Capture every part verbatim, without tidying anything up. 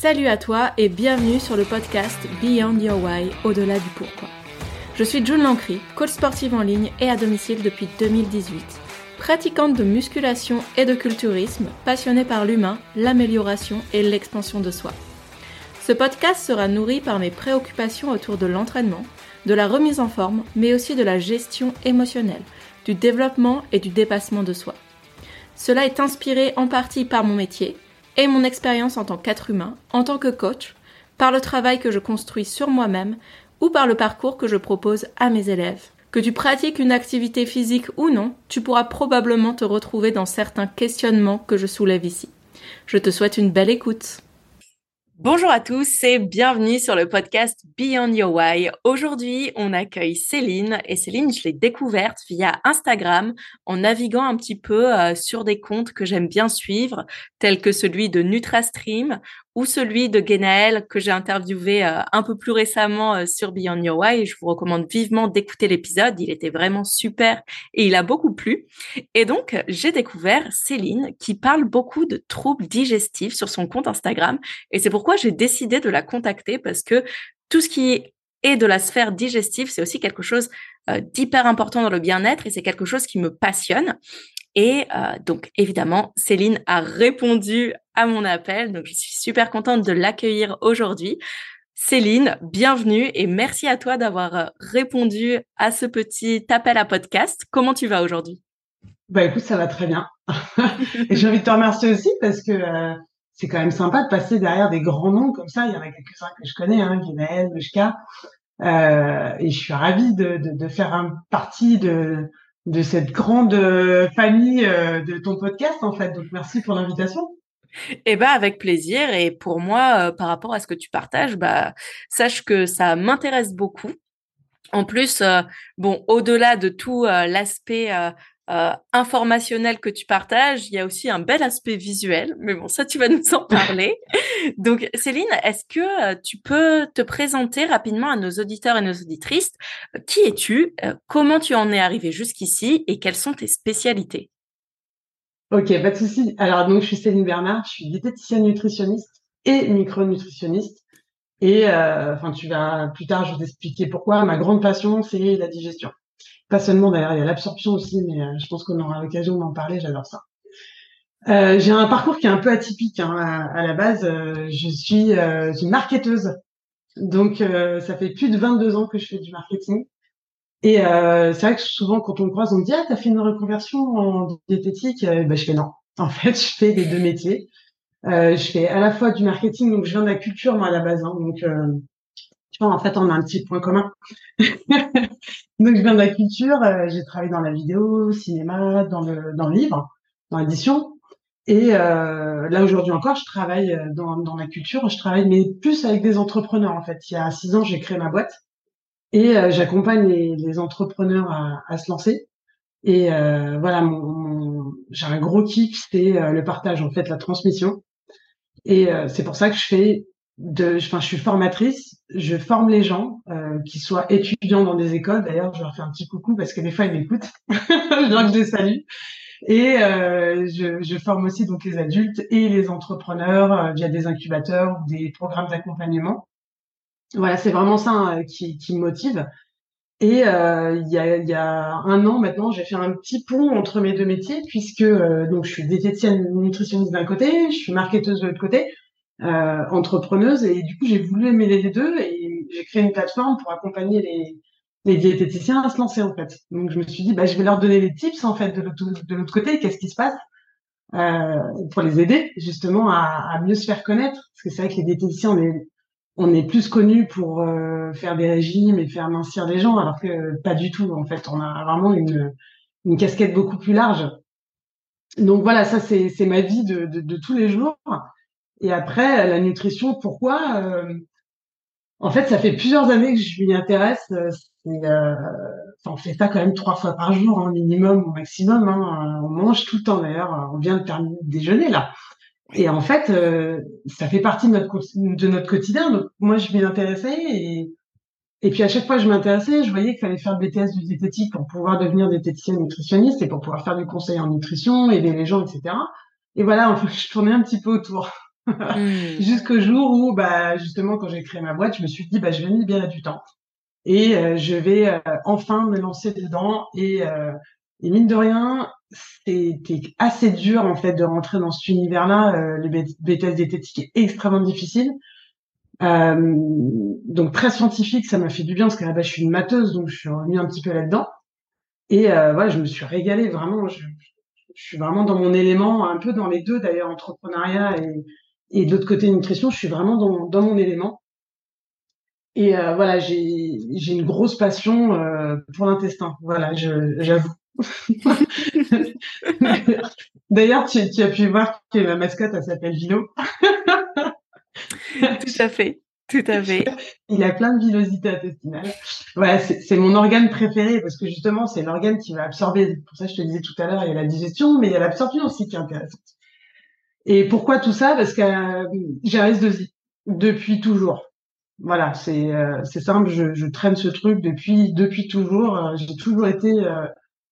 Salut à toi et bienvenue sur le podcast Beyond Your Why, au-delà du pourquoi. Je suis June Lancry, coach sportive en ligne et à domicile depuis deux mille dix-huit. Pratiquante de musculation et de culturisme, passionnée par l'humain, l'amélioration et l'expansion de soi. Ce podcast sera nourri par mes préoccupations autour de l'entraînement, de la remise en forme, mais aussi de la gestion émotionnelle, du développement et du dépassement de soi. Cela est inspiré en partie par mon métier et mon expérience en tant qu'être humain, en tant que coach, par le travail que je construis sur moi-même ou par le parcours que je propose à mes élèves. Que tu pratiques une activité physique ou non, tu pourras probablement te retrouver dans certains questionnements que je soulève ici. Je te souhaite une belle écoute. Bonjour à tous et bienvenue sur le podcast Beyond Your Why. Aujourd'hui, on accueille Céline et Céline, je l'ai découverte via Instagram en naviguant un petit peu euh, sur des comptes que j'aime bien suivre, tels que celui de NutraStream ou celui de Genaël que j'ai interviewé euh, un peu plus récemment euh, sur Beyond Your Why. Je vous recommande vivement d'écouter l'épisode, il était vraiment super et il a beaucoup plu. Et donc, j'ai découvert Céline qui parle beaucoup de troubles digestifs sur son compte Instagram et c'est pourquoi j'ai décidé de la contacter parce que tout ce qui est de la sphère digestive, c'est aussi quelque chose euh, d'hyper important dans le bien-être et c'est quelque chose qui me passionne. Et euh, donc, évidemment, Céline a répondu à mon appel. Donc, je suis super contente de l'accueillir aujourd'hui. Céline, bienvenue et merci à toi d'avoir répondu à ce petit appel à podcast. Comment tu vas aujourd'hui? Bah écoute, ça va très bien. Et j'ai envie de te remercier aussi parce que euh, c'est quand même sympa de passer derrière des grands noms comme ça. Il y en a quelques-uns que je connais, hein, Guénaël, Meshka. Euh, et je suis ravie de, de, de faire un partie de, de cette grande euh, famille euh, de ton podcast, en fait. Donc, merci pour l'invitation. Eh ben, avec plaisir. Et pour moi, euh, par rapport à ce que tu partages, bah, sache que ça m'intéresse beaucoup. En plus, euh, bon, au-delà de tout euh, l'aspect euh, euh, informationnel que tu partages, il y a aussi un bel aspect visuel. Mais bon, ça, tu vas nous en parler. Donc, Céline, est-ce que euh, tu peux te présenter rapidement à nos auditeurs et nos auditrices? Euh, Qui es-tu? Euh, Comment tu en es arrivé jusqu'ici? Et quelles sont tes spécialités? Ok, pas de souci. Alors, donc, je suis Céline Bernard, je suis diététicienne nutritionniste et micronutritionniste. Et euh, enfin, tu vas plus tard, je vais t'expliquer pourquoi. Ma grande passion, c'est la digestion. Pas seulement d'ailleurs, il y a l'absorption aussi, mais euh, je pense qu'on aura l'occasion d'en parler. J'adore ça. Euh, j'ai un parcours qui est un peu atypique, hein. À, à la base, euh, je suis euh, une marketeuse. Donc, euh, ça fait plus de vingt-deux ans que je fais du marketing. Et euh, c'est vrai que souvent, quand on me croise, on me dit «Ah, t'as fait une reconversion en diététique?» euh, ben, je fais non. En fait, je fais les deux métiers. Euh, je fais à la fois du marketing, donc je viens de la culture, moi, à la base. Hein, donc, euh, tu vois, en fait, on a un petit point commun. Donc, je viens de la culture. Euh, j'ai travaillé dans la vidéo, au cinéma, dans le, dans le livre, dans l'édition. Et euh, là, aujourd'hui encore, je travaille euh, dans, dans la culture. Je travaille, mais plus avec des entrepreneurs, en fait. Il y a six ans, j'ai créé ma boîte. Et euh, j'accompagne les, les entrepreneurs à, à se lancer. Et euh, voilà, mon, mon- j'ai un gros kiff, c'est euh, le partage, en fait, la transmission. Et euh, c'est pour ça que je fais de, enfin, je suis formatrice, je forme les gens, euh, qui soient étudiants dans des écoles. D'ailleurs, je leur fais un petit coucou parce que des fois ils m'écoutent, je leur je les salue. Et euh, je, je forme aussi donc les adultes et les entrepreneurs euh, via des incubateurs ou des programmes d'accompagnement. Voilà, c'est vraiment ça hein, qui, qui me motive. Et euh, il y a, il y a un an maintenant, j'ai fait un petit pont entre mes deux métiers puisque euh, donc je suis diététicienne nutritionniste d'un côté, je suis marketeuse de l'autre côté, euh, entrepreneuse et du coup j'ai voulu mêler les deux et j'ai créé une plateforme pour accompagner les, les diététiciens à se lancer en fait. Donc je me suis dit bah je vais leur donner les tips en fait de l'autre de l'autre côté, qu'est-ce qui se passe euh, pour les aider justement à, à mieux se faire connaître parce que c'est vrai que les diététiciens on est on est plus connus pour euh, faire des régimes et faire mincir les gens, alors que pas du tout. En fait, on a vraiment une, une casquette beaucoup plus large. Donc voilà, ça c'est c'est ma vie de, de, de tous les jours. Et après, la nutrition, pourquoi euh, En fait, ça fait plusieurs années que je m'y intéresse. euh, c'est, euh, enfin, on fait ça quand même trois fois par jour, hein, minimum ou maximum. Hein. On mange tout le temps d'ailleurs. On vient de terminer de déjeuner là. Et en fait, euh, ça fait partie de notre co- de notre quotidien. Donc moi, je m'y intéressais et et puis à chaque fois que je m'intéressais, je voyais qu'il fallait faire le B T S du diététique pour pouvoir devenir diététicienne nutritionniste et pour pouvoir faire du conseil en nutrition, aider les gens, et cetera. Et voilà, en fait, je tournais un petit peu autour. Mmh. Jusqu'au jour où, bah, justement, quand j'ai créé ma boîte, je me suis dit, bah, je vais me libérer du temps et euh, je vais euh, enfin me lancer dedans. Et, euh, et mine de rien, c'était assez dur en fait de rentrer dans cet univers-là. Euh, le B T S diététique est extrêmement difficile. Euh, donc très scientifique, ça m'a fait du bien parce que là, bah, je suis une matheuse, donc je suis revenue un petit peu là-dedans. Et euh, voilà, je me suis régalée vraiment. Je, je suis vraiment dans mon élément, un peu dans les deux d'ailleurs, entrepreneuriat et, et de l'autre côté nutrition. Je suis vraiment dans, dans mon élément. Et euh, voilà, j'ai j'ai une grosse passion euh, pour l'intestin. Voilà, je j'avoue. D'ailleurs, tu, tu as pu voir que ma mascotte, elle s'appelle Vilo. Tout à fait, tout à fait. Il a plein de villosité intestinale. Ouais, c'est c'est mon organe préféré parce que justement, c'est l'organe qui va absorber. Pour ça, je te disais tout à l'heure, il y a la digestion, mais il y a l'absorption aussi qui est intéressante. Et pourquoi tout ça? Parce que euh, j'ai un S deux I depuis toujours. Voilà, c'est euh, c'est simple, je, je traîne ce truc depuis depuis toujours. Euh, j'ai toujours été euh,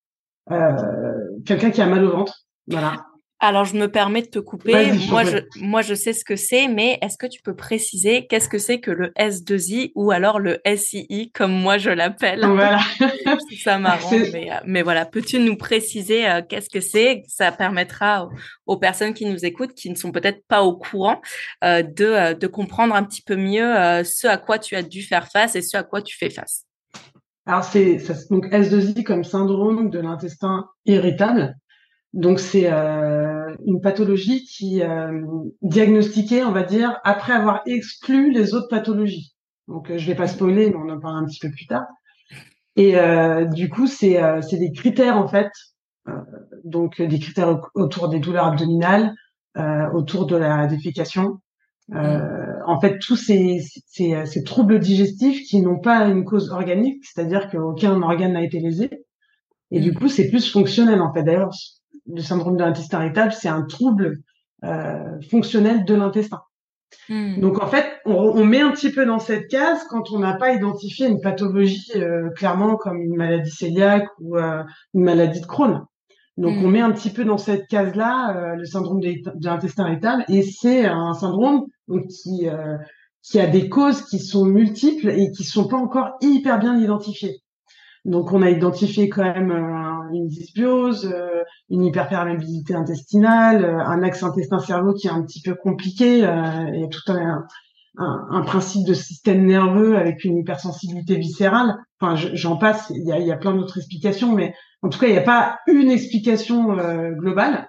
euh, quelqu'un qui a mal au ventre. Voilà. Alors, je me permets de te couper. Vas-y, je t'en Moi, prie. je, moi, je sais ce que c'est, mais est-ce que tu peux préciser qu'est-ce que c'est que le S deux I ou alors le S I I, comme moi je l'appelle? Voilà. Je trouve ça marrant, C'est mais, euh, mais voilà. Peux-tu nous préciser euh, qu'est-ce que c'est? Ça permettra aux, aux personnes qui nous écoutent, qui ne sont peut-être pas au courant, euh, de, euh, de comprendre un petit peu mieux euh, ce à quoi tu as dû faire face et ce à quoi tu fais face. alors c'est ça, donc S deux I comme syndrome de l'intestin irritable. Donc c'est euh, une pathologie qui euh, diagnostiquée, on va dire, après avoir exclu les autres pathologies. Donc euh, je vais pas spoiler, mais on en parle un petit peu plus tard. Et euh, du coup, c'est euh, c'est des critères en fait, euh, donc des critères au- autour des douleurs abdominales, euh, autour de la défécation. Mm. Euh, en fait, tous ces, ces, ces troubles digestifs qui n'ont pas une cause organique, c'est-à-dire qu'aucun organe n'a été lésé. Et du Mm. coup, c'est plus fonctionnel en fait. D'ailleurs, le syndrome de l'intestin irritable, c'est un trouble euh, fonctionnel de l'intestin. Mm. Donc en fait, on, on met un petit peu dans cette case quand on n'a pas identifié une pathologie euh, clairement comme une maladie cœliaque ou euh, une maladie de Crohn. Donc on Mm. met un petit peu dans cette case-là euh, le syndrome de, de l'intestin irritable et c'est un syndrome donc, qui euh, qui a des causes qui sont multiples et qui sont pas encore hyper bien identifiées. Donc on a identifié quand même euh, une dysbiose, euh, une hyperperméabilité intestinale, euh, un axe intestin-cerveau qui est un petit peu compliqué, euh, et tout un, un, un principe de système nerveux avec une hypersensibilité viscérale. Enfin, je- j'en passe, il y a, il y a plein d'autres explications, mais en tout cas, il n'y a pas une explication euh, globale.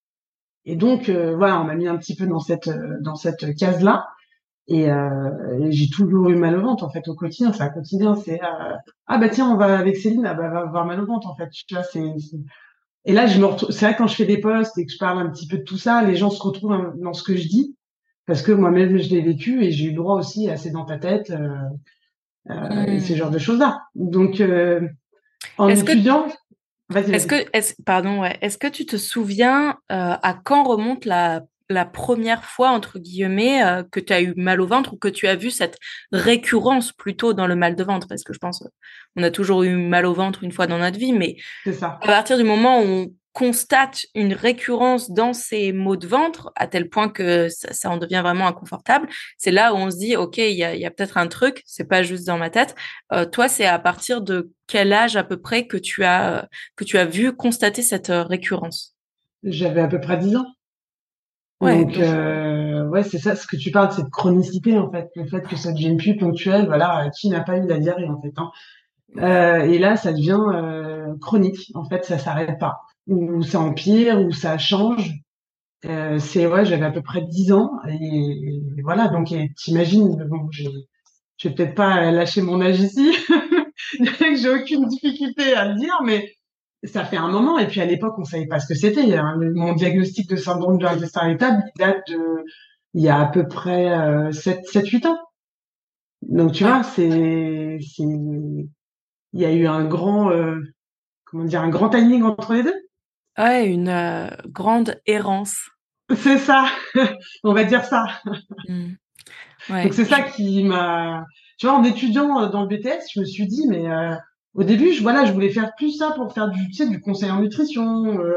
Et donc, euh, voilà, on m'a mis un petit peu dans cette euh, dans cette case-là. Et, euh, et j'ai toujours eu mal au ventre en fait au quotidien. C'est un quotidien, c'est euh, ah bah tiens, on va avec Céline, ah bah va avoir mal au ventre en fait. Tu vois, c'est c'est- et là je me retrouve. C'est vrai quand je fais des posts et que je parle un petit peu de tout ça, les gens se retrouvent dans, dans ce que je dis parce que moi-même je l'ai vécu et j'ai eu le droit aussi à c'est dans ta tête euh, euh, et ce Mm. genre de choses-là. Donc euh, en Est-ce que étudiant, vas-y Est-ce vas-y. que, est-ce, pardon, ouais. Est-ce que tu te souviens euh, à quand remonte la, la première fois, entre guillemets, euh, que tu as eu mal au ventre ou que tu as vu cette récurrence plutôt dans le mal de ventre? Parce que je pense euh, on a toujours eu mal au ventre une fois dans notre vie, mais C'est ça. à partir du moment où on constate une récurrence dans ces maux de ventre, à tel point que ça, ça en devient vraiment inconfortable, c'est là où on se dit, OK, il y a, il y a peut-être un truc, c'est pas juste dans ma tête. Euh, toi, c'est à partir de quel âge à peu près que tu as, que tu as vu constater cette euh, récurrence? J'avais à peu près dix ans. Ouais, Donc, donc, euh, ouais, c'est ça, ce que tu parles, c'est de chronicité, en fait. Le fait que ça devienne plus ponctuel, voilà, qui n'a pas eu la diarrhée, en fait, hein. Euh, et là, ça devient euh, chronique. En fait, ça s'arrête pas. Ou ça empire, ou ça change. Euh, c'est, ouais, j'avais à peu près dix ans. Et, et voilà, donc et t'imagines, bon, j'ai, je vais peut-être pas lâcher mon âge ici. Je dirais que j'ai aucune difficulté à le dire, mais ça fait un moment. Et puis à l'époque, on savait pas ce que c'était, hein. Le- Mon diagnostic de syndrome de l'intestin irritable, il date de il y a à peu près euh, sept, sept, huit ans. Donc tu ouais, vois, c'est, c'est, il y a eu un grand, euh, comment dire, un grand timing entre les deux. ouais, une euh, grande errance. C'est ça, on va dire ça. Mm. Donc Ouais, c'est ça je- qui m'a, tu vois, en étudiant euh, dans le B T S, je me suis dit, mais euh, au début, je, voilà, je voulais faire plus ça pour faire du, tu sais, du conseil en nutrition, euh,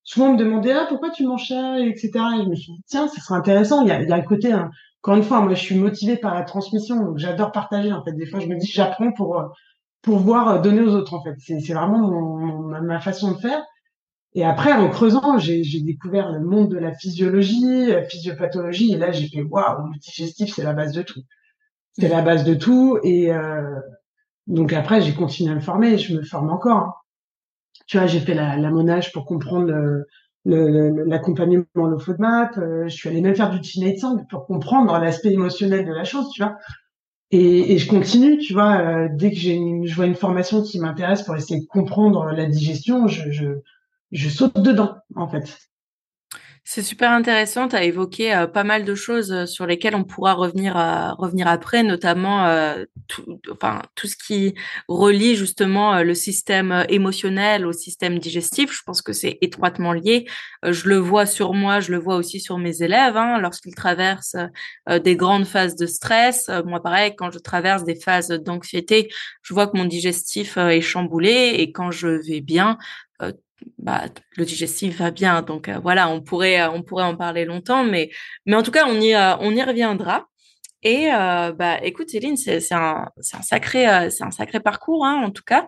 souvent on me demandait ah pourquoi tu manges ça, et cetera. Et je me suis dit tiens, ça serait intéressant. Il y a, il y a le côté hein, encore une fois, moi je suis motivée par la transmission, donc j'adore partager en fait. Des fois je me dis j'apprends pour euh, pour voir euh, donner aux autres en fait. C'est c'est vraiment mon, mon- ma ma façon de faire. Et après, en creusant, j'ai, j'ai découvert le monde de la physiologie, la physiopathologie, et là, j'ai fait, waouh, le digestif, c'est la base de tout. C'est la base de tout, et euh, donc après, j'ai continué à me former, et je me forme encore. Hein. Tu vois, j'ai fait la, la monage pour comprendre le, le, le- l'accompagnement au FODMAP, euh, je suis allée même faire du Teenage Sand pour comprendre l'aspect émotionnel de la chose, tu vois. Et, et je continue, tu vois, euh, dès que j'ai une, je vois une formation qui m'intéresse pour essayer de comprendre la digestion, je, je, je saute dedans, en fait. C'est super intéressant. Tu as évoqué euh, pas mal de choses euh, sur lesquelles on pourra revenir à, revenir après, notamment euh, tout, enfin, tout ce qui relie justement euh, le système euh, émotionnel au système digestif. Je pense que c'est étroitement lié. Euh, je le vois sur moi, je le vois aussi sur mes élèves, hein, lorsqu'ils traversent euh, des grandes phases de stress. Euh, moi, pareil, quand je traverse des phases d'anxiété, je vois que mon digestif euh, est chamboulé et quand je vais bien, euh, bah, le digestif va bien. Donc euh, voilà, on pourrait, euh, on pourrait en parler longtemps, mais, mais en tout cas, on y, euh, on y reviendra. Et euh, bah écoute Céline, c'est c'est un c'est un sacré euh, c'est un sacré parcours hein, en tout cas.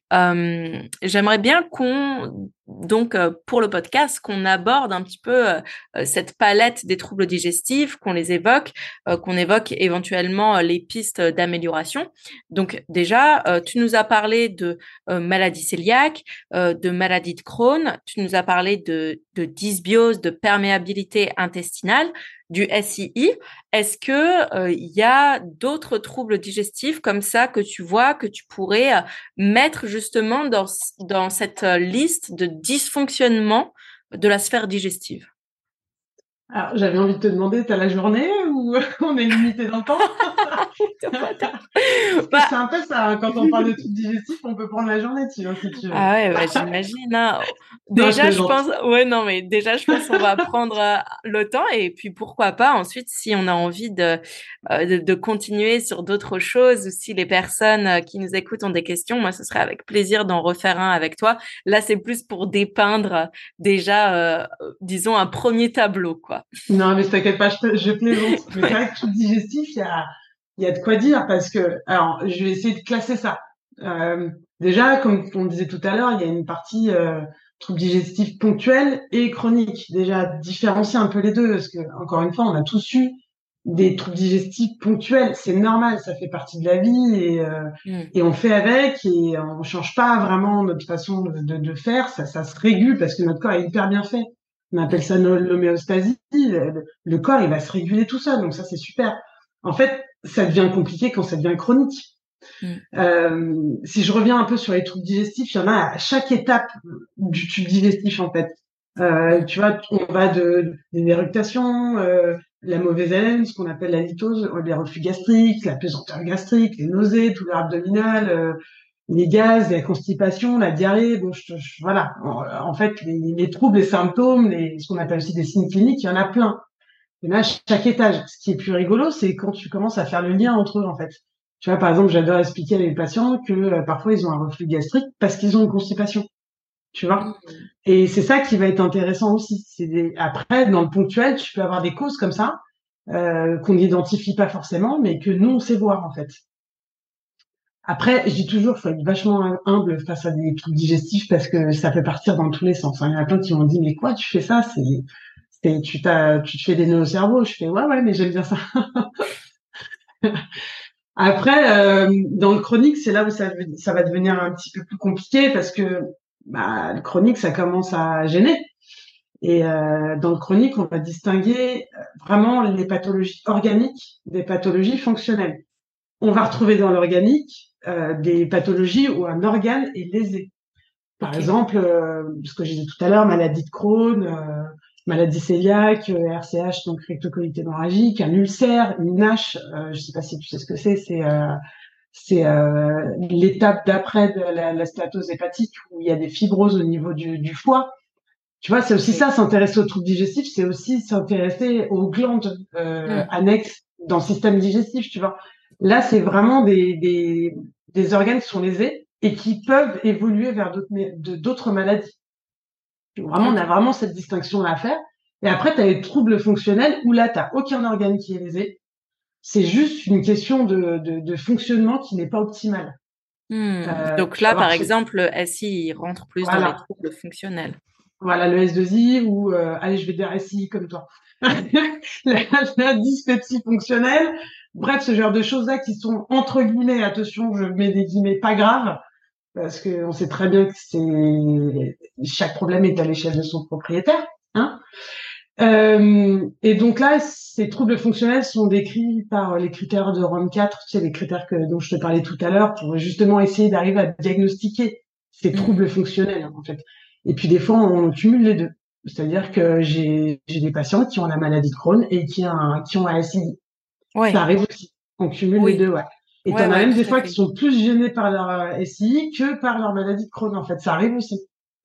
Euh, j'aimerais bien qu'on donc euh, pour le podcast qu'on aborde un petit peu euh, euh, cette palette des troubles digestifs, qu'on les évoque, euh, qu'on évoque éventuellement euh, les pistes d'amélioration. Donc déjà, euh, tu nous as parlé de euh, maladie cœliaque, euh, de maladie de Crohn, tu nous as parlé de de dysbiose, de perméabilité intestinale, du S I I. Est-ce que euh, il y a d'autres troubles digestifs comme ça que tu vois que tu pourrais euh, mettre justement dans dans cette euh, liste de dysfonctionnements de la sphère digestive? Alors, j'avais envie de te demander, t'as la journée ou on est limité dans le temps? Parce que c'est Bah, un peu ça, hein, quand on parle de trucs digestifs, on peut prendre la journée dessus, hein, si tu veux. ah ouais, bah, j'imagine, hein. Non, je Déjà, je plaisante. pense, ouais, non, mais déjà, je pense qu'on va prendre euh, le temps et puis pourquoi pas ensuite, si on a envie de, euh, de, de continuer sur d'autres choses ou si les personnes euh, qui nous écoutent ont des questions, moi, ce serait avec plaisir d'en refaire un avec toi. Là, c'est plus pour dépeindre euh, déjà, euh, disons, un premier tableau, quoi. Non, mais t'inquiète pas, je, je plaisante. Mais c'est vrai que trucs digestifs, il y a, il y a de quoi dire parce que, alors, je vais essayer de classer ça. Euh, déjà, comme on disait tout à l'heure, il y a une partie euh, troubles digestifs ponctuels et chroniques. Déjà, différencier un peu les deux parce que, encore une fois, on a tous eu des troubles digestifs ponctuels. C'est normal, ça fait partie de la vie et, euh, Mm. et on fait avec et on change pas vraiment notre façon de, de, de faire. Ça, ça se régule parce que notre corps est hyper bien fait. On appelle ça no- l'homéostasie. Le, le corps, il va se réguler tout seul. Donc ça, c'est super. En fait, ça devient compliqué quand ça devient chronique. Mm. Euh, si je reviens un peu sur les troubles digestifs, il y en a à chaque étape du tube digestif, en fait. Euh, Mm. tu vois, on va de, des éructations, euh, la mauvaise haleine, ce qu'on appelle la litose, les reflux gastriques, la pesanteur gastrique, les nausées, douleurs abdominales, euh, les gaz, la constipation, la diarrhée. Bon, je, je- voilà. En, en fait, les, les troubles, les symptômes, les, ce qu'on appelle aussi des signes cliniques, il y en a plein. Et là, chaque étage. Ce qui est plus rigolo, c'est quand tu commences à faire le lien entre eux, en fait. Tu vois, par exemple, j'adore expliquer à mes patients que euh, parfois ils ont un reflux gastrique parce qu'ils ont une constipation. Tu vois. Mm. Et c'est ça qui va être intéressant aussi. C'est des... Après, dans le ponctuel, tu peux avoir des causes comme ça euh, qu'on n'identifie pas forcément, mais que nous on sait voir en fait. Après, je dis toujours, faut être vachement humble face à des trucs digestifs parce que ça peut partir dans tous les sens. Hein. Il y en a plein qui m'ont dit, mais quoi, tu fais ça? C'est, c'est, tu t'as, tu te fais des nœuds au cerveau. Je fais, ouais, ouais, mais j'aime bien ça. Après, euh, dans le chronique, c'est là où ça, ça va devenir un petit peu plus compliqué parce que bah, le chronique, ça commence à gêner. Et euh, dans le chronique, on va distinguer euh, vraiment les pathologies organiques des pathologies fonctionnelles. On va retrouver dans l'organique euh, des pathologies où un organe est lésé. Par Ok. exemple, euh, ce que j'ai dit tout à l'heure, maladie de Crohn, euh, maladie cœliaque, euh, R C H, donc rectocolite hémorragique, un ulcère, une N H, euh, je sais pas si tu sais ce que c'est, c'est euh, c'est euh, l'étape d'après de la, la stéatose hépatique où il y a des fibroses au niveau du, du foie. Tu vois, c'est aussi Ok. ça, s'intéresser aux troubles digestifs, c'est aussi s'intéresser aux glandes euh, Mm. annexes dans le système digestif, tu vois. Là, c'est vraiment des, des, des organes qui sont lésés et qui peuvent évoluer vers d'autres, de- d'autres maladies. Vraiment, on a vraiment cette distinction à faire. Et après, tu as les troubles fonctionnels où là, tu n'as aucun organe qui est lésé. C'est juste une question de, de, de fonctionnement qui n'est pas optimal. Hmm. Euh, Donc tu vas là, avoir par chez- exemple, le S I il rentre plus dans les voilà, troubles fonctionnels. voilà le S deux I ou euh, allez, je vais dire S I comme toi. la, la dyspepsie fonctionnelle. Bref, ce genre de choses-là qui sont entre guillemets, attention, je mets des guillemets pas graves, parce qu'on sait très bien que c'est chaque problème est à l'échelle de son propriétaire. Hein. Euh, et donc là, ces troubles fonctionnels sont décrits par les critères de ROM quatre, tu sais, les critères que, dont je te parlais tout à l'heure, pour justement essayer d'arriver à diagnostiquer ces Hmm. troubles fonctionnels, en fait. Et puis des fois, on cumule les deux. C'est-à-dire que j'ai j'ai des patients qui ont la maladie de Crohn et qui, ont un, qui ont un S I D. Ça Ouais, arrive aussi. On cumule les oui, deux, ouais. Et ouais, t'en as ouais, même des tout à fois qui fait. sont plus gênés par leur euh, S I I que par leur maladie de Crohn, en fait. Ça arrive aussi.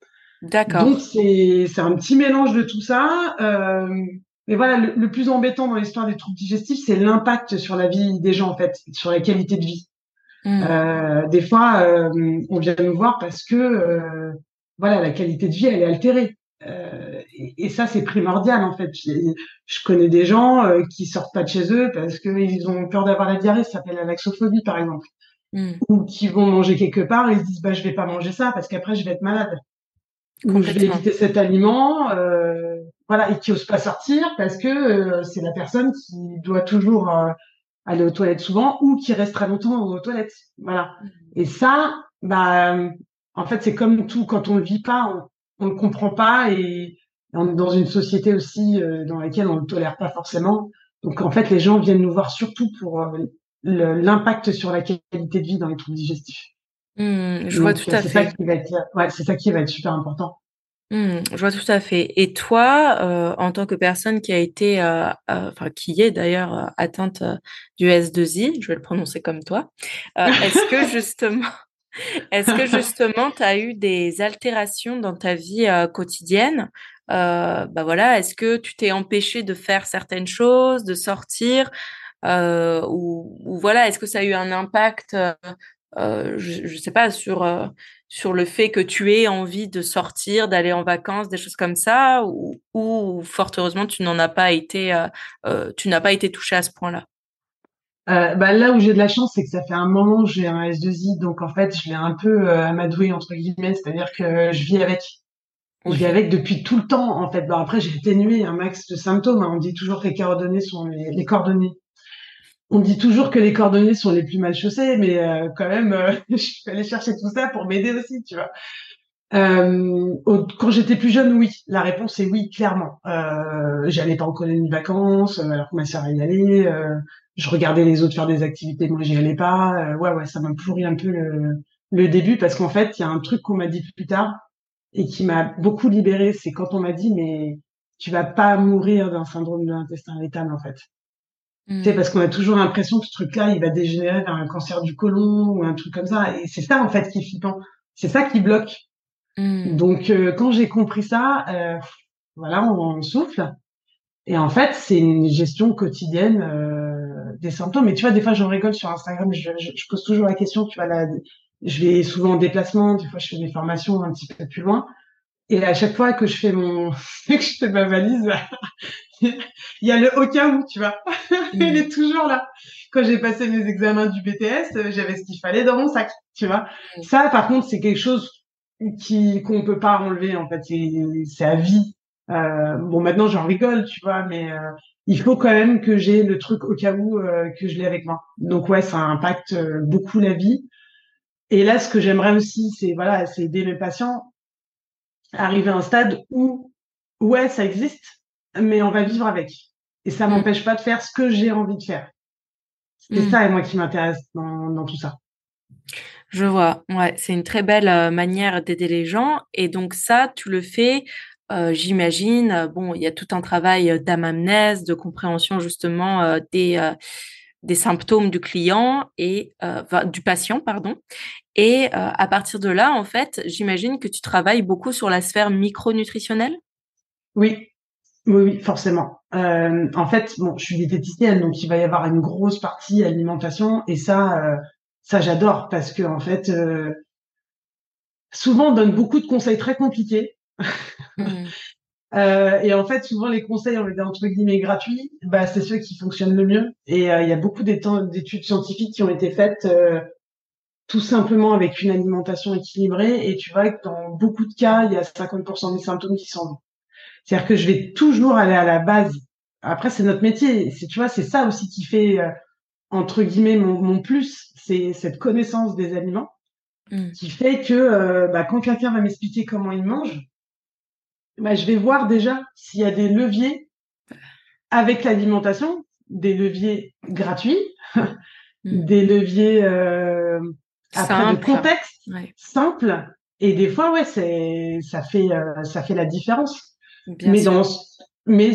Donc D'accord. c'est c'est un petit mélange de tout ça. Euh, mais voilà, le, le plus embêtant dans l'histoire des troubles digestifs, c'est l'impact sur la vie des gens en fait, sur la qualité de vie. Hmm. Euh, des fois, euh, on vient nous voir parce que euh, voilà, la qualité de vie elle est altérée. Euh, et, et ça c'est primordial en fait. Je, je connais des gens euh, qui sortent pas de chez eux parce qu'ils ont peur d'avoir la diarrhée, ça s'appelle la laxophobie par exemple, Hmm. ou qui vont manger quelque part et ils se disent bah je vais pas manger ça parce qu'après je vais être malade ou je vais Complètement. éviter cet aliment, euh, voilà, et qui ose pas sortir parce que euh, c'est la personne qui doit toujours euh, aller aux toilettes souvent ou qui reste très longtemps aux toilettes, voilà. Et ça, bah, euh, en fait, c'est comme tout, quand on le vit pas, on, on le comprend pas et on est dans une société aussi euh, dans laquelle on le tolère pas forcément. Donc, en fait, les gens viennent nous voir surtout pour euh, le- l'impact sur la qualité de vie dans les troubles digestifs. Hmm, je vois Donc, tout euh, à c'est ça fait. qui va être, ouais, c'est ça qui va être super important. Hmm, je vois tout à fait. Et toi, euh, en tant que personne qui a été, euh, euh, enfin qui est d'ailleurs euh, atteinte euh, du S deux I, je vais le prononcer comme toi, euh, est-ce que justement, est-ce que justement, tu as eu des altérations dans ta vie euh, quotidienne? Euh, bah voilà, est-ce que tu t'es empêché de faire certaines choses, de sortir, euh, ou, ou voilà, est-ce que ça a eu un impact, euh, euh, je, je sais pas, sur euh, sur le fait que tu aies envie de sortir, d'aller en vacances, des choses comme ça, ou, ou fort heureusement tu n'en as pas été, euh, euh, tu n'as pas été touché à ce point-là. Euh, bah, là où j'ai de la chance, c'est que ça fait un moment que j'ai un S deux I, donc en fait, je l'ai un peu euh, amadoué entre guillemets, c'est-à-dire que je vis avec. Je vis Oui. avec depuis tout le temps, en fait. Bon, après, j'ai atténué un max de symptômes, hein. On dit toujours que les coordonnées sont les, les coordonnées. On dit toujours que les coordonnées sont les plus mal chaussées, mais euh, quand même, euh, je suis allée chercher tout ça pour m'aider aussi, tu vois. Euh, au- quand j'étais plus jeune, oui. La réponse est oui, clairement. Euh, j'allais pas en colonie de vacances, euh, alors que ma sœur y allait. Euh, je regardais les autres faire des activités, moi j'y allais pas. Euh, ouais, ouais, ça m'a pourri un peu le, le début parce qu'en fait, il y a un truc qu'on m'a dit plus tard et qui m'a beaucoup libérée, c'est quand on m'a dit mais tu vas pas mourir d'un syndrome de l'intestin irritable en fait. Tu sais, Hmm. parce qu'on a toujours l'impression que ce truc-là, il va dégénérer vers un cancer du côlon ou un truc comme ça. Et c'est ça en fait qui est flippant. C'est ça qui bloque. Hmm. Donc, euh, quand j'ai compris ça, euh, voilà, on, on souffle. Et en fait, c'est une gestion quotidienne euh, des symptômes. Mais tu vois, des fois, j'en rigole sur Instagram. Je, je, je pose toujours la question. Tu vois, là, je vais souvent en déplacement. Des fois, je fais des formations un petit peu plus loin. Et à chaque fois que je fais mon, que je fais ma valise, il y a le au cas où, tu vois. Il Hmm. est toujours là. Quand j'ai passé mes examens du B T S, euh, j'avais ce qu'il fallait dans mon sac, tu vois. Ça, par contre, c'est quelque chose qui qu'on peut pas enlever en fait. C'est c'est à vie. Euh, bon, maintenant j'en rigole, tu vois, mais euh, il faut quand même que j'ai le truc au cas où euh, que je l'ai avec moi. Donc ouais, ça impacte euh, beaucoup la vie. Et là, ce que j'aimerais aussi, c'est voilà, c'est aider mes patients à arriver à un stade où ouais, ça existe, mais on va vivre avec. Et ça Hmm. m'empêche pas de faire ce que j'ai envie de faire. C'est Hmm. ça, et moi, qui m'intéresse dans, dans tout ça. Je vois, ouais, c'est une très belle euh, manière d'aider les gens. Et donc ça, tu le fais, euh, j'imagine, euh, bon, il y a tout un travail euh, d'anamnèse, de compréhension justement euh, des, euh, des symptômes du client et euh, enfin, du patient, pardon. Et euh, à partir de là, en fait, j'imagine que tu travailles beaucoup sur la sphère micronutritionnelle. Oui, oui, oui, forcément. Euh, en fait, bon, je suis diététicienne, donc il va y avoir une grosse partie alimentation, et ça, euh, ça j'adore parce que en fait, euh, souvent on donne beaucoup de conseils très compliqués. Mmh. Euh, et en fait, souvent, les conseils, on va dire entre guillemets gratuits, bah, c'est ceux qui fonctionnent le mieux. Et euh, il y a beaucoup d'éta- d'études scientifiques qui ont été faites euh, tout simplement avec une alimentation équilibrée. Et tu vois que dans beaucoup de cas, il y a cinquante pour cent des symptômes qui s'en vont. C'est-à-dire que je vais toujours aller à la base. Après, c'est notre métier. C'est, tu vois, c'est ça aussi qui fait, euh, entre guillemets, mon, mon plus. C'est cette connaissance des aliments Mmh. qui fait que euh, bah, quand quelqu'un va m'expliquer comment il mange, bah, je vais voir déjà s'il y a des leviers avec l'alimentation, des leviers gratuits, Mmh. des leviers euh, après de Simple. contexte Ouais, simples. Et des fois, ouais, c'est ça fait euh, ça fait la différence. bien Mais sûr. dans mais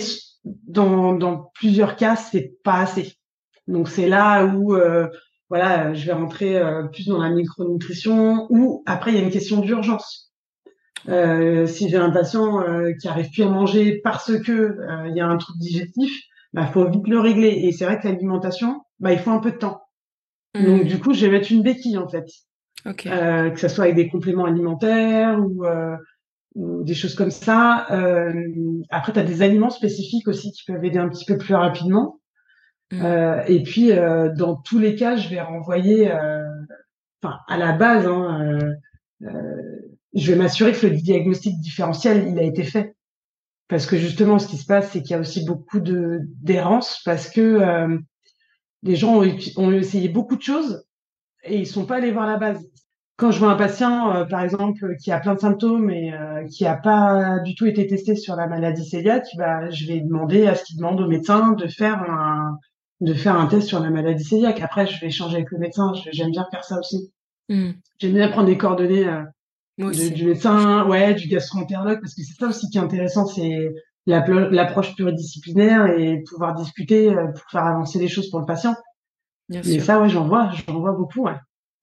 dans dans plusieurs cas, c'est pas assez. Donc c'est là où euh, voilà, je vais rentrer euh, plus dans la micronutrition. Ou après, il y a une question d'urgence. Ouais. Euh, si j'ai un patient euh, qui arrive plus à manger parce que euh, il y a un trouble digestif, bah faut vite le régler. Et c'est vrai que l'alimentation, bah il faut un peu de temps. Donc Mmh. du coup, je vais mettre une béquille en fait, OK. euh, que ça soit avec des compléments alimentaires ou, euh, ou des choses comme ça. Euh, après, tu as des aliments spécifiques aussi qui peuvent aider un petit peu plus rapidement. Mmh. Euh, et puis, euh, dans tous les cas, je vais renvoyer, euh, enfin à la base, hein, euh, euh, je vais m'assurer que le diagnostic différentiel il a été fait. Parce que justement, ce qui se passe, c'est qu'il y a aussi beaucoup de d'errance parce que euh, les gens ont, ont essayé beaucoup de choses et ils sont pas allés voir la base. Quand je vois un patient, euh, par exemple, qui a plein de symptômes et euh, qui a pas du tout été testé sur la maladie cœliaque, bah, je vais demander à ce qu'il demande au médecin de faire un de faire un test sur la maladie cœliaque. Après, je vais échanger avec le médecin. Je- J'aime bien faire ça aussi. Mmh. J'aime bien prendre les coordonnées euh, Moi de- aussi. du médecin, ouais, du gastro-entérologue, parce que c'est ça aussi qui est intéressant, c'est l'appro- l'approche pluridisciplinaire et pouvoir discuter euh, pour faire avancer les choses pour le patient. Bien Mais sûr. ça, ouais, j'en vois, j'en vois beaucoup, ouais.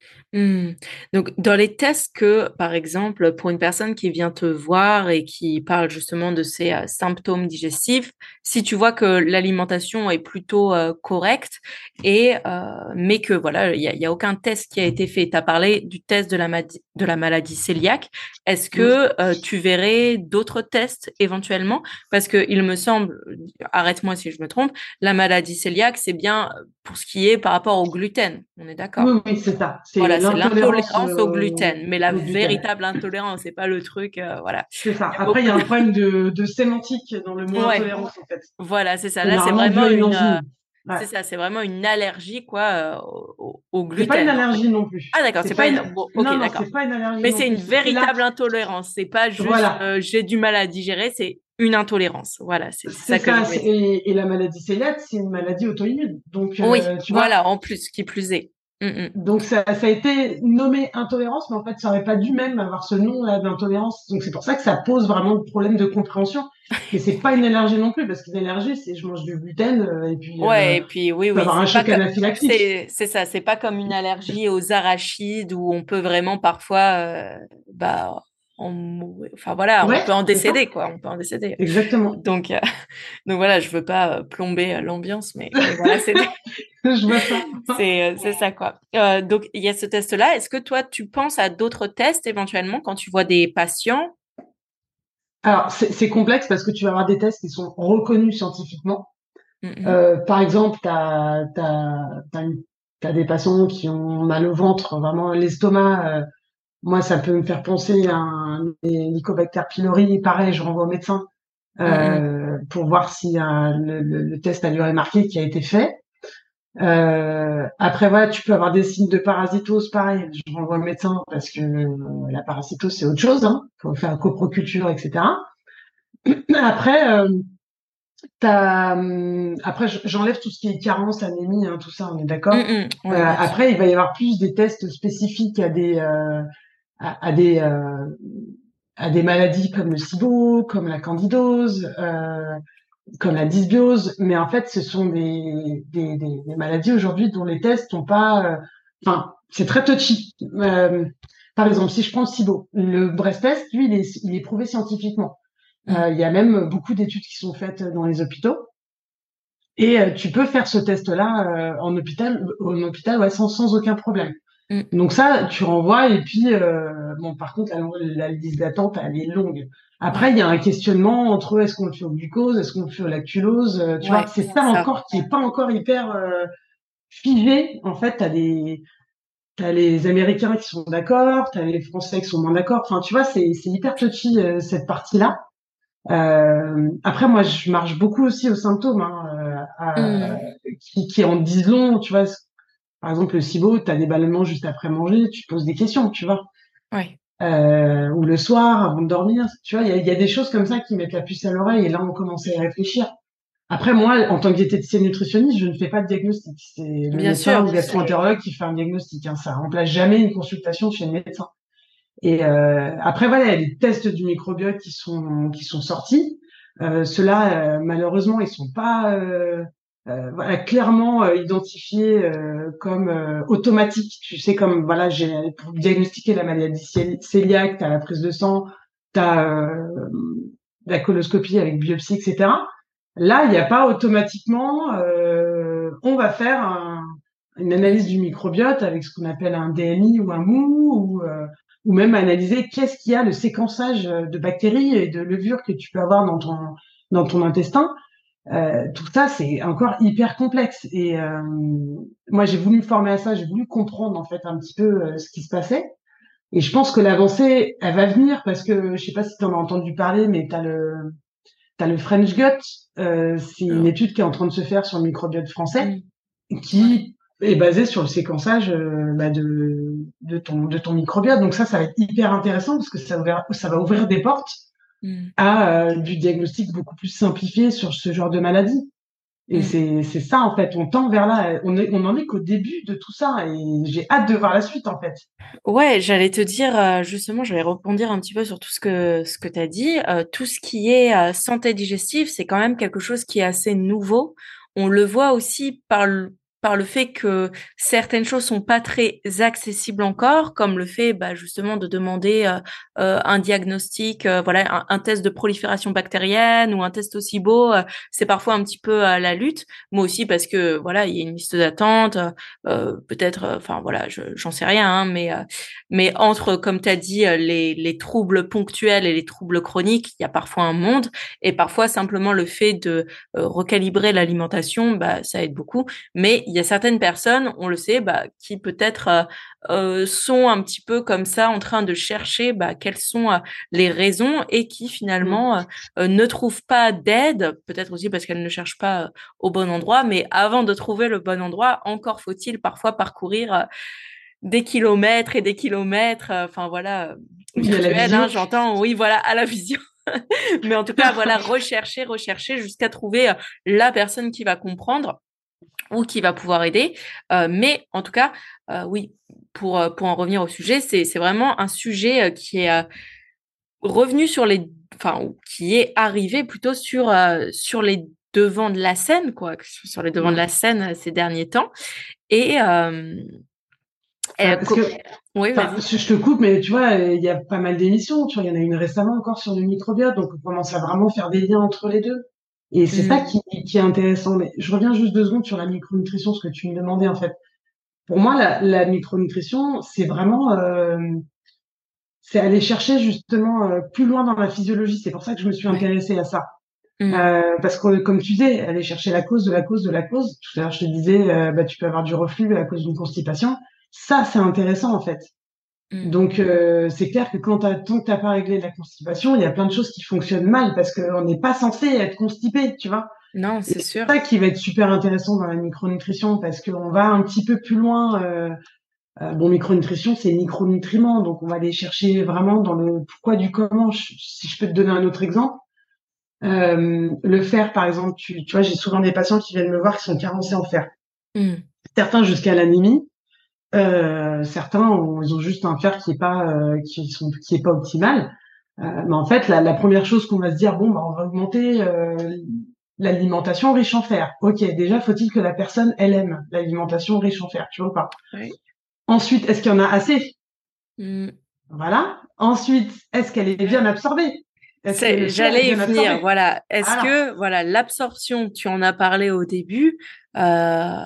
Mmh. Donc, dans les tests que, par exemple, pour une personne qui vient te voir et qui parle justement de ses euh, symptômes digestifs, si tu vois que l'alimentation est plutôt euh, correcte et euh, mais que voilà, il y a, il y a aucun test qui a été fait. Tu as parlé du test de la, ma- de la maladie cœliaque. Est-ce Mm. que euh, tu verrais d'autres tests éventuellement? Parce que il me semble, arrête-moi si je me trompe, la maladie cœliaque, c'est bien pour ce qui est par rapport au gluten. On est Oui, d'accord? oui, c'est ça. C'est Voilà, c'est l'intolérance l'intolérance au euh, gluten, mais la au gluten. véritable intolérance, c'est pas le truc, euh, voilà. C'est ça. Il y a Après, il y beaucoup a un de... problème de, de sémantique dans le mot Ouais, intolérance, en fait. voilà, c'est ça. C'est Là, c'est normalement dû vraiment à une une, euh, enzyme. Ouais. c'est ça, c'est vraiment une allergie, quoi, euh, au, au C'est pas une gluten, en fait. allergie non plus. Ah, d'accord, C'est c'est pas pas une... une... Bon, ok, Non, non, d'accord. c'est pas une allergie Mais non c'est plus. une C'est c'est là. véritable intolérance. C'est pas juste, Voilà. euh, j'ai du mal à digérer, c'est une intolérance. Voilà, c'est c'est C'est ça que je ça. voulais c'est- dire. Et, et la maladie cœliaque, c'est une maladie auto-immune. Donc, Oui, euh, tu vois, voilà, en plus, qui plus est. Mm, mm. donc ça, ça a été nommé intolérance, mais en fait, ça aurait pas dû même avoir ce nom-là d'intolérance. Donc c'est pour ça que ça pose vraiment le problème de compréhension. Mais c'est pas une allergie non plus, parce qu'une allergie, c'est je mange du gluten euh, et puis euh, Ouais, et puis oui, je peux oui, avoir un c'est pas choc que anaphylactique. c'est c'est ça, c'est pas comme une allergie aux arachides où on peut vraiment parfois euh, bah en mourir. Enfin voilà, on Ouais, peut en c'est ça, décéder quoi, on peut en décéder. exactement. Donc euh, donc voilà, je veux pas euh, plomber euh, l'ambiance, mais mais voilà, c'est Je vois ça. c'est euh, c'est ça quoi. Euh, donc il y a ce test-là. Est-ce que toi tu penses à d'autres tests éventuellement quand tu vois des patients? Alors c'est c'est complexe parce que tu vas avoir des tests qui sont reconnus scientifiquement. Mhm, Euh, par exemple, t'as t'as t'as une- t'as des patients qui ont mal au ventre, vraiment l'estomac. euh, Moi, ça peut me faire penser à un Helicobacter pylori. Pareil, je renvoie au médecin mhm, euh, pour voir si euh, le, le- le test à l'urée marqué qui a été fait. Euh, après, voilà, tu peux avoir des signes de parasitose. Pareil, je renvoie au médecin parce que euh, la parasitose, c'est autre chose. Hein. Faut faire coproculture, et cetera. Après, euh, t'as, hum, après, j- j'enlève tout ce qui est carence, anémie, hein, tout ça, on est d'accord. mhm. Euh, Oui, bien sûr. après, il va y avoir plus des tests spécifiques à des euh, à, à des euh, à des maladies comme le SIBO, comme la candidose, euh, comme la dysbiose, mais en fait, ce sont des, des, des, des maladies aujourd'hui dont les tests n'ont pas... euh, Enfin, c'est très touchy. Euh, par exemple, si je prends le SIBO, le breast test, lui, il est, il est prouvé scientifiquement. Mhm, Euh, il y a même beaucoup d'études qui sont faites dans les hôpitaux. Et euh, tu peux faire ce test-là euh, en hôpital, en hôpital ouais, sans, sans aucun problème. mhm. Donc ça, tu renvoies et puis euh, bon, par contre, la, la liste d'attente, elle est longue. Après, Ouais. il y a un questionnement entre est-ce qu'on le fait au glucose, est-ce qu'on le fait au lactulose, euh, tu vois, Ouais, c'est ça c'est ça. encore qui est pas encore hyper euh, figé. En fait, t'as des t'as les Américains qui sont d'accord, t'as les Français qui sont moins d'accord. Enfin, tu vois, c'est c'est hyper touchy euh, cette partie-là. Euh, après, moi, je marche beaucoup aussi aux symptômes, hein, euh, à- Mmh. qui, qui en disent long, tu vois. Par exemple, le SIBO, t'as des ballonnements juste après manger, tu te poses des questions, tu vois. Ouais. Euh, ou le soir, avant de dormir, tu vois, il y a, il y a des choses comme ça qui mettent la puce à l'oreille et là, on commence à y réfléchir. Après, moi, en tant que diététicienne nutritionniste, je ne fais pas de diagnostic. C'est le Bien médecin ou sûr. le gastro-entérologue qui fait un diagnostic. Hein. Ça remplace jamais une consultation chez le médecin. Et euh, après, voilà, il y a des tests du microbiote qui sont qui sont sortis. Euh, Ceux-là, euh, malheureusement, ils sont pas euh, euh, voilà, clairement euh, identifiés euh, comme euh, automatiques. Tu sais, comme voilà, j'ai pour diagnostiquer la maladie cœli- cœliaque, t'as la prise de sang, t'as euh, la coloscopie avec biopsie, et cetera. Là, il n'y a pas automatiquement. Euh, on va faire un- une analyse du microbiote avec ce qu'on appelle un D M I ou un M O U ou euh, ou même analyser qu'est-ce qu'il y a le séquençage de bactéries et de levures que tu peux avoir dans ton dans ton intestin. Euh, tout ça, c'est encore hyper complexe. Et euh, moi, j'ai voulu me former à ça, j'ai voulu comprendre en fait un petit peu euh, ce qui se passait. Et je pense que l'avancée, elle va venir parce que je sais pas si tu en as entendu parler, mais t'as le t'as le French Gut. Euh, c'est une Alors, étude qui est en train de se faire sur le microbiote français mmh. Ouais. qui est basé sur le séquençage euh, bah, de, de, ton, de ton microbiote. Donc ça, ça va être hyper intéressant parce que ça, ouvert, ça va ouvrir des portes Mmh. à euh, du diagnostic beaucoup plus simplifié sur ce genre de maladie. Et Mmh. c'est c'est ça en fait, on tend vers là, on est on en est qu'au début de tout ça et j'ai hâte de voir la suite en fait. Ouais, j'allais te dire, euh, justement, j'allais rebondir un petit peu sur tout ce que, ce que tu as dit. Euh, tout ce qui est euh, santé digestive, c'est quand même quelque chose qui est assez nouveau. On le voit aussi par le, par le fait que certaines choses sont pas très accessibles encore, comme le fait, bah, justement, de demander euh, euh, un diagnostic, euh, voilà, un, un test de prolifération bactérienne ou un test au SIBO. Euh, c'est parfois un petit peu à la lutte. Moi aussi, parce que, voilà, il y a une liste d'attente. Euh, peut-être, euh, enfin voilà, je, j'en sais rien, hein, mais euh, mais entre, comme tu as dit, euh, les, les troubles ponctuels et les troubles chroniques, il y a parfois un monde, et parfois simplement le fait de euh, recalibrer l'alimentation, bah ça aide beaucoup. Mais il y a certaines personnes, on le sait, bah qui peut-être euh, euh, sont un petit peu comme ça en train de chercher bah, quelles sont euh, les raisons et qui finalement euh, Mm. euh, ne trouvent pas d'aide, peut-être aussi parce qu'elles ne cherchent pas euh, au bon endroit, mais avant de trouver le bon endroit, encore faut-il parfois parcourir euh, des kilomètres et des kilomètres, euh, enfin voilà, euh, Il y a la virtuels, hein, visio. j'entends, oui, voilà, à la vision. Mais en tout cas, voilà, rechercher, rechercher jusqu'à trouver euh, la personne qui va comprendre ou qui va pouvoir aider. Euh, mais en tout cas, euh, oui, pour, euh, pour en revenir au sujet, c'est, c'est vraiment un sujet euh, qui est euh, revenu sur les, enfin, ou qui est arrivé plutôt sur, euh, sur les devants de la scène, quoi, sur les devants de Ouais. la scène euh, ces derniers temps. Et, euh, Ouais, et parce que co- oui, enfin, vas-y. je je te coupe, mais tu vois, il y a pas mal d'émissions. Tu vois, il y en a une récemment encore sur le microbiote, donc on commence à vraiment faire des liens entre les deux. Et c'est ça Mm, qui, qui est intéressant. Mais je reviens juste deux secondes sur la micronutrition, ce que tu me demandais en fait. Pour moi, la, la micronutrition, c'est vraiment, euh, c'est aller chercher justement euh, plus loin dans la physiologie. C'est pour ça que je me suis ouais. intéressée à ça. Mm, Euh, parce que comme tu disais, aller chercher la cause de la cause de la cause. Tout à l'heure, je te disais, euh, bah, tu peux avoir du reflux à cause d'une constipation. Ça, c'est intéressant en fait. mm. Donc, euh, c'est clair que quand t'as, tant que t'as pas réglé la constipation, il y a plein de choses qui fonctionnent mal parce qu'on n'est pas censé être constipé, tu vois. Non, Et c'est c'est sûr. ça qui va être super intéressant dans la micronutrition parce qu'on va un petit peu plus loin. Euh, euh, bon, micronutrition, c'est micronutriments, donc on va aller chercher vraiment dans le pourquoi du comment. Je- si je peux te donner un autre exemple, euh, le fer, par exemple, tu, tu vois, j'ai souvent des patients qui viennent me voir qui sont carencés en fer. Mm, Certains jusqu'à l'anémie, euh, certains ont, ils ont juste un fer qui est pas euh, qui sont qui est pas optimal. Euh, mais en fait, la, la première chose qu'on va se dire, bon, bah, on va augmenter euh, l'alimentation riche en fer. Ok, déjà, faut-il que la personne, elle aime l'alimentation riche en fer, tu vois ou pas? ouais. Ensuite, est-ce qu'il y en a assez? Mm. Voilà. Ensuite, est-ce qu'elle est bien absorbée? Est-ce que le C'est, fer est j'allais y bien venir, absorbé? voilà. Est-ce Voilà. que, voilà, l'absorption, tu en as parlé au début, euh,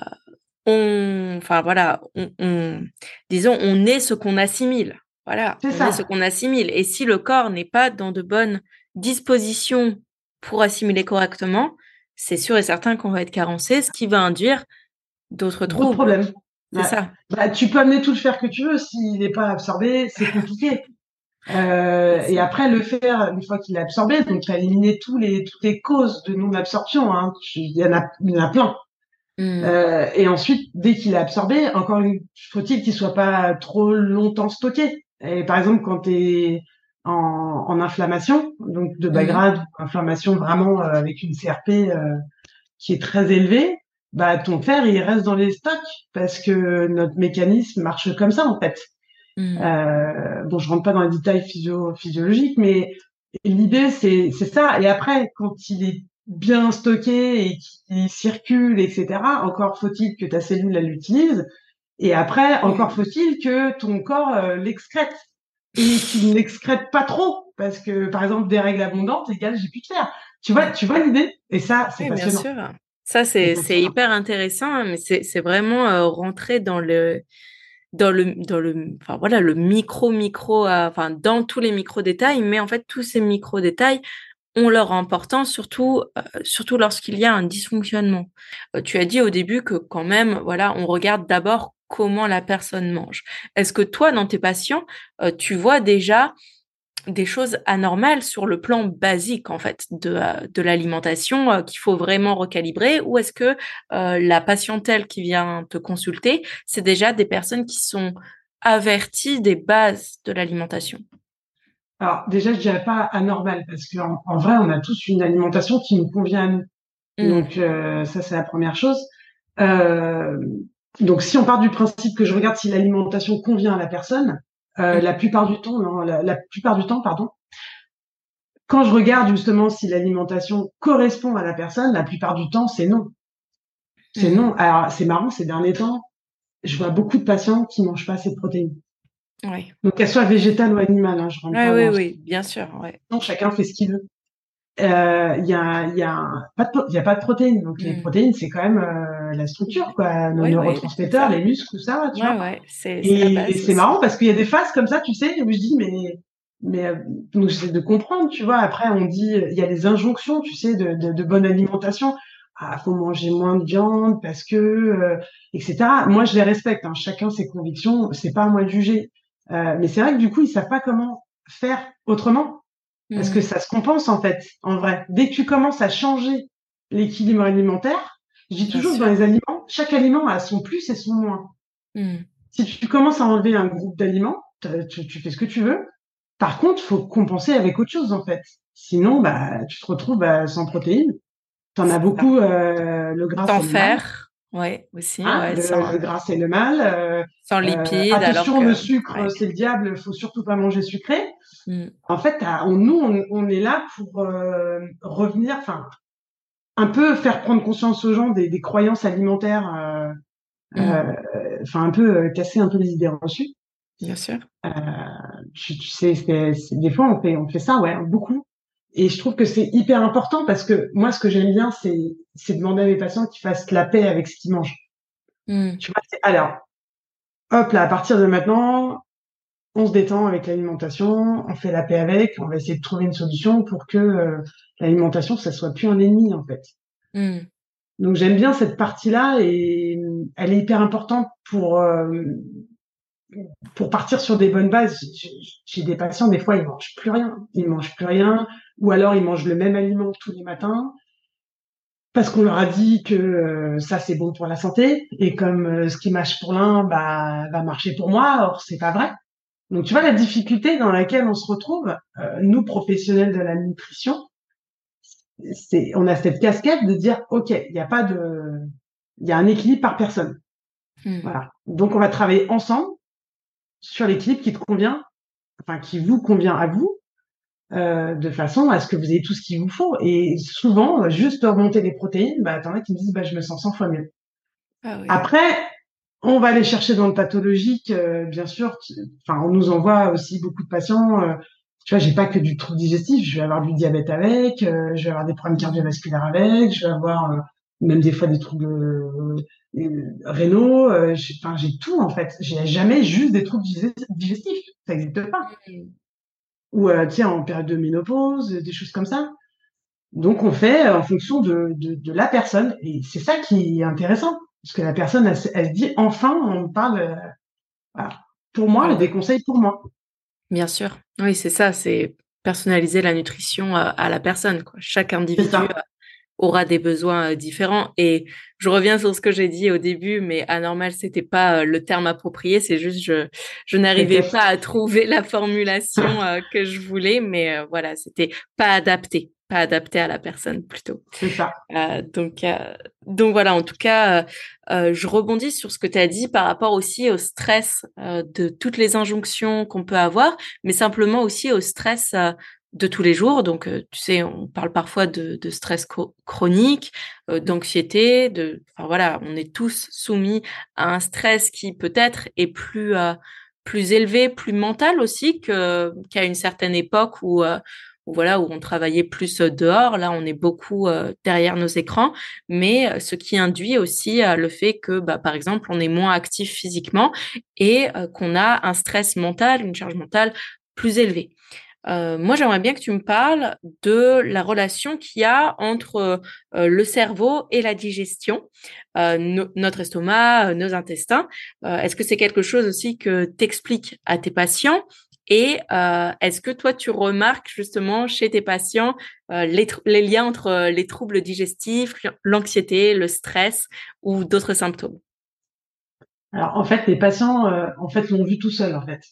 on, enfin voilà, on, on- disons, on est ce qu'on assimile. Voilà, C'est on est ce ça. qu'on assimile. Et si le corps n'est pas dans de bonnes disposition pour assimiler correctement, c'est sûr et certain qu'on va être carencé, ce qui va induire d'autres D'autres troubles. problèmes. C'est Ouais. ça. Bah, tu peux amener tout le fer que tu veux, s'il n'est pas absorbé, c'est compliqué. Euh, C'est et ça. après, le fer, une fois qu'il est absorbé, donc tu as éliminé tous les, toutes les causes de non-absorption. Hein. Tu- Il y en a, il y en a plein. Mmh. Euh, et ensuite, dès qu'il est absorbé, encore une, faut-il qu'il soit pas trop longtemps stocké. Et par exemple, quand tu es en, en inflammation, donc de bas Mmh. grade, ou inflammation vraiment euh, avec une C R P euh, qui est très élevée, bah ton fer il reste dans les stocks parce que notre mécanisme marche comme ça en fait. Mmh. Euh, bon, je rentre pas dans les détails physio physiologiques, mais l'idée c'est c'est ça. Et après, quand il est bien stocké et qu'il circule, et cetera, encore faut-il que ta cellule elle l'utilise. Et après, encore Mmh. faut-il que ton corps euh, l'excrète et qu'il ne l'excrète pas trop, parce que par exemple des règles abondantes égale j'ai plus de fer. Tu vois, Mmh. tu vois l'idée. Et ça, c'est Oui, bien passionnant. sûr. Ça, C'est c'est c'est passionnant. hyper intéressant, hein, mais c'est c'est vraiment euh, rentrer dans le dans le dans le enfin voilà le micro micro euh, enfin dans tous les micro détails, mais en fait tous ces micro détails ont leur importance, surtout euh, surtout lorsqu'il y a un dysfonctionnement. Euh, tu as dit au début que quand même voilà on regarde d'abord comment la personne mange. Est-ce que toi dans tes patients euh, tu vois déjà des choses anormales sur le plan basique en fait de, euh, de l'alimentation euh, qu'il faut vraiment recalibrer, ou est-ce que euh, la patientèle qui vient te consulter, c'est déjà des personnes qui sont averties des bases de l'alimentation? Alors déjà, je dirais pas anormal parce qu'en en vrai, on a tous une alimentation qui nous convient à nous. Mmh. Donc euh, ça, c'est la première chose. Euh, donc si on part du principe que je regarde si l'alimentation convient à la personne, euh, la Mmh. plupart du temps, non, la, la plupart du temps, pardon, quand je regarde justement si l'alimentation correspond à la personne, la plupart du temps, c'est non. C'est Mmh. non. Alors c'est marrant, ces derniers temps, je vois beaucoup de patients qui mangent pas assez de protéines. Oui. Donc qu'elles soient végétales ou animales, hein, je rentre Ouais, pas oui, dans. oui, bien sûr, ouais. Non, chacun fait ce qu'il veut. Euh, Il y a, il y a pas de, il y a pas de protéines. Donc les Mmh. protéines, c'est quand même euh, la structure, quoi, nos Oui, oui, c'est neurotransmetteurs, ça. les muscles, tout ça, tu Ouais, vois. ouais, c'est c'est la Et base c'est aussi. marrant parce qu'il y a des phases comme ça, tu sais, où je dis mais mais euh, donc j'essaie de comprendre, tu vois. Après on dit il y a des injonctions, tu sais, de de, de bonne alimentation. Ah, faut manger moins de viande parce que euh, et cetera. Moi je les respecte, hein, chacun ses convictions, c'est pas à moi de juger. Euh, mais c'est vrai que du coup ils savent pas comment faire autrement. Parce que Mmh. ça se compense en fait, en vrai. Dès que tu commences à changer l'équilibre alimentaire, je dis Bien toujours que dans sûr. les aliments, chaque aliment a son plus et son moins. Mmh. Si tu commences à enlever un groupe d'aliments, tu, tu fais ce que tu veux. Par contre, faut compenser avec autre chose en fait. Sinon, bah, tu te retrouves bah, sans protéines. T'en as C'est ça. beaucoup. Euh, le gras, Sans c'est le mal. fer, ouais, aussi, Hein, ouais, le, sans, le gras, c'est le mal. Euh, sans euh, lipides, alors attention, que, le sucre, ouais. c'est le diable. Faut surtout pas manger sucré. Mmh. En fait, t'as- on, nous, on, on est là pour euh, revenir. Enfin, un peu faire prendre conscience aux gens des, des croyances alimentaires, euh, Mmh. euh, enfin un peu euh, casser un peu les idées reçues. Bien sûr. Euh, tu, tu sais, c'est, c'est- des fois on fait on fait ça, ouais, beaucoup. Et je trouve que c'est hyper important parce que moi, ce que j'aime bien, c'est c'est demander à mes patients qu'ils fassent la paix avec ce qu'ils mangent. Mmh. Tu vois, c'est, alors, hop là, à partir de maintenant, on se détend avec l'alimentation, on fait la paix avec, on va essayer de trouver une solution pour que euh, l'alimentation, ça soit plus un ennemi en fait. Mmh. Donc j'aime bien cette partie-là et elle est hyper importante pour euh, pour partir sur des bonnes bases. J'ai j'ai des patients, des fois, ils mangent plus rien, ils mangent plus rien, ou alors ils mangent le même aliment tous les matins parce qu'on leur a dit que euh, ça c'est bon pour la santé et comme euh, ce qui marche pour l'un bah va marcher pour moi, or c'est pas vrai. Donc tu vois la difficulté dans laquelle on se retrouve, euh, nous professionnels de la nutrition, c'est on a cette casquette de dire ok, il n'y a pas de il y a un équilibre par personne. Mmh. Voilà. Donc on va travailler ensemble sur l'équilibre qui te convient, enfin qui vous convient à vous, euh, de façon à ce que vous ayez tout ce qu'il vous faut. Et souvent, juste augmenter les protéines, bah t'en as qui me disent bah je me sens cent fois mieux. Ah oui. Après, on va aller chercher dans le pathologique, euh, bien sûr. tu- Enfin, on nous envoie aussi beaucoup de patients. Euh, tu vois, j'ai pas que du trouble digestif, je vais avoir du diabète avec, euh, je vais avoir des problèmes Mmh. cardiovasculaires avec, je vais avoir euh, même des fois des troubles euh, euh, rénaux. Euh, j'ai- Enfin, j'ai tout en fait. J'ai jamais juste des troubles digest- digestifs. Ça n'existe pas. Mmh. ou euh, tu sais, en période de ménopause, des choses comme ça. Donc, on fait euh, en fonction de, de, de la personne. Et c'est ça qui est intéressant. Parce que la personne, elle, se elle se dit, enfin, on me parle, euh, voilà, pour moi, ou Voilà. des conseils pour moi. Bien sûr. Oui, c'est ça, c'est personnaliser la nutrition à, à la personne, quoi. Chaque C'est individu ça. aura des besoins euh, différents. Et je reviens sur ce que j'ai dit au début, mais anormal, c'était pas euh, le terme approprié, c'est juste je je n'arrivais T'inquiète. pas à trouver la formulation euh, que je voulais, mais euh, voilà, c'était pas adapté, pas adapté à la personne plutôt. C'est ça. Euh, donc, euh, donc voilà, en tout cas, euh, euh, je rebondis sur ce que tu as dit par rapport aussi au stress euh, de toutes les injonctions qu'on peut avoir, mais simplement aussi au stress euh, de tous les jours. Donc, euh, tu sais, on parle parfois de, de stress co- chronique, euh, d'anxiété, de, enfin voilà, on est tous soumis à un stress qui peut-être est plus euh, plus élevé, plus mental aussi que qu'à une certaine époque où euh, où voilà, où on travaillait plus euh, dehors. Là, on est beaucoup euh, derrière nos écrans, mais euh, ce qui induit aussi euh, le fait que, bah, par exemple, on est moins actif physiquement et euh, qu'on a un stress mental, une charge mentale plus élevée. Euh, moi, j'aimerais bien que tu me parles de la relation qu'il y a entre euh, le cerveau et la digestion, euh, no- notre estomac, euh, nos intestins. Euh, est-ce que c'est quelque chose aussi que t'expliques à tes patients? Et euh, est-ce que toi, tu remarques justement chez tes patients euh, les, tr- les liens entre euh, les troubles digestifs, l'anxiété, le stress ou d'autres symptômes? Alors, en fait, les patients, euh, en fait, l'ont vu tout seuls, en fait.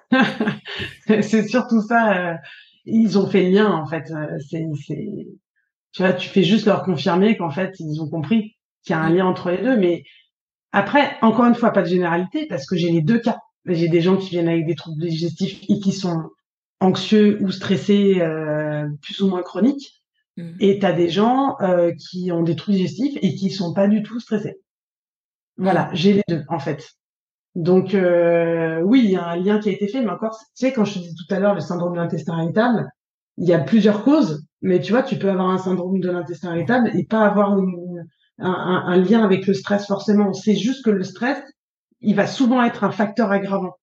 C'est surtout ça. Euh, ils ont fait le lien, en fait. Euh, c'est, c'est, tu vois, tu fais juste leur confirmer qu'en fait, ils ont compris qu'il y a un Mm. lien entre les deux. Mais après, encore une fois, pas de généralité, parce que j'ai les deux cas. J'ai des gens qui viennent avec des troubles digestifs et qui sont anxieux ou stressés, euh, plus ou moins chroniques. Mm. Et t'as des gens euh, qui ont des troubles digestifs et qui sont pas du tout stressés. Voilà, Mm. j'ai les deux, en fait. Donc euh, oui, il y a un lien qui a été fait, mais encore, tu sais, quand je te disais tout à l'heure le syndrome de l'intestin irritable, il y a plusieurs causes, mais tu vois, tu peux avoir un syndrome de l'intestin irritable et pas avoir une- un, un- un lien avec le stress forcément. C'est juste que le stress, il va souvent être un facteur aggravant.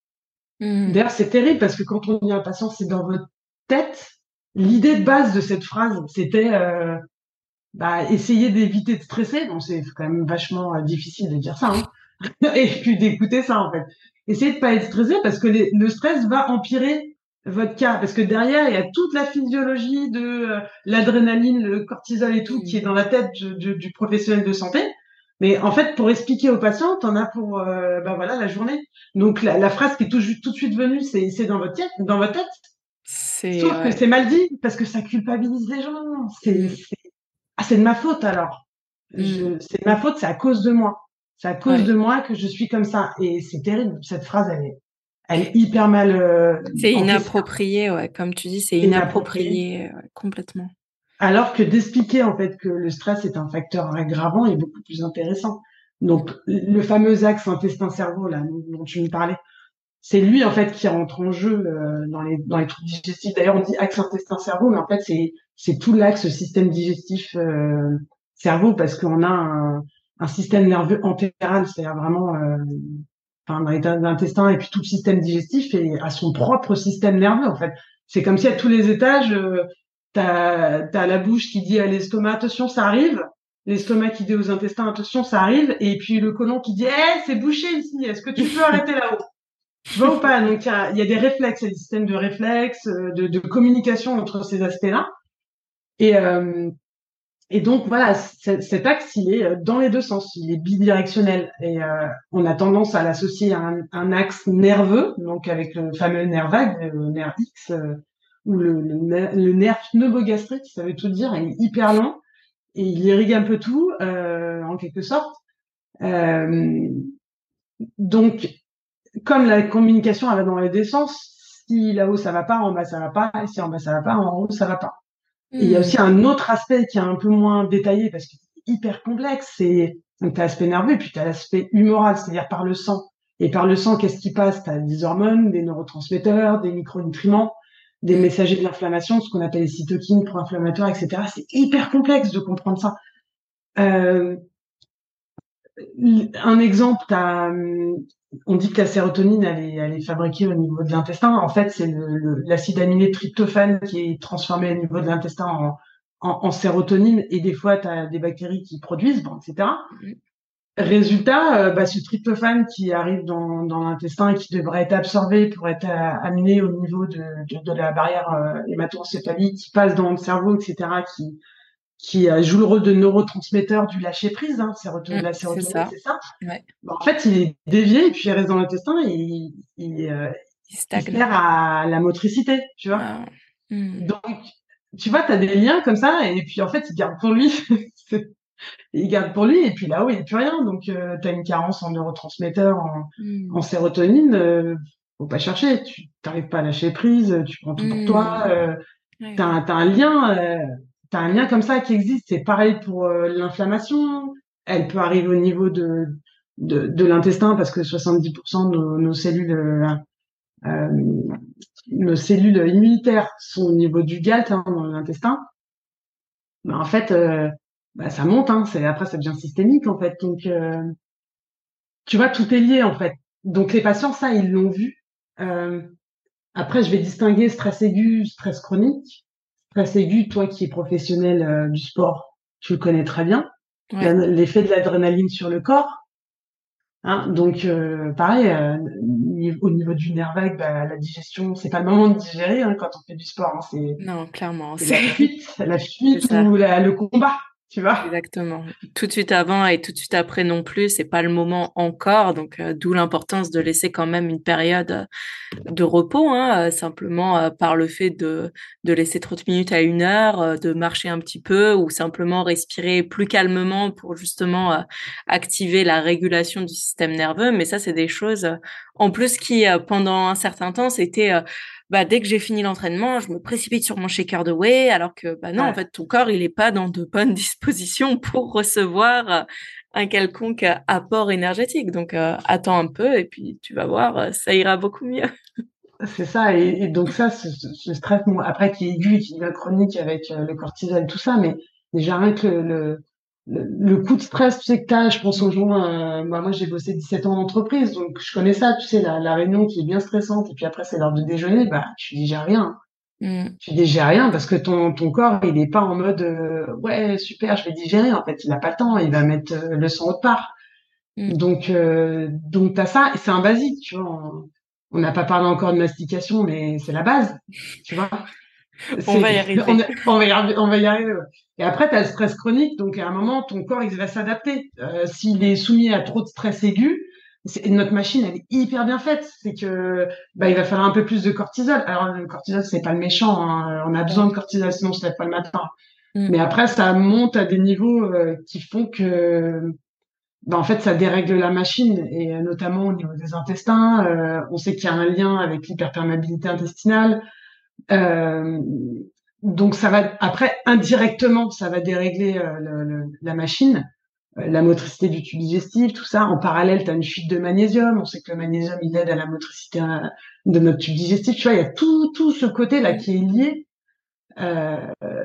Mm. D'ailleurs, c'est terrible parce que quand on dit à un patient, c'est dans votre tête. L'idée de base de cette phrase, c'était euh, bah, essayer d'éviter de stresser. Bon, c'est quand même vachement euh, difficile de dire ça, hein. Et puis d'écouter ça en fait. Essayez de pas être stressé parce que les- le stress va empirer votre cas parce que derrière il y a toute la physiologie de euh, l'adrénaline, le cortisol et tout qui est Mm. dans la tête du, du- du professionnel de santé. Mais en fait, pour expliquer aux patients, t'en as pour euh, ben voilà la journée. Donc la, la phrase qui est tout, ju- tout de suite venue, c'est c'est dans votre tête, dans votre tête. C'est Sauf que ouais. c'est mal dit parce que ça culpabilise les gens. C'est Mm. c'est- ah c'est de ma faute alors. Mm. Je, c'est de ma faute, c'est à cause de moi. C'est à cause de Ouais. moi que je suis comme ça. Et c'est terrible. Cette phrase, elle est, elle est hyper mal euh, C'est encaissée, inapproprié, ouais. Comme tu dis, c'est c'est inapproprié. inapproprié, ouais, complètement. Alors que d'expliquer en fait que le stress est un facteur aggravant est beaucoup plus intéressant. Donc le fameux axe intestin-cerveau là dont tu me parlais, c'est lui en fait qui rentre en jeu euh, dans les dans les troubles digestifs. D'ailleurs on dit axe intestin-cerveau, mais en fait c'est c'est tout l'axe système digestif euh, cerveau parce qu'on a un, un système nerveux entéral, c'est-à-dire vraiment euh, enfin, dans l'état d'intestin et puis tout le système digestif et a son propre système nerveux en fait. C'est comme si à tous les étages euh, t'as t'as la bouche qui dit à l'estomac attention ça arrive, l'estomac qui dit aux intestins attention ça arrive et puis le côlon qui dit eh c'est bouché ici, est-ce que tu peux arrêter là-haut? Tu vois ou pas? Donc, il y a, il y a des réflexes, il y a des systèmes de réflexes, euh, de, de communication entre ces aspects-là. Et, euh, et donc, voilà, c- cet axe, il est euh, dans les deux sens, il est bidirectionnel. Et euh, on a tendance à l'associer à un, un axe nerveux, donc avec le fameux nerf vague, le nerf X, euh, ou le, le, ner- le nerf pneumogastrique, ça veut tout dire, il est hyper long et il irrigue un peu tout, euh, en quelque sorte. Euh, donc, comme la communication elle va dans les deux sens, si là-haut ça va pas, en bas ça va pas, et si en bas ça va pas, en haut ça va pas. Et il y a aussi Hmm. un autre aspect qui est un peu moins détaillé parce qu'il est hyper complexe, c'est donc t'as l'aspect nerveux et puis t'as l'aspect humoral, c'est-à-dire par le sang. Et par le sang, qu'est-ce qui passe? T'as des hormones, des neurotransmetteurs, des micronutriments, des Hmm. messagers de l'inflammation, ce qu'on appelle les cytokines pro-inflammatoires, et cetera. C'est hyper complexe de comprendre ça. Euh, un exemple, t'as, on dit que la sérotonine, elle est, elle est fabriquée au niveau de l'intestin. En fait, c'est le, le- l'acide aminé tryptophane qui est transformé au niveau de l'intestin en, en, en sérotonine. Et des fois, tu as des bactéries qui produisent, bon, et cetera. Mhm. Résultat, euh, bah, ce tryptophane qui arrive dans, dans l'intestin et qui devrait être absorbé pour être euh, amené au niveau de, de, de la barrière euh, hémato-encéphalique, qui passe dans le cerveau, et cetera, qui, qui euh, joue le rôle de neurotransmetteur du lâcher-prise, hein, séroto- Mm, la c'est sérotonine, ça. c'est ça. Ouais. Bah, en fait, il est dévié et puis il reste dans l'intestin et il, il, euh, Il il stagne. sert à la motricité, tu vois. Ah. Mm. Donc, tu vois, tu as des liens comme ça et puis en fait, il garde pour lui. Il garde pour lui et puis là-haut, il n'y a plus rien. Donc, euh, tu as une carence en neurotransmetteurs, en, en Mm. sérotonine. Euh, faut pas chercher. Tu n'arrives pas à lâcher prise, tu prends tout pour toi. Mm. Euh, Ouais. tu as, un t'as un lien, euh, t'as un lien comme ça qui existe. C'est pareil pour euh, l'inflammation. Elle peut arriver au niveau de, de, de l'intestin parce que soixante-dix pour cent de nos, nos cellules, euh, euh, nos cellules immunitaires sont au niveau du galt, hein, dans l'intestin. Mais en fait, euh, bah, ça monte. Hein, c'est, après, ça devient systémique en fait. Donc, euh, tu vois, tout est lié en fait. Donc, les patients, ça, ils l'ont vu. Euh, après, je vais distinguer stress aigu, stress chronique. Stress aigu, toi qui es professionnel euh, du sport, tu le connais très bien. Ouais. La- L'effet de l'adrénaline sur le corps. Hein, donc, euh, pareil, euh, ni- au niveau du nerf vague, bah, la digestion, c'est pas le moment de digérer hein, quand on fait du sport. Hein, c'est Non, clairement, c'est c'est la fuite, la c'est fuite ça. ou la- le combat, tu vois. Exactement. Tout de suite avant et tout de suite après non plus, c'est pas le moment encore. Donc, euh, d'où l'importance de laisser quand même une période euh, de repos, hein, euh, simplement euh, par le fait de, de laisser trente minutes à une heure, euh, de marcher un petit peu ou simplement respirer plus calmement pour justement euh, activer la régulation du système nerveux. Mais ça, c'est des choses, euh, en plus, qui, euh, pendant un certain temps, c'était... euh, bah, dès que j'ai fini l'entraînement, je me précipite sur mon shaker de whey, alors que bah non, en Ouais. fait, ton corps, il est pas dans de bonnes dispositions pour recevoir euh, un quelconque euh, apport énergétique. Donc, euh, attends un peu et puis tu vas voir, euh, ça ira beaucoup mieux. C'est ça, et, et donc ça, ce, ce- ce stress, bon, après qui est aigu, qui devient chronique avec euh, le cortisol, tout ça, mais déjà rien que le, le, le, le coup de stress, tu sais que t'as, je pense aux gens, euh, moi, moi j'ai bossé dix-sept ans en entreprise, donc je connais ça, tu sais, la, la réunion qui est bien stressante, et puis après c'est l'heure de déjeuner, bah tu digères rien, Mm. tu digères rien parce que ton, ton corps, il est pas en mode euh, ouais super, je vais digérer, en fait, il a pas le temps, il va mettre euh, le sang autre part. Mm. Donc, euh, donc t'as ça, et c'est un basique, tu vois. On on n'a pas parlé encore de mastication, mais c'est la base, tu vois. On va C'est, y on, arriver. est- on va y arriver, on va y arriver. Ouais. Et après, t'as le stress chronique, donc à un moment, ton corps, il va s'adapter. Euh, s'il est soumis à trop de stress aigu, c'est, notre machine, elle est hyper bien faite. C'est que, bah, il va falloir un peu plus de cortisol. Alors, le cortisol, c'est pas le méchant, hein. On a besoin de cortisol, sinon on se lève pas le matin. Mm. Mais après, ça monte à des niveaux euh, qui font que bah, en fait, ça dérègle la machine, et euh, notamment au niveau des intestins. Euh, on sait qu'il y a un lien avec l'hyperperméabilité intestinale. Euh, donc, ça va, après, indirectement, ça va dérégler euh, le- le- la machine, euh, la motricité du tube digestif, tout ça. En parallèle, tu as une fuite de magnésium. On sait que le magnésium, il aide à la motricité euh, de notre tube digestif. Tu vois, il y a tout, tout ce côté-là qui est lié. Euh,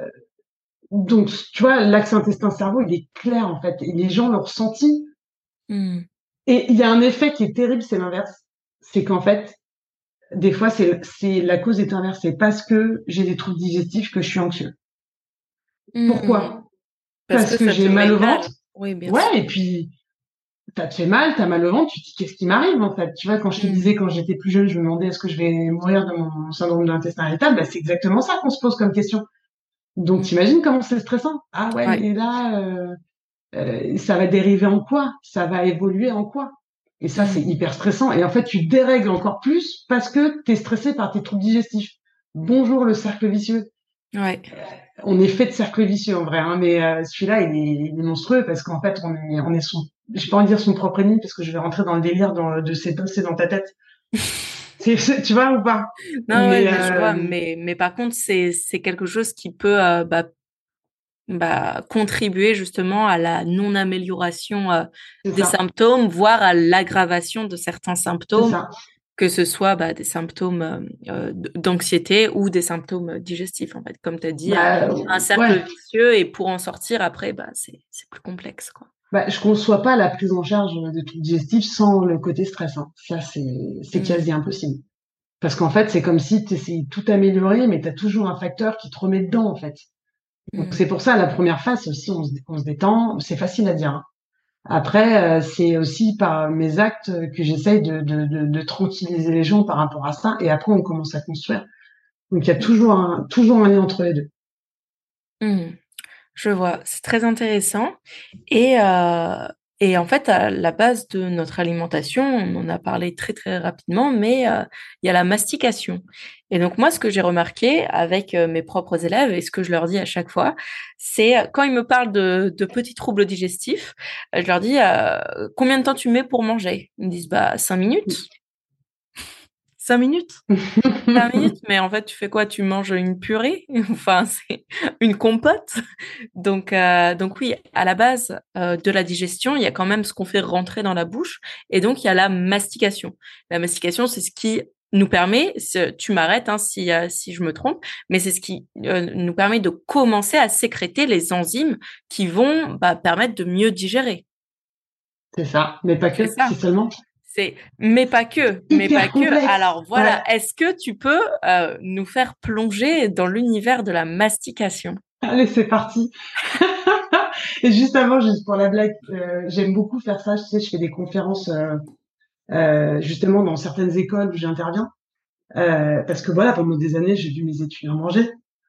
donc, tu vois, l'axe intestin-cerveau, il est clair, en fait. Et les gens l'ont ressenti. Mm. Et il y a un effet qui est terrible, c'est l'inverse. C'est qu'en fait, des fois, c'est, c'est, la cause est inverse. C'est parce que j'ai des troubles digestifs que je suis anxieux. Mm. Pourquoi? Parce Parce que que ça te j'ai mal met au mal. ventre. Oui, bien Ouais, sûr. et puis, t'as te fait mal, t'as mal au ventre, tu te dis, qu'est-ce qui m'arrive, en fait? Tu vois, quand je te Mm. disais, quand j'étais plus jeune, je me demandais, est-ce que je vais mourir de mon syndrome de l'intestin irritable? Bah, c'est exactement ça qu'on se pose comme question. Donc, Mm. t'imagines comment c'est stressant? Ah ouais, Ouais. mais là, euh, euh, ça va dériver en quoi? Ça va évoluer en quoi? Et ça, c'est Mm. hyper stressant. Et en fait, tu dérègles encore plus parce que tu es stressé par tes troubles digestifs. Bonjour le cercle vicieux. Ouais. On est fait de cercle vicieux en vrai, hein, mais euh, celui-là, il est, il est monstrueux parce qu'en fait, on est, on est son, j'ai pas envie de dire son propre ennemi parce que je vais rentrer dans le délire dans, de c'est c'est dans ta tête. C'est, c'est- tu vois ou pas? Non, ouais, Mais mais je vois. euh, Mais, mais par contre, c'est, c'est quelque chose qui peut euh, bah, bah, contribuer justement à la non-amélioration euh, c'est des ça, symptômes, voire à l'aggravation de certains c'est symptômes, ça. que ce soit bah, des symptômes euh, euh, d'anxiété ou des symptômes digestifs. En fait, comme tu as dit, euh, Bah un ouais. cercle vicieux et pour en sortir après, bah, c'est, c'est plus complexe, quoi. Bah, je conçois pas la prise en charge de trucs digestifs sans le côté stress, hein. Ça, c'est, c'est Mm. quasi impossible. Parce qu'en fait, c'est comme si tu essayes de tout améliorer, mais tu as toujours un facteur qui te remet dedans, en fait. Donc, Mm. c'est pour ça, la première phase aussi, on se, on se détend. C'est facile à dire, hein. Après, euh, c'est aussi par mes actes que j'essaye de, de, de, de tranquilliser les gens par rapport à ça. Et après, on commence à construire. Donc, il y a toujours un, toujours un lien entre les deux. Mm. Je vois, c'est très intéressant. Et, euh, et en fait, à la base de notre alimentation, on en a parlé très très rapidement, mais euh, il y a la mastication. Et donc moi, ce que j'ai remarqué avec euh, mes propres élèves et ce que je leur dis à chaque fois, c'est euh, quand ils me parlent de, de petits troubles digestifs, euh, je leur dis euh, combien de temps tu mets pour manger? Ils me disent bah cinq minutes. Cinq minutes? Cinq minutes, mais en fait, tu fais quoi? Tu manges une purée? Enfin, c'est une compote. Donc, euh, donc oui, à la base euh, de la digestion, il y a quand même ce qu'on fait rentrer dans la bouche, et donc il y a la mastication. La mastication, c'est ce qui nous permet, c'est- tu m'arrêtes hein, si, euh, si je me trompe, mais c'est ce qui euh, nous permet de commencer à sécréter les enzymes qui vont bah, permettre de mieux digérer. C'est ça. Mais pas C'est que, si ça. seulement. C'est, mais pas que, mais pas Hyper que. complexe. Alors Ouais. voilà, est-ce que tu peux euh, nous faire plonger dans l'univers de la mastication? Allez, c'est parti. Et juste avant, juste pour la blague, euh, j'aime beaucoup faire ça. Tu sais, je fais des conférences euh, euh, justement dans certaines écoles où j'interviens. Euh, parce que voilà, pendant des années, j'ai vu mes étudiants manger.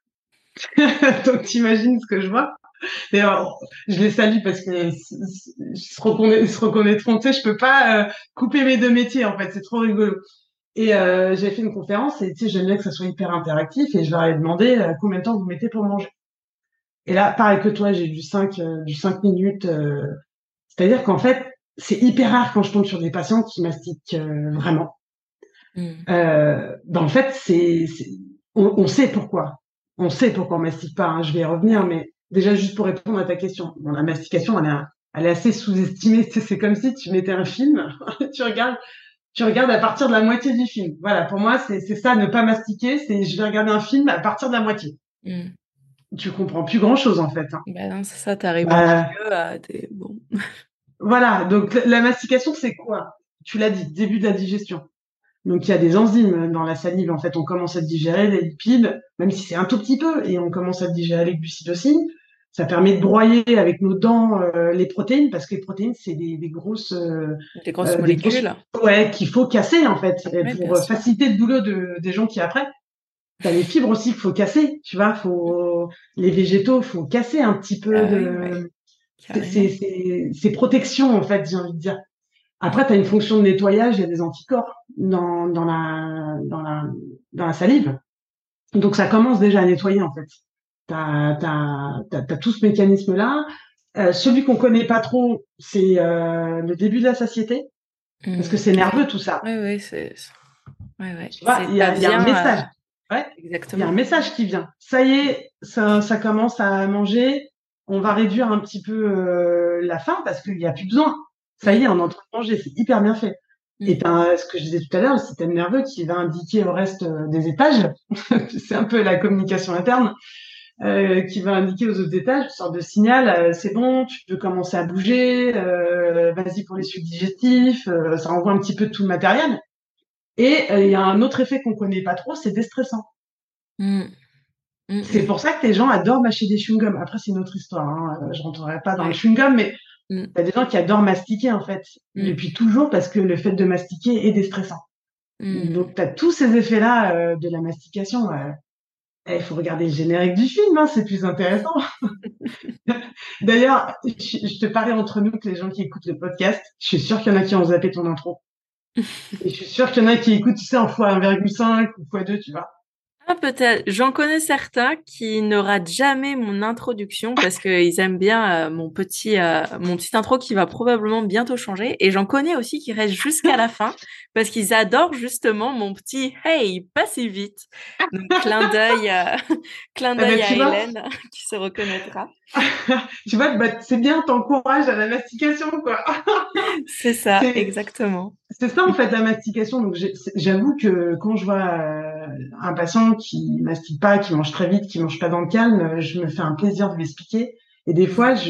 Donc t'imagines ce que je vois. D'ailleurs, je les salue parce que s- s- ils se reconna- ils se reconnaîtront. Tu sais, je peux pas euh, couper mes deux métiers en fait. C'est trop rigolo. Et euh, j'ai fait une conférence et tu sais, j'aime bien que ça soit hyper interactif et je leur ai demandé euh, combien de temps vous mettez pour manger. Et là, pareil que toi, j'ai du cinq euh, du cinq minutes. euh, C'est-à-dire qu'en fait, c'est hyper rare quand je tombe sur des patients qui mastiquent euh, vraiment. Hmm. Euh, ben en fait, c'est, c'est- on, on sait pourquoi. On sait pourquoi on mastique pas, hein. Je vais y revenir, mais déjà juste pour répondre à ta question. Bon, la mastication, elle est, un- elle est assez sous-estimée. Tu sais, c'est comme si tu mettais un film, tu regardes, tu regardes à partir de la moitié du film. Voilà, pour moi, c'est, c'est ça, ne pas mastiquer, c'est je vais regarder un film à partir de la moitié. Hmm. Tu comprends plus grand-chose en fait, hein. Ben non, c'est ça, t'arrives au Euh, milieu, euh, t'es bon. voilà, donc la la mastication, c'est quoi? Tu l'as dit, début de la digestion. Donc il y a des enzymes dans la salive. En fait, on commence à digérer les lipides, même si c'est un tout petit peu, et on commence à digérer les glucides aussi. Ça permet de broyer avec nos dents euh, les protéines, parce que les protéines, c'est des, des grosses, euh, Des grosses euh, des grosses, molécules. ouais, qu'il faut casser en fait, et Oui, bien pour sûr. faciliter le boulot de, des gens qui après. T'as les fibres aussi qu'il faut casser, tu vois. Faut les végétaux, faut casser un petit peu Ah oui, ouais, de ces carrément. ces- ces- ces protections en fait, j'ai envie de dire. Après, tu as une fonction de nettoyage, il y a des anticorps dans, dans, la, dans, la, dans la salive. Donc, ça commence déjà à nettoyer, en fait. Tu as, t'as, t'as, t'as tout ce mécanisme-là. Euh, celui qu'on connaît pas trop, c'est euh, le début de la satiété, parce que Hmm. c'est Oui, nerveux, tout ça. oui, oui, c'est... Ouais, ouais. Tu vois, C'est, il y ça a, il y a un vient... message. euh, Ouais, il y a un Exactement. message qui vient. Ça y est, ça, ça commence à manger. On va réduire un petit peu euh, la faim parce qu'il n'y a plus besoin. Ça y Oui. est, on est en train de manger. C'est hyper bien fait. Et Hmm. t'as ce que je disais tout à l'heure, le système nerveux qui va indiquer au reste euh, des étages. C'est un peu la communication interne euh, qui va indiquer aux autres étages une sorte de signal. Euh, c'est bon, tu peux commencer à bouger. Euh, vas-y pour les sucs digestifs. Euh, ça envoie un petit peu tout le matériel. Et euh, il y a un autre effet qu'on connaît pas trop, c'est déstressant. Hmm. Hmm, C'est hmm. pour ça que les gens adorent mâcher des chewing-gums. Après, c'est une autre histoire, hein. Euh, Je rentrerai pas dans le Ouais. chewing-gum, mais Hmm. il y a des gens qui adorent mastiquer, en fait, Hmm. depuis toujours, parce que le fait de mastiquer est déstressant. Hmm. Donc, tu as tous ces effets-là euh, de la mastication. euh. Eh, il faut regarder le générique du film, hein, c'est plus intéressant. D'ailleurs, je, je te parie entre nous que les gens qui écoutent le podcast, je suis sûre qu'il y en a qui ont zappé ton intro. Et je suis sûre qu'il y en a qui écoutent, tu sais, en fois un virgule cinq ou fois deux, tu vois. Ah, peut-être. J'en connais certains qui ne ratent jamais mon introduction parce qu'ils aiment bien euh, mon petit, euh, mon petit intro qui va probablement bientôt changer. Et j'en connais aussi qui restent jusqu'à la fin parce qu'ils adorent justement mon petit Hey, pas si vite. Donc, clin d'œil, euh, clin Eh ben, d'œil tu à vois, Hélène qui se reconnaîtra. tu vois, bah, c'est bien, t'encourages à la mastication, quoi. C'est ça, C'est, exactement. C'est ça en fait la mastication. Donc j'ai- c'est- j'avoue que quand je vois euh, un patient qui mastique pas, qui mange très vite, qui mange pas dans le calme, euh, je me fais un plaisir de l'expliquer. Et des fois, je,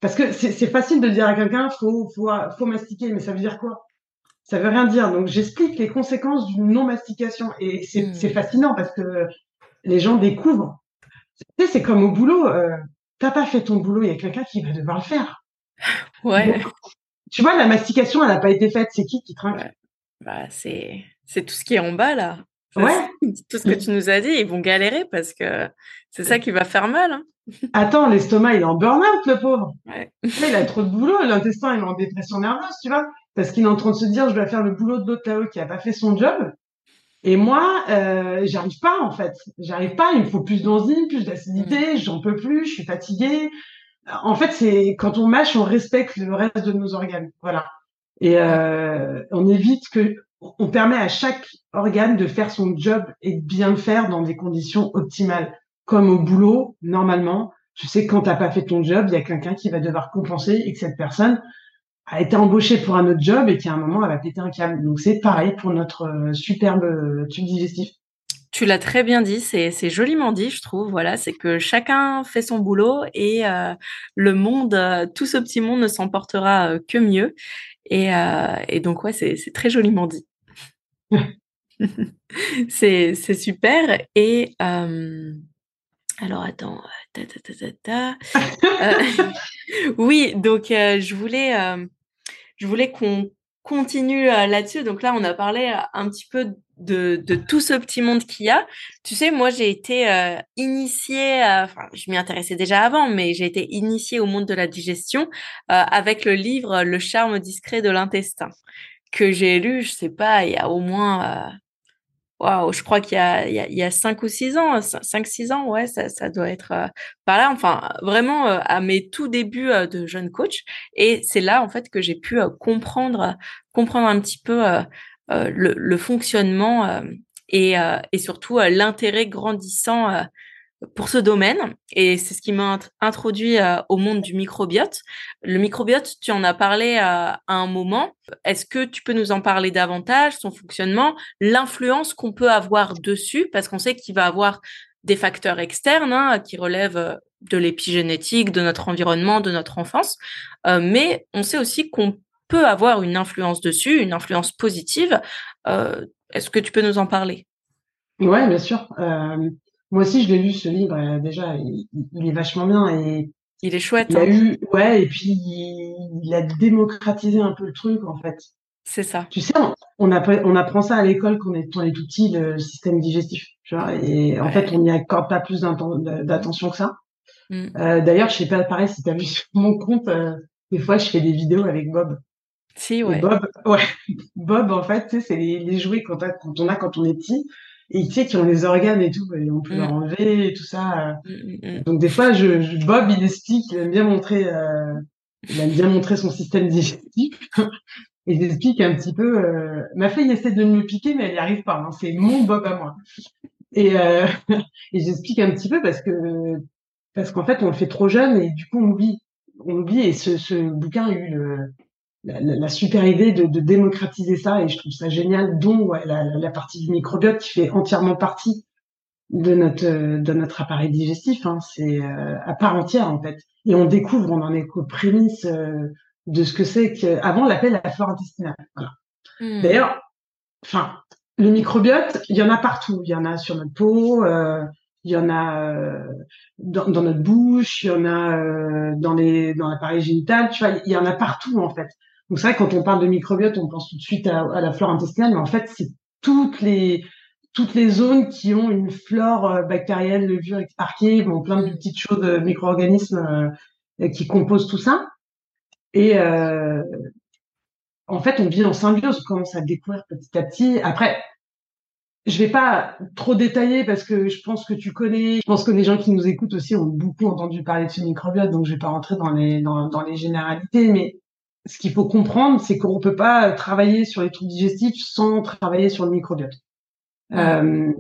Parce que c'est, c'est facile de dire à quelqu'un, faut, faut, faut mastiquer, mais ça veut dire quoi? Ça veut rien dire. Donc, j'explique les conséquences d'une non-mastication. Et c'est, c'est Mmh. fascinant parce que les gens découvrent. Tu sais, c'est comme au boulot. Euh, t'as pas fait ton boulot, il y a quelqu'un qui va devoir le faire. Donc, Ouais, tu vois, la mastication, elle n'a pas été faite. C'est qui qui trinque? ouais. Bah, c'est c'est tout ce qui est en bas là. Ça, c'est Ouais. tout ce que tu nous as dit, ils vont galérer parce que c'est ça qui va faire mal, hein. Attends, l'estomac, il est en burn-out, le pauvre. Ouais. Là, il a trop de boulot. L'intestin, il est en dépression nerveuse, tu vois. Parce qu'il est en train de se dire, je dois faire le boulot de l'autre là-haut qui a pas fait son job. Et moi, euh, j'arrive pas, en fait. J'arrive pas. Il me faut plus d'enzymes, plus Mmh. d'acidité. J'en peux plus. Je suis fatiguée. En fait, c'est quand on mâche, on respecte le reste de nos organes. Voilà. Et Mmh. euh, on évite que, on permet à chaque organe de faire son job et de bien le faire dans des conditions optimales. Comme au boulot, normalement, tu sais que quand t'as pas fait ton job, il y a quelqu'un qui va devoir compenser et que cette personne a été embauchée pour un autre job et qu'à un moment, elle va péter un câble. Donc c'est Mmh. pareil pour notre euh, superbe euh, tube digestif. Tu l'as très bien dit, c'est c'est joliment dit, je trouve. Voilà, c'est que chacun fait son boulot et euh, le monde, euh, tout ce petit monde ne s'en portera euh, que mieux. Et, euh, et donc ouais, c'est c'est très joliment dit. C'est c'est super. Et euh, alors attends, ta ta ta ta ta. Euh, oui, donc euh, je voulais euh, je voulais qu'on continue euh, là-dessus. Donc là, on a parlé euh, un petit peu de, de tout ce petit monde qu'il y a. Tu sais, moi, j'ai été euh, initiée, euh, enfin, je m'y intéressais déjà avant, mais j'ai été initiée au monde de la digestion euh, avec le livre Le charme discret de l'intestin, que j'ai lu, je sais pas, il y a au moins, euh, waouh, je crois qu'il y a, il y a, il y a cinq ou six ans, cinq, six ans, ouais, ça, ça doit être euh, par là, enfin, vraiment euh, à mes tout débuts euh, de jeune coach. Et c'est là, en fait, que j'ai pu euh, comprendre, comprendre un petit peu euh, euh, le, le fonctionnement euh, et, euh, et surtout euh, l'intérêt grandissant euh, pour ce domaine. Et c'est ce qui m'a int- introduit euh, au monde du microbiote. Le microbiote, tu en as parlé euh, à un moment. Est-ce que tu peux nous en parler davantage, son fonctionnement, l'influence qu'on peut avoir dessus, parce qu'on sait qu'il va avoir des facteurs externes hein, qui relèvent euh, de l'épigénétique, de notre environnement, de notre enfance, Euh, mais on sait aussi qu'on peut avoir une influence dessus, une influence positive. Euh, Est-ce que tu peux nous en parler? Ouais, bien sûr. Euh, moi aussi, je l'ai lu ce livre. Euh, déjà, il, il est vachement bien et Il est chouette, il a hein? eu, ouais, et puis il, il a démocratisé un peu le truc en fait. C'est ça. Tu sais, on, on, appre- on apprend ça à l'école quand on est, on est tout petit, le système digestif. Tu vois, et en fait, on Ouais. n'y accorde pas plus d'inten- d'attention que ça. Mm. Euh, d'ailleurs, je sais pas, pareil, si tu as vu sur mon compte, euh, des fois, je fais des vidéos avec Bob. Si, Et ouais. Bob, ouais, Bob, en fait, tu sais, c'est les, les jouets qu'on a, quand on a quand on est petit. Et tu sais, qui ont les organes et tout, et on peut leur Mm. enlever et tout ça. euh. Mm, mm, mm. Donc, des fois, je, je- Bob, il explique, il aime bien montrer, euh, il aime bien montrer son système digestif. Et il explique un petit peu, euh, ma fille essaie de me le piquer, mais elle n'y arrive pas, hein. C'est mon Bob à moi. Et, euh, et j'explique un petit peu parce que, parce qu'en fait, on le fait trop jeune et du coup, on oublie. On oublie et ce, ce bouquin a eu le, la, la- la super idée de, de démocratiser ça et je trouve ça génial, dont ouais, la, la partie du microbiote qui fait entièrement partie de notre euh, de notre appareil digestif, hein. C'est euh, à part entière en fait. Et on découvre, on en est qu'aux prémices euh, de ce que c'est que avant on l'appelle la flore intestinale. Voilà. Mm. D'ailleurs, enfin, le microbiote, il y en a partout. Il y en a sur notre peau, euh, il y en a euh, dans, dans notre bouche, il y en a euh, dans les dans l'appareil génital. Tu vois, il y en a partout en fait. Donc c'est vrai que quand on parle de microbiote, on pense tout de suite à, à la flore intestinale, mais en fait c'est toutes les toutes les zones qui ont une flore euh, bactérienne, levure, archée, bon, plein de Mm. petites choses, euh, micro-organismes euh, qui composent tout ça. Et euh, en fait, on vit en symbiose, on commence à le découvrir petit à petit. Après, je vais pas trop détailler parce que je pense que tu connais. Je pense que les gens qui nous écoutent aussi ont beaucoup entendu parler de ce microbiote, donc je vais pas rentrer dans les dans, dans les généralités. Mais ce qu'il faut comprendre, c'est qu'on peut pas travailler sur les troubles digestifs sans travailler sur le microbiote. Mm. Euh,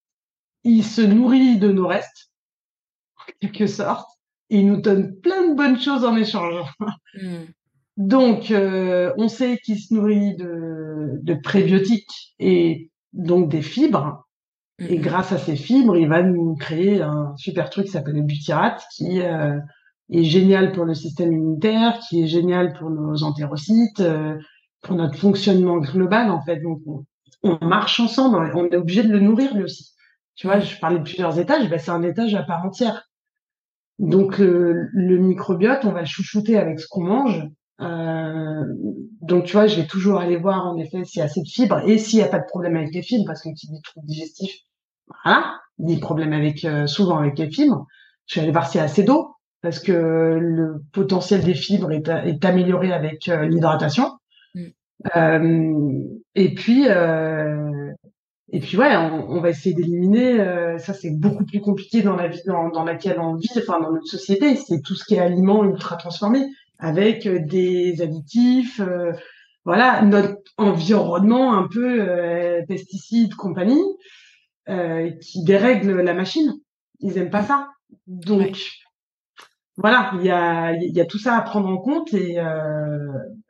il se nourrit de nos restes, en quelque sorte, et il nous donne plein de bonnes choses en échange. Mm. Donc, euh, on sait qu'il se nourrit de, de prébiotiques et donc des fibres. Mm. Et Mm. grâce à ces fibres, il va nous créer un super truc qui s'appelle le butyrate, qui euh, est génial pour le système immunitaire, qui est génial pour nos entérocytes, euh, pour notre fonctionnement global en fait. Donc on, on marche ensemble, on est obligé de le nourrir lui aussi. Tu vois, Mm. je parlais de plusieurs étages, ben, c'est un étage à part entière. Donc le, le microbiote, on va le chouchouter avec ce qu'on mange. Euh, donc tu vois, je vais toujours aller voir en effet s'il y a assez de fibres et s'il n'y a pas de problème avec les fibres, parce que qui dit trouble digestif, voilà, des problèmes avec euh, souvent avec les fibres. Je vais aller voir s'il y a assez d'eau, parce que le potentiel des fibres est, est amélioré avec euh, l'hydratation. Mm. Euh, et puis euh, et puis ouais, on, on va essayer d'éliminer. Euh, ça, c'est beaucoup plus compliqué dans la vie dans, dans laquelle on vit, enfin dans notre société. C'est tout ce qui est aliments ultra transformés avec euh, des additifs. Euh, voilà, notre environnement un peu euh, pesticides, compagnie, euh, qui dérègle la machine. Ils aiment pas Mm. ça. Donc Ouais. voilà, il y a il y a tout ça à prendre en compte et, euh,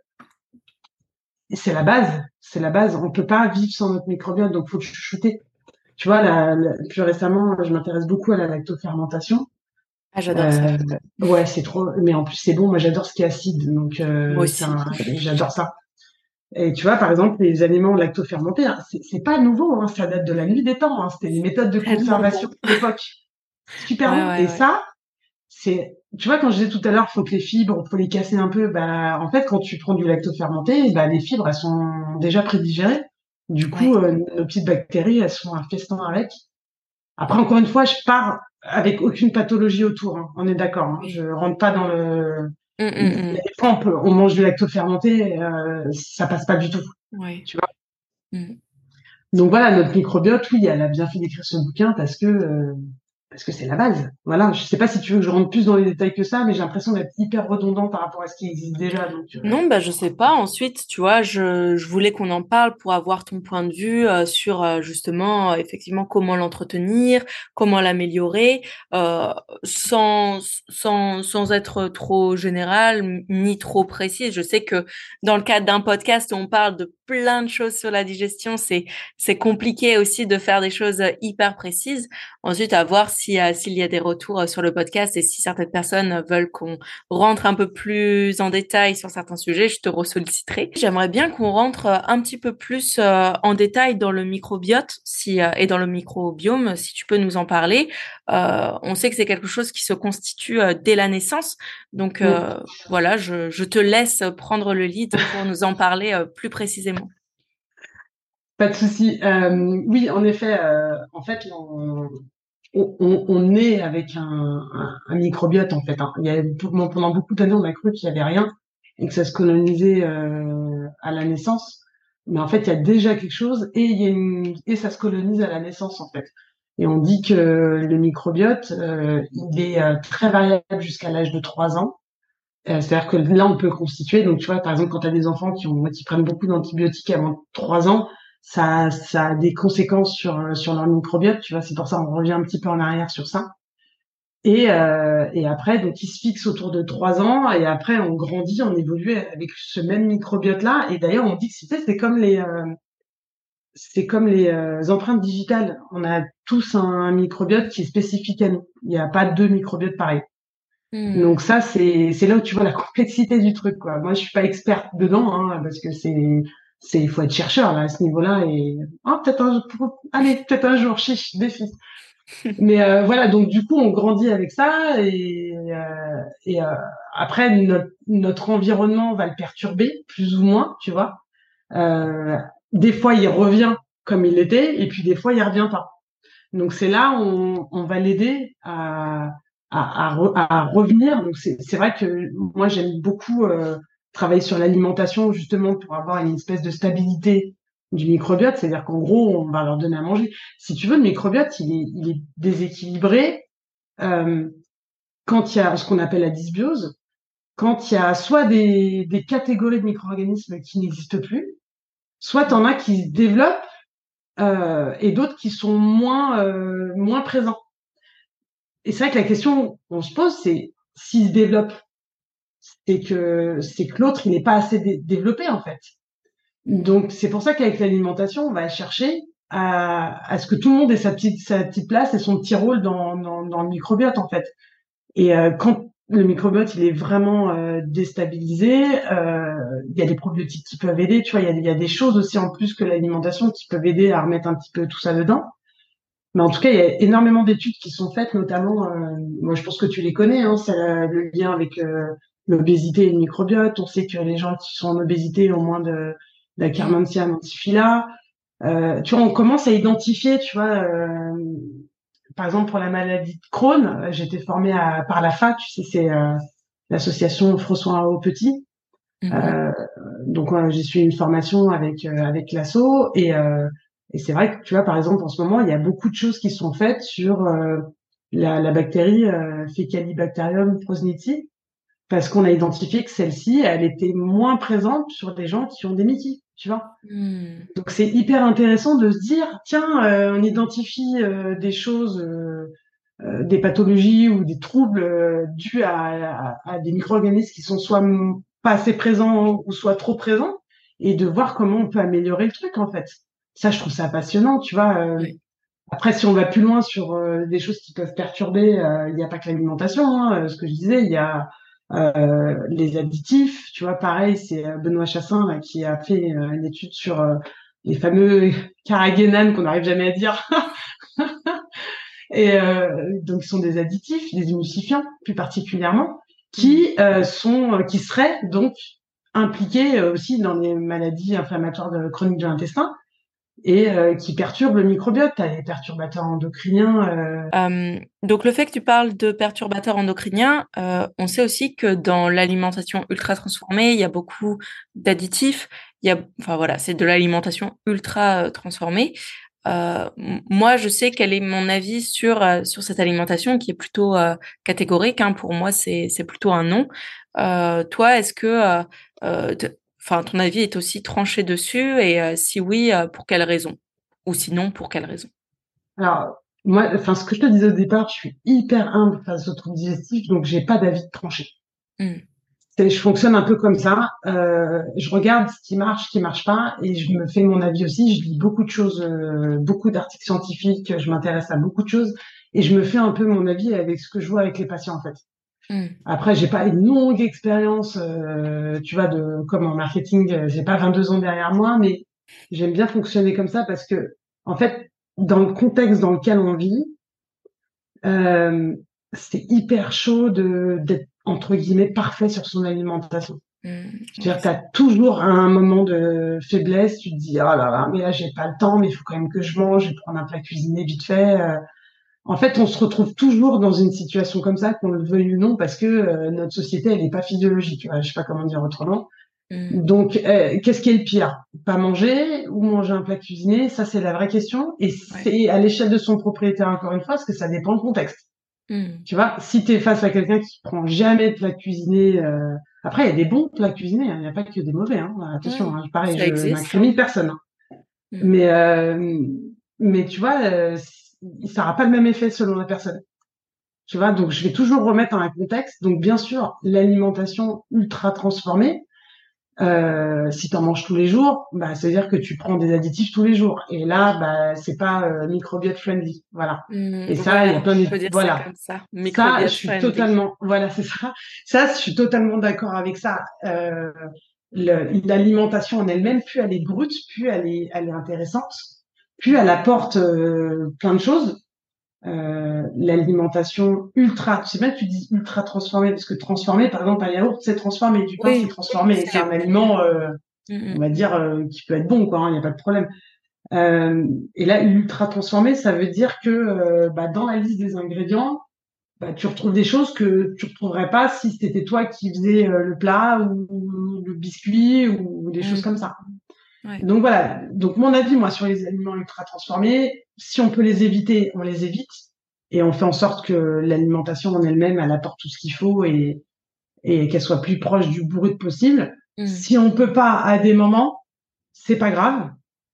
et c'est la base. C'est la base. On peut pas vivre sans notre microbiote, donc faut le chouchouter. Tu vois, la, la- plus récemment, je m'intéresse beaucoup à la lactofermentation. Ah, j'adore ça. Euh, ouais, c'est trop, mais en plus c'est bon. Moi, j'adore ce qui est acide, donc Moi euh, c'est aussi. un- j'adore ça. Et tu vois, par exemple, les aliments lactofermentés, hein, c'est c'est pas nouveau, hein, ça date de la nuit des temps. Hein, c'était les méthodes de Tellement conservation bon. de l'époque. Super Ouais, bon. ouais, Et ouais. ça, c'est, tu vois, quand je disais tout à l'heure, faut que les fibres, faut les casser un peu. Bah, en fait, quand tu prends du lactofermenté, bah, les fibres, elles sont déjà prédigérées. Du Ouais. coup, euh, nos petites bactéries, elles sont un festin avec. Après, encore une fois, je pars avec aucune pathologie autour. Hein. On est d'accord. Hein. Je Oui. rentre pas dans le. Mm, Il mm, y a mm. des fois, on, peut, on mange du lacto fermenté, euh, ça passe pas du tout. Ouais. Tu vois. Mm. Donc voilà, notre microbiote, oui, elle a bien fait d'écrire ce bouquin parce que euh, parce que c'est la base. Voilà. Je sais pas si tu veux que je rentre plus dans les détails que ça, mais j'ai l'impression d'être hyper redondant par rapport à ce qui existe déjà. Donc euh, Non, bah, je sais pas. Ensuite, tu vois, je, je voulais qu'on en parle pour avoir ton point de vue euh, sur euh, justement, euh, effectivement, comment l'entretenir, comment l'améliorer, euh, sans, sans, sans être trop général m- ni trop précis. Je sais que dans le cadre d'un podcast où on parle de plein de choses sur la digestion, c'est, c'est compliqué aussi de faire des choses euh, hyper précises. Ensuite, à voir si, euh, s'il y a des retours euh, sur le podcast et si certaines personnes veulent qu'on rentre un peu plus en détail sur certains sujets, je te ressolliciterai. J'aimerais bien qu'on rentre euh, un petit peu plus euh, en détail dans le microbiote si, euh, et dans le microbiome, si tu peux nous en parler. Euh, on sait que c'est quelque chose qui se constitue euh, dès la naissance. Donc mm, euh, voilà, je, je te laisse prendre le lead pour nous en parler euh, plus précisément. pas de souci. Euh, oui, en effet, euh, en fait, on, on, on- on est avec un, un, un microbiote en fait. Hein. Il y a, pendant beaucoup d'années, on a cru qu'il y avait rien et que ça se colonisait euh, à la naissance. Mais en fait, il y a déjà quelque chose et il y a une, et ça se colonise à la naissance en fait. Et on dit que le microbiote, euh, il est euh, très variable jusqu'à l'âge de trois ans. Euh, c'est-à-dire que là, on peut constituer. Donc, tu vois, par exemple, quand tu as des enfants qui ont, qui prennent beaucoup d'antibiotiques avant trois ans, ça, ça a des conséquences sur, euh, sur leur microbiote. Tu vois, c'est pour ça on revient un petit peu en arrière sur ça. Et, euh, et après, donc, ils se fixent autour de trois ans. Et après, on grandit, on évolue avec ce même microbiote-là. Et d'ailleurs, on dit que c'était, c'est comme les, euh, c'est comme les euh, empreintes digitales. On a tous un microbiote qui est spécifique à nous. Il n'y a pas deux microbiotes pareils. Hmm. Donc ça, c'est c'est là où tu vois la complexité du truc, quoi. Moi, je suis pas experte dedans, hein, parce que c'est c'est il faut être chercheur là à ce niveau-là et ah peut-être un jour, allez peut-être un jour, chiche, défi. Mais euh, voilà, donc du coup, on grandit avec ça et euh, et euh, après notre notre environnement va le perturber plus ou moins, tu vois. Euh, des fois, il revient comme il était et puis des fois, il revient pas. Donc c'est là où on, on va l'aider à, à, à, re- à revenir. Donc c'est c'est vrai que moi j'aime beaucoup euh, travailler sur l'alimentation justement pour avoir une espèce de stabilité du microbiote. C'est-à-dire qu'en gros on va leur donner à manger. Si tu veux, le microbiote il est, il est déséquilibré euh, quand il y a ce qu'on appelle la dysbiose, quand il y a soit des, des catégories de micro-organismes qui n'existent plus, soit t'en as qui se développent euh, et d'autres qui sont moins euh, moins présents. Et c'est vrai que la question qu'on se pose, c'est s'il se développe, c'est que c'est que l'autre, il n'est pas assez dé- développé en fait. Donc c'est pour ça qu'avec l'alimentation, on va chercher à, à ce que tout le monde ait sa petite sa petite place et son petit rôle dans dans, dans le microbiote en fait. Et euh, quand le microbiote, il est vraiment euh, déstabilisé. Euh, Il y a des probiotiques qui peuvent aider, tu vois. Il y a, il y a des choses aussi en plus que l'alimentation qui peuvent aider à remettre un petit peu tout ça dedans. Mais en tout cas, il y a énormément d'études qui sont faites, notamment, euh, moi je pense que tu les connais, hein, c'est euh, le lien avec euh, l'obésité et le microbiote. On sait que les gens qui sont en obésité ont moins de Mm. d'Akkermansia montifila. Euh, tu vois, on commence à identifier, tu vois, euh, par exemple pour la maladie de Crohn, euh, j'ai été formée à, par la F A, tu sais, c'est euh, l'association François aux Petits. Mhm. Euh, donc euh, j'ai suivi une formation avec euh, avec l'asso et euh, et c'est vrai que tu vois par exemple en ce moment il y a beaucoup de choses qui sont faites sur euh, la, la bactérie euh, Faecalibacterium prausnitzii parce qu'on a identifié que celle-ci elle était moins présente sur des gens qui ont des myquis, tu vois. Mm. Donc c'est hyper intéressant de se dire tiens euh, on identifie euh, des choses euh, euh, des pathologies ou des troubles euh, dus à, à, à des micro-organismes qui sont soit m- pas assez présents ou soit trop présents, et de voir comment on peut améliorer le truc en fait. Ça, je trouve ça passionnant, tu vois. Euh, Ouais. après, si on va plus loin sur euh, des choses qui peuvent perturber, euh, il n'y a pas que l'alimentation. Hein, euh, ce que je disais, il y a euh, les additifs. Tu vois, pareil, c'est euh, Benoît Chassin là, qui a fait euh, une étude sur euh, les fameux carragénanes qu'on n'arrive jamais à dire. Et euh, donc, ce sont des additifs, des émulsifiants plus particulièrement, Mm. qui euh, sont, euh, qui seraient donc impliqués euh, aussi dans les maladies inflammatoires de, chroniques de l'intestin et euh, qui perturbent le microbiote. T'as les perturbateurs endocriniens. Euh... Euh, donc le fait que tu parles de perturbateurs endocriniens, euh, on sait aussi que dans l'alimentation ultra transformée, il y a beaucoup d'additifs. Il y a, enfin voilà, c'est de l'alimentation ultra euh, transformée. Euh, m- moi, je sais quel est mon avis sur euh, sur cette alimentation qui est plutôt euh, catégorique. Hein. Pour moi, c'est c'est plutôt un non. Euh, toi, est-ce que, euh, euh, te- enfin, ton avis est aussi tranché dessus et euh, si oui, euh, pour quelle raison? Ou sinon, pour quelle raison? Alors, moi, enfin, ce que je te disais au départ, je suis hyper humble face aux troubles digestifs, donc j'ai pas d'avis tranché. Mm. C'est- Je fonctionne un peu comme ça. Euh, je regarde ce qui marche, ce qui marche pas, et je me fais mon avis aussi. Je lis beaucoup de choses, euh, beaucoup d'articles scientifiques. Je m'intéresse à beaucoup de choses, et je me fais un peu mon avis avec ce que je vois avec les patients en fait. Mm. Après, j'ai pas une longue expérience, euh, tu vois, de comme en marketing. euh, J'ai pas vingt-deux ans derrière moi, mais j'aime bien fonctionner comme ça parce que, en fait, dans le contexte dans lequel on vit, euh, c'est hyper chaud de d'être entre guillemets parfait sur son alimentation. Mm. Ouais, C'est-à-dire, tu c'est- as toujours un moment de faiblesse, tu te dis, oh là là, mais là, j'ai pas le temps, mais il faut quand même que je mange, je vais prendre un plat cuisiné vite fait. Euh, En fait, on se retrouve toujours dans une situation comme ça, qu'on le veuille ou non, parce que euh, notre société, elle n'est pas physiologique. Euh, je sais pas comment dire autrement. Mm. Donc, euh, qu'est-ce qui est le pire? Pas manger ou manger un plat cuisiné? Ça, c'est la vraie question. Et Ouais. c'est à l'échelle de son propriétaire, encore une fois, parce que ça dépend du contexte. Mm. Tu vois, si tu es face à quelqu'un qui prend jamais de plat cuisiné, euh... après, il y a des bons plats cuisinés, hein, il n'y a pas que des mauvais. Hein. Attention, Ouais, hein, pareil, ça je existe, n'incrimine hein. personne. Hein. Mm. Mais, euh, mais tu vois, euh, ça n'aura pas le même effet selon la personne. Tu vois, donc je vais toujours remettre dans un contexte. Donc bien sûr, l'alimentation ultra transformée, euh, si tu en manges tous les jours, bah, ça veut dire que tu prends des additifs tous les jours. Et là, bah, c'est pas euh, microbiote friendly. Voilà. Mm. Et ça, il y a Voilà, plein on de... peut dire ça Voilà. comme ça. Ça, je Microbiote suis friendly. totalement... Voilà, c'est ça. Ça, je suis totalement d'accord avec ça. Euh, le- l'alimentation en elle-même, plus elle est brute, plus elle est, elle est intéressante, plus elle apporte euh, plein de choses. Euh, l'alimentation ultra, je sais bien que tu dis ultra transformée, parce que transformé, par exemple, un yaourt, c'est transformé, du pain, c'est Oui, transformé, c'est c'est. un aliment, euh, Mm, on va dire, euh, qui peut être bon, quoi, il n'y a pas de problème. Euh, et là, ultra transformé, ça veut dire que euh, bah, dans la liste des ingrédients, bah, tu retrouves des choses que tu retrouverais pas si c'était toi qui faisais euh, le plat ou, ou le biscuit ou des choses mm, comme ça. ouais. Donc voilà. Donc mon avis, moi, sur les aliments ultra transformés, si on peut les éviter, on les évite et on fait en sorte que l'alimentation en elle-même, elle apporte tout ce qu'il faut et, et qu'elle soit plus proche du brut possible. Mm, Si on peut pas à des moments, c'est pas grave.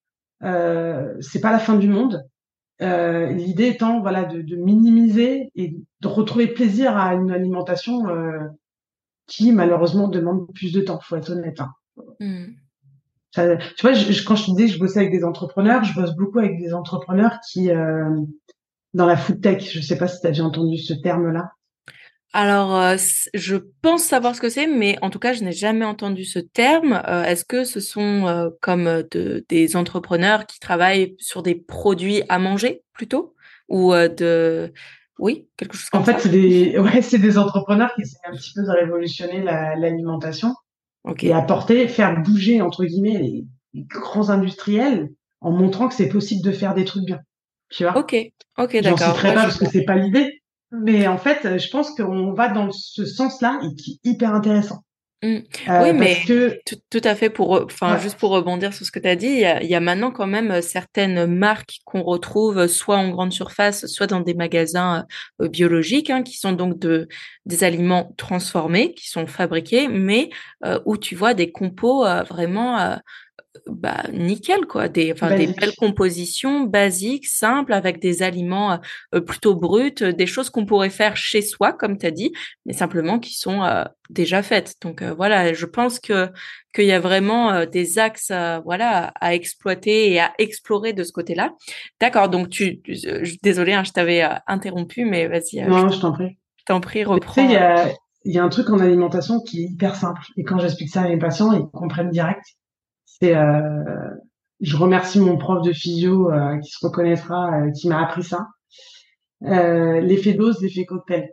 Euh, c'est pas la fin du monde. Euh, l'idée étant, voilà, de, de minimiser et de retrouver plaisir à une alimentation euh, qui malheureusement demande plus de temps. Faut être honnête. Hein. mm. Ça- tu vois, je, je- quand je te disais que je bossais avec des entrepreneurs, je bosse beaucoup avec des entrepreneurs qui, euh, dans la food tech, je sais pas si tu as déjà entendu ce terme-là. Alors, euh, c- je pense savoir ce que c'est, mais en tout cas, je n'ai jamais entendu ce terme. Euh, est-ce que ce sont euh, comme euh, de, des entrepreneurs qui travaillent sur des produits à manger plutôt? Ou euh, de... Oui, quelque chose En comme fait, ça? c'est des, ouais, c'est des entrepreneurs qui essaient un petit peu de révolutionner la- l'alimentation et Ok. apporter, faire bouger, entre guillemets, les, les grands industriels en montrant que c'est possible de faire des trucs bien. Tu vois? Ok. Ok, J'en d'accord. citerai Ouais, pas je parce que vois. c'est pas l'idée. Mais en fait, euh, je pense qu'on va dans ce sens-là et qui est hyper intéressant. Mm. Oui, Euh, mais parce que, tout, tout à fait pour, re- enfin, ouais, juste pour rebondir sur ce que tu as dit, il y a, il y a maintenant quand même euh, certaines marques qu'on retrouve euh, soit en grande surface, soit dans des magasins euh, biologiques, hein, qui sont donc de, des aliments transformés, qui sont fabriqués, mais euh, où tu vois des compos euh, vraiment euh, bah, nickel, quoi. Des, enfin, des belles basique. compositions basiques, simples, avec des aliments euh, plutôt bruts, euh, des choses qu'on pourrait faire chez soi, comme tu as dit, mais simplement qui sont euh, déjà faites. Donc euh, voilà, je pense que qu'il y a vraiment euh, des axes, euh, voilà, à exploiter et à explorer de ce côté-là. D'accord. Donc tu, tu- euh, je- désolée, hein, je t'avais euh, interrompu, mais vas-y, euh, je Non, je t'en prie. t'en prie, Mais tu sais, il y reprends. a, il y a un truc en alimentation qui est hyper simple. Et quand j'explique ça à mes patients, ils comprennent direct. C'est, euh, je remercie mon prof de physio euh, qui se reconnaîtra, euh, qui m'a appris ça. Euh, l'effet dose, l'effet cocktail.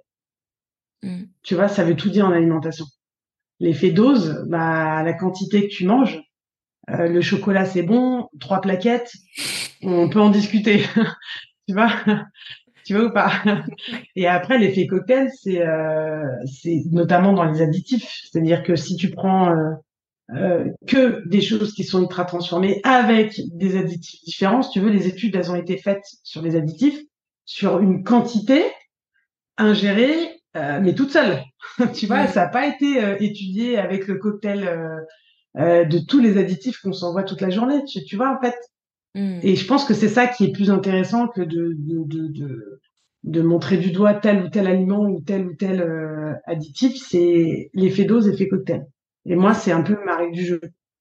Mm. Tu vois, ça veut tout dire en alimentation. L'effet dose, bah, la quantité que tu manges. Euh, le chocolat, c'est bon. Trois plaquettes, on peut en discuter. Tu vois, tu vois ou pas? Et après, l'effet cocktail, c'est euh, c'est notamment dans les additifs. C'est-à-dire que si tu prends euh, euh, que des choses qui sont ultra transformées avec des additifs différents, si tu veux, les études, elles ont été faites sur les additifs, sur une quantité ingérée, euh, mais toute seule. Tu vois, ça Mm. n'a pas été euh, étudié avec le cocktail euh, euh, de tous les additifs qu'on s'envoie toute la journée. Tu, tu vois, en fait. Et Mm. je pense que c'est ça qui est plus intéressant que de, de, de, de, de montrer du doigt tel ou tel aliment ou tel ou tel euh, additif, c'est l'effet dose, effet cocktail. Et moi, Mm. c'est un peu ma règle du jeu.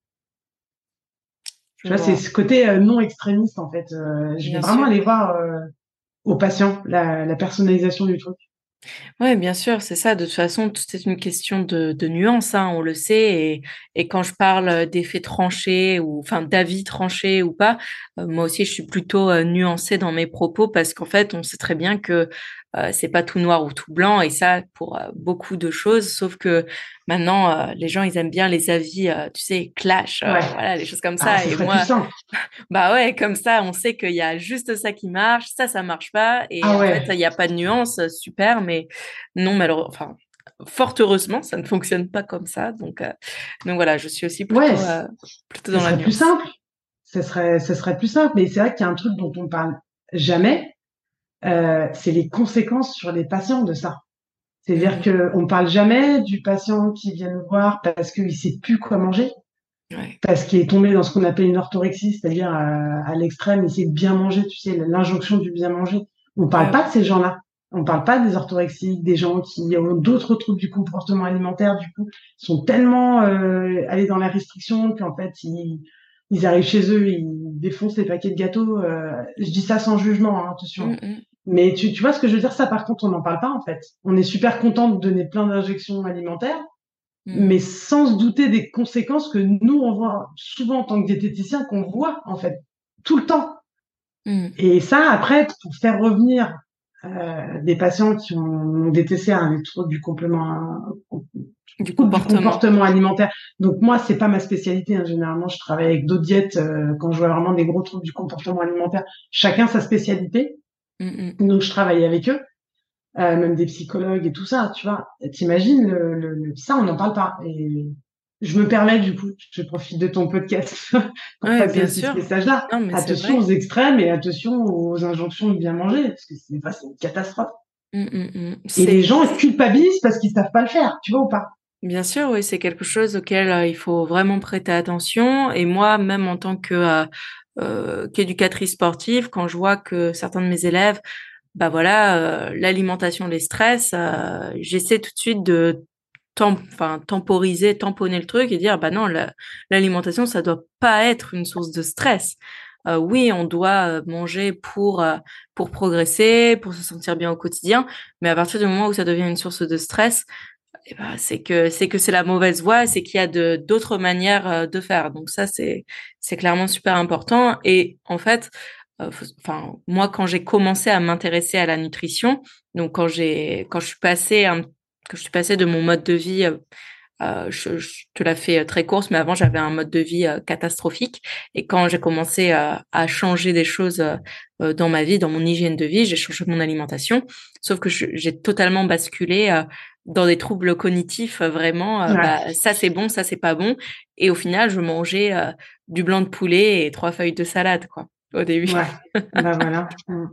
Je Tu vois, c'est vois. ce côté euh, non extrémiste, en fait. Euh, je vais Bien vraiment sûr. aller voir euh, aux patients la, la personnalisation du truc. Ouais, bien sûr, c'est ça. De toute façon, tout est une question de, de nuance, hein, on le sait. Et, et quand je parle d'effets tranchés ou enfin d'avis tranchés ou pas, euh, moi aussi, je suis plutôt euh, nuancée dans mes propos parce qu'en fait, on sait très bien que euh, c'est pas tout noir ou tout blanc et ça pour euh, beaucoup de choses. Sauf que maintenant, euh, les gens, ils aiment bien les avis, euh, tu sais, clash, euh, Ouais. voilà, les choses comme Ah, ça. ce Et serait plus moi, simple. bah ouais, comme ça, on sait qu'il y a juste ça qui marche, ça, ça marche pas. Et Ah en fait, ouais. il n'y a pas de nuance, euh, super, mais non, malheureusement, enfin, fort heureusement, ça ne fonctionne pas comme ça. Donc, euh, donc voilà, je suis aussi Ouais, plutôt, c- euh, plutôt ce dans la serait plus nuance. simple. Ce serait, ce serait plus simple. Mais c'est vrai qu'il y a un truc dont on parle jamais, euh, c'est les conséquences sur les patients de ça. C'est-à-dire Mhm. que on parle jamais du patient qui vient nous voir parce qu'il sait plus quoi manger, Ouais. parce qu'il est tombé dans ce qu'on appelle une orthorexie, c'est-à-dire à, à l'extrême, essayer de bien manger, tu sais, l'injonction du bien manger. On parle Ouais, pas ouais. de ces gens-là. On parle pas des orthorexiques, des gens qui ont d'autres troubles du comportement alimentaire, du coup, sont tellement euh, allés dans la restriction qu'en fait, ils, ils arrivent chez eux, ils défoncent les paquets de gâteaux. Euh, je dis ça sans jugement, hein, attention. Mhm. Mais tu, tu vois ce que je veux dire? Ça, par contre, on n'en parle pas, en fait. On est super content de donner plein d'injections alimentaires, mais Mhm. sans se douter des conséquences que nous, on voit souvent en tant que diététicien, qu'on voit, en fait, tout le temps. Mhm. Et ça, après, pour faire revenir euh, des patients qui ont des T C A, hein, des troubles du complément, Du troubles du comportement. comportement alimentaire. Donc moi, c'est pas ma spécialité, hein. Généralement, je travaille avec d'autres diètes euh, quand je vois vraiment des gros troubles du comportement alimentaire. Chacun sa spécialité. Mhm. Donc je travaille avec eux. Euh, même des psychologues et tout ça, tu vois. T'imagines, le, le, le- ça, on n'en parle pas. Et je me permets, du coup, je profite de ton podcast pour Ouais, passer bien aussi ce sûr. message-là. Non, mais c'est Attention vrai. aux extrêmes et attention aux injonctions de bien manger, parce que c'est pas, c'est une catastrophe. Mhm. Mhm. Et les C'est, gens culpabilisent parce qu'ils savent pas le faire, tu vois ou pas? Bien sûr, oui, c'est quelque chose auquel euh, il faut vraiment prêter attention. Et moi, même en tant que euh, euh, qu'éducatrice sportive, quand je vois que certains de mes élèves, bah voilà, euh, l'alimentation les stresse, euh, j'essaie tout de suite de tem- enfin, temporiser, tamponner le truc et dire, bah non, la- l'alimentation, ça doit pas être une source de stress. euh, oui, on doit euh, manger pour euh, pour progresser, pour se sentir bien au quotidien, mais à partir du moment où ça devient une source de stress, eh ben, c'est que c'est que c'est la mauvaise voie, c'est qu'il y a de d'autres manières euh, de faire. Donc ça, c'est c'est clairement super important. Et en fait, euh, faut- enfin moi, quand j'ai commencé à m'intéresser à la nutrition, donc quand j'ai quand je suis passée un, que je suis passée de mon mode de vie euh, euh, je, je te la fais euh, très courte, mais avant j'avais un mode de vie euh, catastrophique. Et quand j'ai commencé euh, à changer des choses euh, euh, dans ma vie, dans mon hygiène de vie, j'ai changé mon alimentation. Sauf que je- j'ai totalement basculé euh, dans des troubles cognitifs. euh, vraiment, euh, Ouais, bah ça c'est bon, ça c'est pas bon. Et au final, je mangeais euh, du blanc de poulet et trois feuilles de salade, quoi, au début. ouais. Bah voilà. Mm.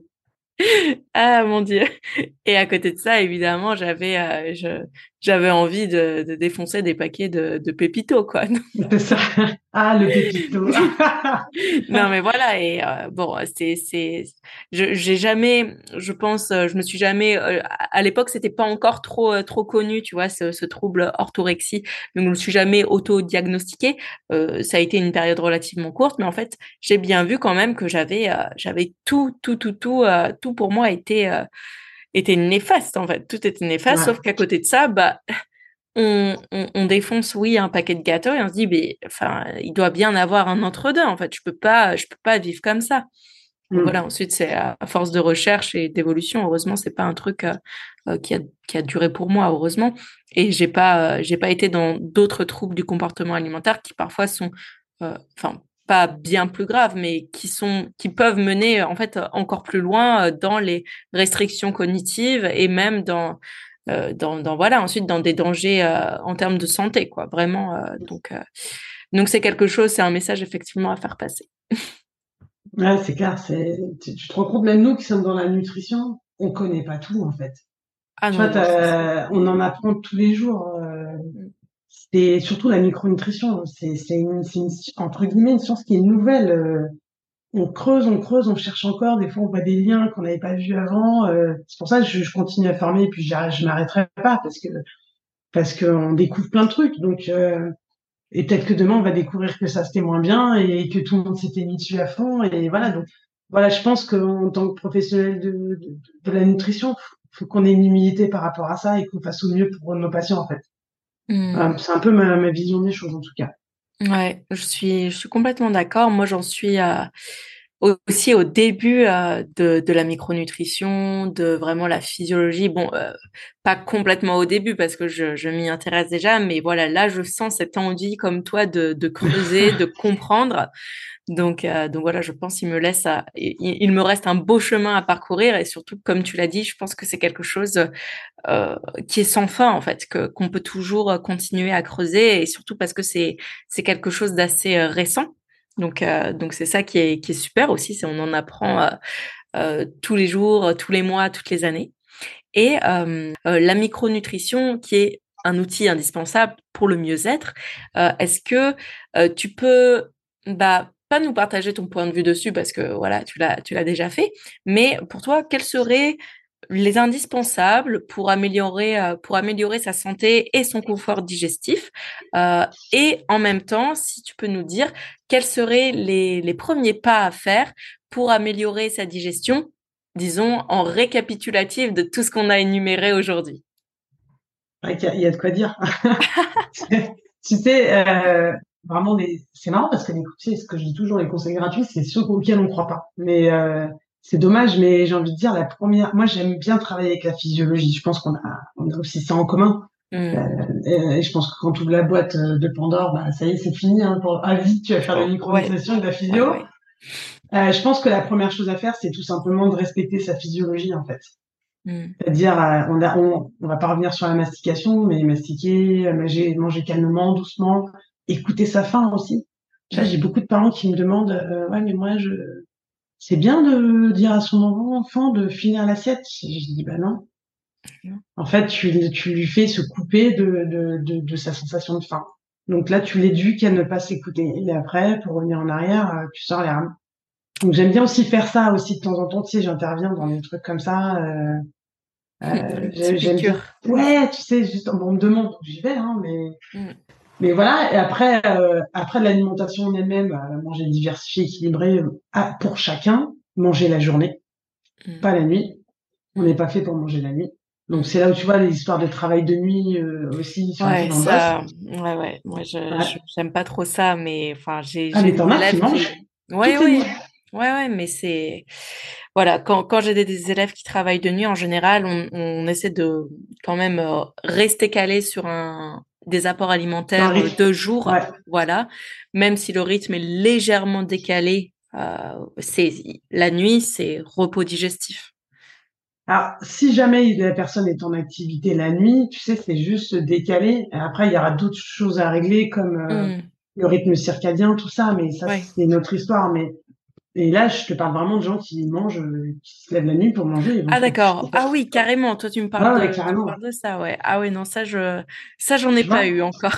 Ah mon Dieu. Et à côté de ça, évidemment, j'avais euh, je, j'avais envie de, de défoncer des paquets de, de pépitos, quoi. C'est ça. Ah, le pépito. Non, mais voilà. Et euh, bon, c'est c'est je j'ai jamais, je pense, euh, je me suis jamais euh, à à l'époque, c'était pas encore trop euh, trop connu, tu vois, ce, ce trouble orthorexie. Donc je me suis jamais auto-diagnostiquée. Euh, ça a été une période relativement courte, mais en fait, j'ai bien vu quand même que j'avais euh, j'avais tout tout tout tout euh, tout pour moi était euh, était néfaste en fait. Tout était néfaste, sauf Ouais. qu'à côté de ça, bah on, on, on défonce, oui, un paquet de gâteaux et on se dit, mais enfin, il doit bien avoir un entre-deux. En fait, je peux pas, je peux pas vivre comme ça. Donc Mm. voilà. Ensuite, c'est à à force de recherche et d'évolution. Heureusement, c'est pas un truc euh, euh, qui a qui a duré pour moi, heureusement. Et j'ai pas, euh, j'ai pas été dans d'autres troubles du comportement alimentaire qui parfois sont, euh, enfin, pas bien plus graves, mais qui sont, qui peuvent mener en fait encore plus loin euh, dans les restrictions cognitives et même dans euh, dans, dans voilà ensuite dans des dangers euh, en termes de santé, quoi, vraiment. euh, donc euh, donc c'est quelque chose, c'est un message effectivement à faire passer. Ouais, c'est clair. C'est, tu, tu te rends compte, même nous qui sommes dans la nutrition, on connaît pas tout, en fait. Ah Tu vois, non non, ça c'est t'as- on en apprend tous les jours. euh, C'est surtout la micronutrition. C'est, c'est une, c'est une, entre guillemets, une science qui est nouvelle. euh, On creuse, on creuse, on cherche encore. Des fois, on voit des liens qu'on n'avait pas vus avant. euh, C'est pour ça que je, je continue à former et puis j'arrête- je m'arrêterai pas parce que parce qu'on découvre plein de trucs. Donc, euh, et peut-être que demain, on va découvrir que ça c'était moins bien et que tout le monde s'était mis dessus à fond. Et voilà. Donc, voilà, je pense qu'en tant que professionnel de, de, de la nutrition, faut, faut qu'on ait une humilité par rapport à ça et qu'on fasse au mieux pour nos patients, en fait. Hmm. Voilà, c'est un peu ma, ma vision des choses, en tout cas. Ouais, je suis, je suis complètement d'accord. Moi, j'en suis euh, au- aussi au début euh, de, de la micronutrition, de vraiment la physiologie. Bon, euh, pas complètement au début parce que je, je m'y intéresse déjà, mais voilà, là, je sens cette envie comme toi de, de creuser, de comprendre. Donc, euh, donc voilà, je pense qu'il me laisse à, il, il me reste un beau chemin à parcourir et surtout, comme tu l'as dit, je pense que c'est quelque chose euh, qui est sans fin en fait, que qu'on peut toujours euh, continuer à creuser et surtout parce que c'est c'est quelque chose d'assez euh, récent. Donc euh, donc c'est ça qui est qui est super aussi, c'est on en apprend euh, euh, tous les jours, euh, tous les mois, toutes les années. Et euh, euh, la micronutrition qui est un outil indispensable pour le mieux-être. Euh, est-ce que euh, tu peux bah pas nous partager ton point de vue dessus parce que voilà, tu l'as tu l'as déjà fait, mais pour toi, quels seraient les indispensables pour améliorer euh, pour améliorer sa santé et son confort digestif euh, et en même temps, si tu peux nous dire quels seraient les, les premiers pas à faire pour améliorer sa digestion, disons en récapitulatif de tout ce qu'on a énuméré aujourd'hui. Ouais, il y a, il y a de quoi dire. Tu sais, euh, vraiment, les... c'est marrant parce que les, tu sais, ce que je dis toujours, les conseils gratuits, c'est ceux auxquels on ne croit pas. Mais euh, c'est dommage, mais j'ai envie de dire, la première, moi j'aime bien travailler avec la physiologie. Je pense qu'on a, on a aussi ça en commun. Euh, Hmm. et, et je pense que quand tu ouvres la boîte euh, de Pandore, bah, ça y est, c'est fini. Hein, pour... À vie, tu vas faire de la Oh, ouais, micronutrition et de la ouais, physio. ouais. Euh, je pense que la première chose à faire, c'est tout simplement de respecter sa physiologie, en fait. Hmm. C'est-à-dire, euh, on a, on, on va pas revenir sur la mastication, mais mastiquer, euh, manger, manger calmement, doucement, écouter sa faim aussi. Tu vois, Hmm. j'ai beaucoup de parents qui me demandent, euh, ouais, mais moi, je, c'est bien de dire à son enfant de finir l'assiette. Je je dis, bah non. En fait, tu, tu lui fais se couper de, de, de, de sa sensation de faim. Donc là, tu l'éduques à ne pas s'écouter. Et après, pour revenir en arrière, euh, tu sors les rames. Donc j'aime bien aussi faire ça aussi de temps en temps. Tu sais, j'interviens dans des trucs comme ça. Euh, Hmm. Euh, Une petite j'ai- j'aime bien. piqûre. Ouais, tu sais, juste, bon, on me demande, donc j'y vais, hein, mais, Hmm. Mais voilà, et après, euh, après l'alimentation en elle-même, euh, manger diversifié, équilibré, euh, à- pour chacun, manger la journée, Mm. pas la nuit. On n'est Mm. pas fait pour manger la nuit. Donc Mm. c'est là où tu vois les histoires de travail de nuit euh, aussi sur Ouais, lesquelles on bosse. ça, ouais, ouais. Moi, je, je- Ouais. j'aime pas trop ça, mais enfin, j'ai, Ah j'ai mais des t'en as qui élèves mangent qui, ouais, toutes les ouais, nuits. ouais, ouais, mais c'est, voilà, quand, quand j'ai des, des élèves qui travaillent de nuit, en général, on, on essaie de quand même euh, rester calé sur un, des apports C'est un alimentaires euh, rythme. de jour, Ouais. voilà, même si le rythme est légèrement décalé, euh, c'est, la nuit, c'est repos digestif. Alors, si jamais la personne est en activité la nuit, tu sais, c'est juste décalé. Et après, il y aura d'autres choses à régler comme euh, Mm. le rythme circadien, tout ça, mais ça, Ouais. c'est une autre histoire. Mais et là, je te parle vraiment de gens qui mangent, euh, qui se lèvent la nuit pour manger et vont Ah se coucher. d'accord. Ah oui, carrément. Toi, tu me Ouais, parles ouais, de, tu me carrément. parles de ça, ouais. Ah oui, non, ça, je, ça, j'en ai Tu pas vois? eu encore.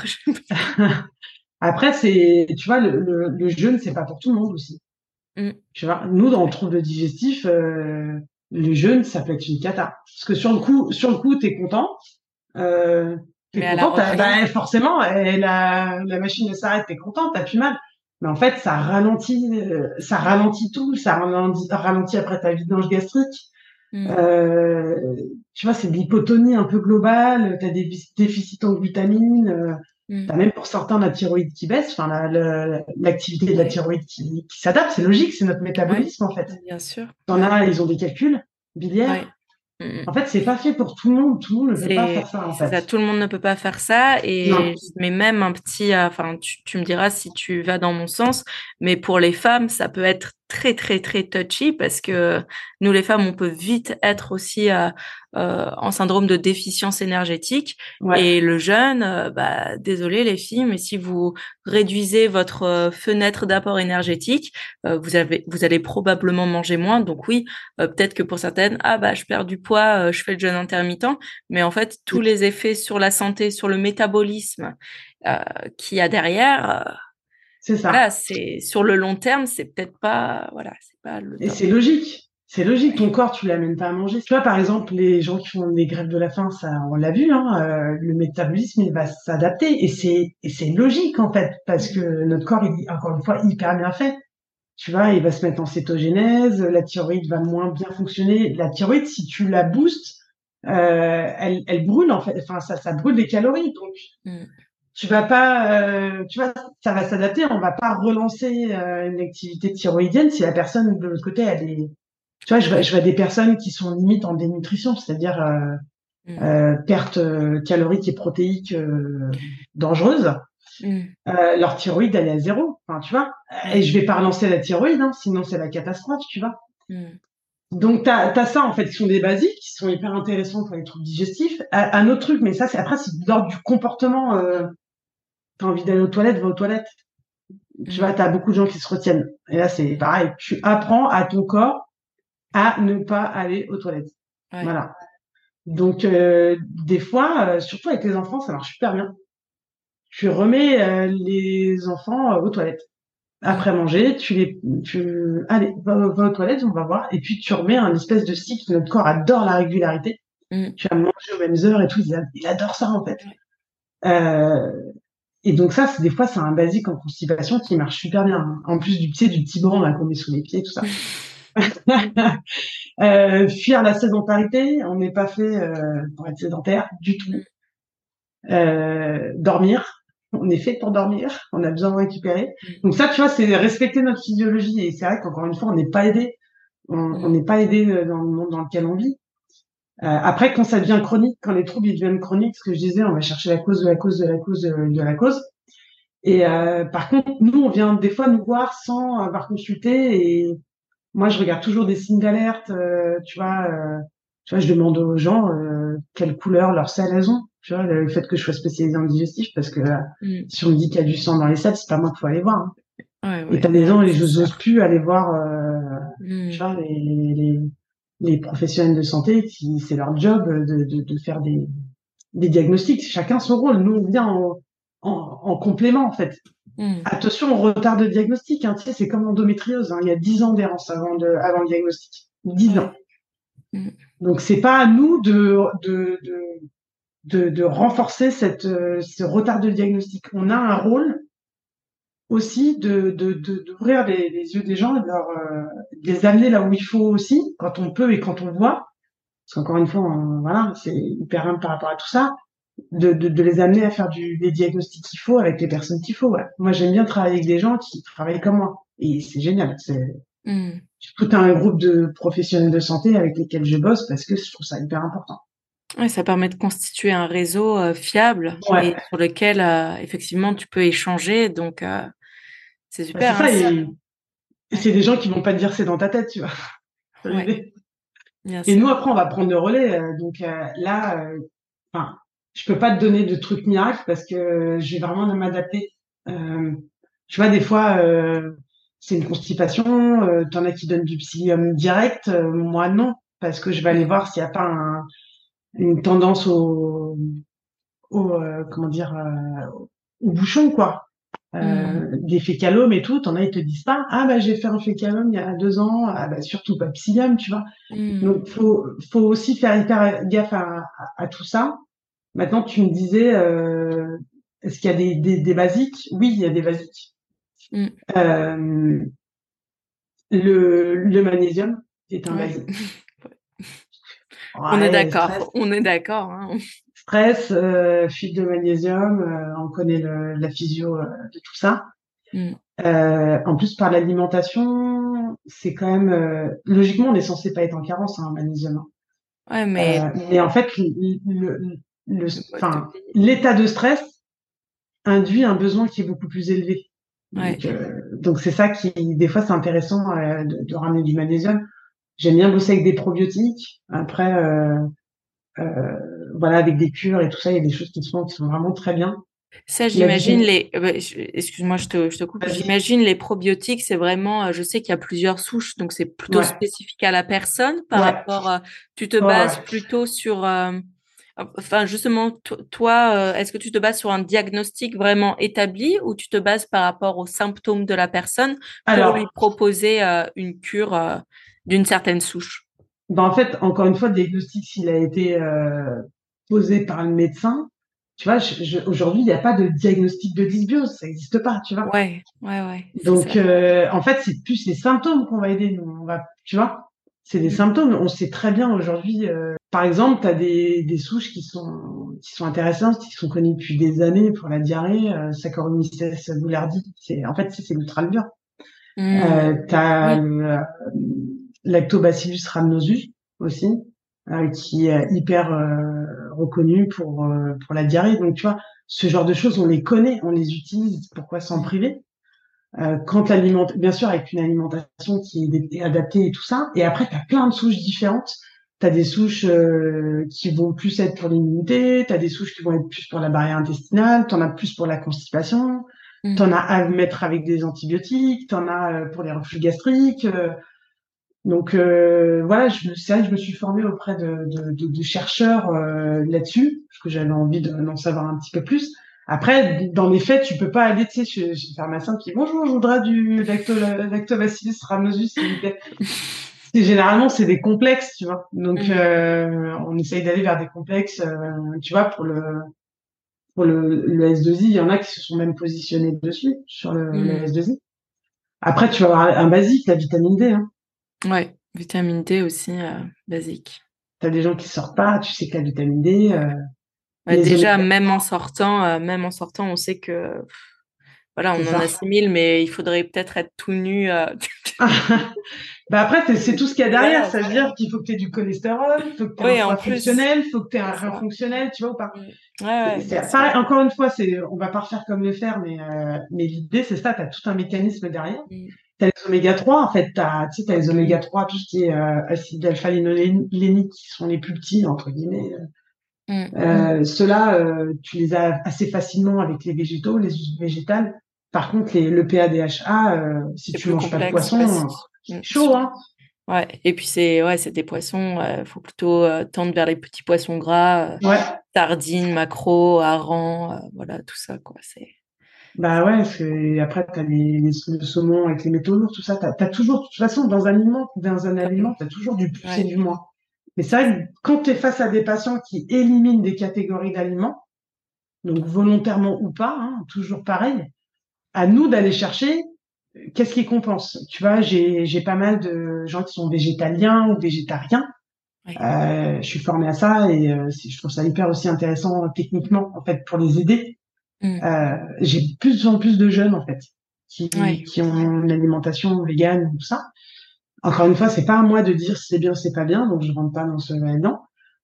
Après, c'est, tu vois, le, le, le jeûne, c'est pas pour tout le monde aussi. Mm. Tu vois, nous, dans le Ouais. trouble digestif, euh, le jeûne, ça peut être une cata. Parce que sur le coup, sur le coup, t'es content, euh, t'es Mais à la content, t'as- bah, reprise, forcément, eh, la, la machine elle s'arrête, t'es content, t'as plus mal. Mais en fait, ça ralentit, euh, ça ralentit tout, ça ralentit, ralentit après ta vidange gastrique. mm. Euh, tu vois, c'est de l'hypotonie un peu globale, t'as des vis- déficits en glutamine, euh, Mm. t'as même pour certains la thyroïde qui baisse, enfin la- la- l'activité de la Ouais, thyroïde qui, qui s'adapte, c'est logique, c'est notre ouais, métabolisme en fait. bien sûr. T'en Ouais, as, ils ont des calculs biliaires. ouais. Mm. En fait, c'est pas fait pour tout le monde, tout le monde ne peut pas C'est faire ça en c'est fait. ça, tout le monde ne peut pas faire ça et Non. mais même un petit euh, enfin tu, tu me diras si tu vas dans mon sens mais pour les femmes ça peut être très très très touchy parce que nous les femmes on peut vite être aussi euh, euh, en syndrome de déficience énergétique Ouais, et le jeûne euh, bah désolé les filles mais si vous réduisez votre euh, fenêtre d'apport énergétique euh, vous avez vous allez probablement manger moins donc oui euh, peut-être que pour certaines ah bah je perds du poids euh, je fais le jeûne intermittent mais en fait, tous les effets sur la santé, sur le métabolisme euh, qu'il y a derrière, euh, c'est voilà, ça. c'est sur le long terme, c'est peut-être pas, voilà, c'est pas le Et top. c'est logique. C'est logique, Ouais. ton corps, tu l'amènes pas à manger. Tu vois, par exemple, les gens qui font des grèves de la faim, ça, on l'a vu, hein, euh, le métabolisme, il va s'adapter. Et c'est, et c'est logique, en fait, parce Mm. que notre corps, il est, encore une fois, hyper bien fait. Tu vois, il va se mettre en cétogénèse, la thyroïde va moins bien fonctionner. La thyroïde, si tu la boostes, euh, elle, elle brûle, en fait. Enfin, ça, ça brûle des calories. Donc, Mm. tu vas pas, euh, tu vois, ça va s'adapter. On va pas relancer euh, une activité thyroïdienne si la personne de l'autre côté, elle est, tu vois, je vois, je vois des personnes qui sont limite en dénutrition, c'est-à-dire euh, Mm. euh, perte euh, calorique et protéique euh, dangereuse. Mm. Euh, leur thyroïde, elle est à zéro. Enfin, tu vois. Et Ouais. je vais pas relancer la thyroïde, hein, sinon c'est la catastrophe, tu vois. Mm. Donc t'as t'as ça en fait qui sont des basiques, qui sont hyper intéressants pour les troubles digestifs. Un, un autre truc, mais ça c'est après c'est de l'ordre du comportement. Euh, t'as envie d'aller aux toilettes, va aux toilettes. Tu vois, Mm. t'as beaucoup de gens qui se retiennent. Et là c'est Mm. pareil, tu apprends à ton corps à ne pas aller aux toilettes. Ouais. Voilà. Donc euh, des fois, euh, surtout avec les enfants, ça marche super bien. Tu remets euh, les enfants euh, aux toilettes. Mm. Après manger, tu les, tu, allez, va, va aux toilettes, on va voir. Et puis tu remets un espèce de cycle. Notre corps adore la régularité. Mm. Tu vas manger aux mêmes heures et tout. Il, a- il adore ça en fait. Ouais. Euh, et donc ça, c'est des fois, c'est un basique en constipation qui marche super bien, hein. En plus du, tu sais, du petit banc là qu'on met sous les pieds, tout ça. Euh, fuir la sédentarité. On n'est pas fait euh, pour être sédentaire du tout. Mm. Euh, dormir. On est fait pour dormir. On a besoin de récupérer. Mm. Donc ça, tu vois, c'est respecter notre physiologie. Et c'est vrai qu'encore une fois, on n'est pas aidé. On on Mm. n'est pas aidé dans le monde dans lequel on vit. Euh, après, quand ça devient chronique, quand les troubles ils deviennent chroniques, ce que je disais, on va chercher la cause de la cause de la cause de, de la cause. Et euh, par contre, nous, on vient des fois nous voir sans avoir consulté. Et moi, je regarde toujours des signes d'alerte. Euh, tu vois, euh, tu vois, je demande aux gens euh, quelle couleur leurs selles elles ont. Tu vois, le fait que je sois spécialisée en digestif, parce que euh, Mm. si on me dit qu'il y a du sang dans les selles, c'est pas moi qu'il faut aller voir, hein. Ouais, Et ouais, t'as des non, gens, et c'est je n'ose sûr. plus aller voir, euh, tu Mm. vois, les, les, les professionnels de santé qui, c'est leur job de, de, de faire des, des diagnostics. Chacun son rôle. Nous, on vient en, en, en complément, en fait. Mm. Attention au retard de diagnostic, hein. Tu sais, c'est comme l'endométriose, hein. Il y a dix ans d'errance avant de, avant le diagnostic. Dix ans. Ouais. Mm. Donc, c'est pas à nous de, de, de, de, de renforcer cette, euh, ce retard de diagnostic. On a un rôle aussi de, de, de, d'ouvrir les, les yeux des gens et de, leur, euh, de les amener là où il faut aussi, quand on peut et quand on voit. Parce qu'encore une fois, on- voilà, c'est hyper humble par rapport à tout ça, de, de, de les amener à faire du, les diagnostics qu'il faut avec les personnes qu'il faut. Ouais. Moi, j'aime bien travailler avec des gens qui travaillent comme moi. Et c'est génial. C'est Mmh. tout un groupe de professionnels de santé avec lesquels je bosse parce que je trouve ça hyper important. Ouais, ça permet de constituer un réseau euh, fiable Ouais, et sur lequel euh, effectivement tu peux échanger. Donc euh, c'est bah, c'est super. Hein, ça. ça. Et, et Ouais, c'est des gens qui vont pas te dire c'est dans ta tête, tu vois. C'est ouais, l'idée. bien Et sûr. nous, après, on va prendre le relais. euh, donc euh, là, euh, enfin, je peux pas te donner de trucs miracles parce que je vais vraiment m'adapter. Euh, tu vois, des fois, euh, c'est une constipation. Euh, t'en as qui donnent du psyllium direct. euh, moi, non, parce que je vais aller Mm. voir s'il n'y a pas un- une tendance au, au euh, comment dire, euh, au bouchon, quoi. Mm. Euh, des fécalomes et tout. T'en as, ils te disent pas, ah bah j'ai fait un fécalome il y a deux ans. Ah bah surtout pas psyllium, tu vois. Mm. Donc, faut, faut aussi faire hyper gaffe à, à, à tout ça. Maintenant, tu me disais, euh, est-ce qu'il y a des, des, des basiques? Oui, il y a des basiques. Mm. Euh, le, le magnésium est un Ouais. basique. On est Ouais, stress, d'accord. On est d'accord. Hein. stress, euh, fuite de magnésium, euh, on connaît le, la physio euh, de tout ça. Mm. Euh, en plus, par l'alimentation, c'est quand même euh, logiquement, on est censé pas être en carence hein, en magnésium. Hein. Ouais, mais Euh, mais en fait, le, le, le, le mode de enfin, vie. l'état de stress induit un besoin qui est beaucoup plus élevé. Ouais. Donc, euh, donc c'est ça qui, des fois, c'est intéressant euh, de, de ramener du magnésium. J'aime bien bosser avec des probiotiques. Après, euh, euh, voilà, avec des cures et tout ça, il y a des choses qui sont qui sont vraiment très bien. Ça, La j'imagine vitamine, les. euh, bah, je- Excuse-moi, je te, je te coupe. vas-y. J'imagine les probiotiques, c'est vraiment. euh, Je sais qu'il y a plusieurs souches, donc c'est plutôt Ouais, spécifique à la personne par ouais, rapport. euh, Tu te ouais, bases ouais. plutôt sur. euh, Enfin, justement, to- toi, euh, est-ce que tu te bases sur un diagnostic vraiment établi ou tu te bases par rapport aux symptômes de la personne pour lui Alors, proposer euh, une cure euh, d'une certaine souche? ben, en fait, encore une fois, le diagnostic, s'il a été euh, posé par le médecin, tu vois, je, je- aujourd'hui, il n'y a pas de diagnostic de dysbiose, ça n'existe pas, tu vois. Ouais, ouais, ouais, c'est ça. Donc, euh, en fait, c'est plus les symptômes qu'on va aider. Nous. On va, tu vois, c'est les Mm. symptômes. On sait très bien aujourd'hui. euh, par exemple, tu as des, des souches qui sont qui sont intéressantes, qui sont connues depuis des années pour la diarrhée. Euh, Saccharomyces boulardii. C'est en fait c'est c'est l'ultra-dur. Mm. Euh, t'as Oui. le euh, Lactobacillus rhamnosus aussi, euh, qui est hyper euh, reconnu pour euh, pour la diarrhée. Donc, tu vois, ce genre de choses, on les connaît, on les utilise. Pourquoi s'en Mm. priver? Euh, quand l'alimente, bien sûr, avec une alimentation qui est adaptée et tout ça. Et après, tu as plein de souches différentes. Tu as des souches euh, qui vont plus être pour l'immunité, tu as des souches qui vont être plus pour la barrière intestinale, tu en as plus pour la constipation, tu en Mm. as à mettre avec des antibiotiques, tu en as euh, pour les reflux gastriques. euh. donc euh, voilà, je me, c'est vrai que je me suis formée auprès de, de, de, de chercheurs euh, là-dessus, parce que j'avais envie de- d'en savoir un petit peu plus. Après, dans les faits, tu peux pas aller, tu sais, chez, chez le pharmacien qui dit bonjour, je voudrais du lacto, lactobacillus rhamnosus, s'il vous plaît. Et généralement, c'est des complexes, tu vois. Donc, Mm. euh, on essaye d'aller vers des complexes, euh, tu vois, pour le pour le, le S deux I, il y en a qui se sont même positionnés dessus, sur le, le Mm. S deux I. Après, tu vas avoir un basique, la vitamine D, hein. Ouais, vitamine D aussi, euh, basique. T'as des gens qui sortent pas, tu sais que la vitamine D, euh, Ouais, les déjà, oméga, même en sortant, euh, même en sortant, on sait que voilà, c'est on en ça. assimile, mais il faudrait peut-être être tout nu. euh, Bah après, c'est c'est tout ce qu'il y a derrière. Voilà, Ça c'est veut ça. dire qu'il faut que tu aies du cholestérol, il faut que tu aies un Oui, en foie plus, fonctionnel, il faut que tu aies un c'est rein ça. fonctionnel, tu vois ou pas? Mm. Ouais, C'est, ouais, bien c'est sûr. pareil, encore une fois, c'est, on va pas refaire comme le fer, mais, euh, mais l'idée, c'est ça, tu as tout un mécanisme derrière. Mm. Tu as les oméga trois, en fait, t'as, tu sais, t'as les oméga Mm. trois, tout ce qui est euh, acide alpha-linolénique, qui sont les plus petits, entre guillemets. Mm. Euh, ceux-là, euh, tu les as assez facilement avec les végétaux, les huiles végétales. Par contre, les, le P A D H A, euh, si C'est tu plus manges pas de complexe. Bah, poisson, c'est- mm. chaud, hein. Ouais, et puis c'est ouais, c'est des poissons. Il faut plutôt euh, tendre vers les petits poissons gras, euh, Ouais. sardines, maquereaux, harengs, euh, voilà, tout ça quoi. C'est Bah ouais, c'est, après, t'as les, les, le saumon avec les métaux lourds, tout ça. T'as, t'as toujours, de toute façon, dans un aliment, dans un aliment, t'as toujours du plus et ouais, du moins. Mais c'est vrai que quand tu es face à des patients qui éliminent des catégories d'aliments, donc volontairement ou pas, hein, toujours pareil, à nous d'aller chercher euh, qu'est-ce qui compense. Tu vois, j'ai j'ai pas mal de gens qui sont végétaliens ou végétariens. Oui. Euh, je suis formée à ça et euh, c'est- je trouve ça hyper aussi intéressant euh, techniquement en fait pour les aider. Mm. Euh, j'ai de plus en plus de jeunes en fait qui Ouais. qui ont une alimentation végane tout ça. Encore une fois, c'est pas à moi de dire si c'est bien ou c'est pas bien, donc je rentre pas dans ce là-dedans.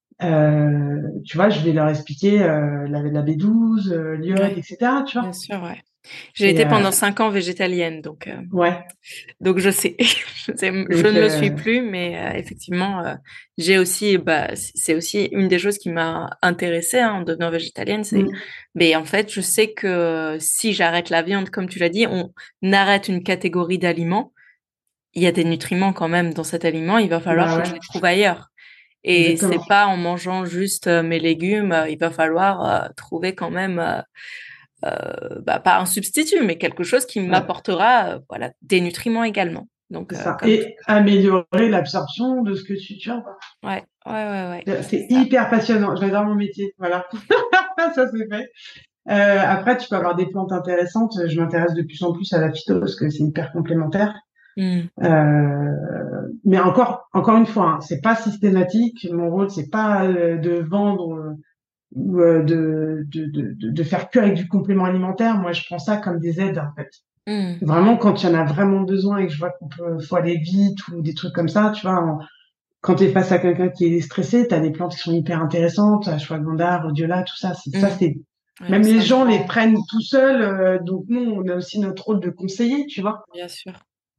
Euh, tu vois, je vais leur expliquer euh, la, la B douze, euh, l'iode, Ouais. et cetera. Tu Bien vois. sûr, ouais. J'ai Et été euh, pendant cinq ans végétalienne, donc euh, ouais. donc je sais. je sais- je Donc ne le suis euh, plus, mais euh, effectivement, euh, j'ai aussi, bah, c- c'est aussi une des choses qui m'a intéressée hein, en devenant végétalienne, c'est, mm, mais en fait, je sais que si j'arrête la viande, comme tu l'as dit, on arrête une catégorie d'aliments. Il y a des nutriments quand même dans cet aliment. Il va falloir bah que je ouais, les trouve ailleurs. Et c'est exactement. pas en mangeant juste euh, mes légumes. euh, Il va falloir euh, trouver quand même. euh, euh, bah, pas un substitut, mais quelque chose qui Ouais, m'apportera euh, voilà, des nutriments également. c'est Donc, euh, ça. comme tu... Et améliorer l'absorption de ce que tu tu vois. Ouais, ouais, ouais, ouais, c'est C'est ça. hyper passionnant. J'adore mon métier. Voilà. Ça, c'est fait. Euh, après, tu peux avoir des plantes intéressantes. Je m'intéresse de plus en plus à la phyto parce que c'est hyper complémentaire. Mm, Euh, mais encore, encore une fois, hein, c'est pas systématique. Mon rôle, c'est pas euh, de vendre euh, ou euh, de, de, de, de de faire que avec du complément alimentaire. Moi, je prends ça comme des aides, en fait. mm, Vraiment, quand il y en a vraiment besoin et que je vois qu'on peut, faut aller vite ou des trucs comme ça, tu vois, en- quand tu es face à quelqu'un qui est stressé, tu as des plantes qui sont hyper intéressantes, ashwagandha, rhodiola, tout ça. C'est, ça, mm. c'est, Ouais, même les ça me gens les parle, prennent tout seuls, euh, donc nous, on a aussi notre rôle de conseiller, tu vois. bien sûr.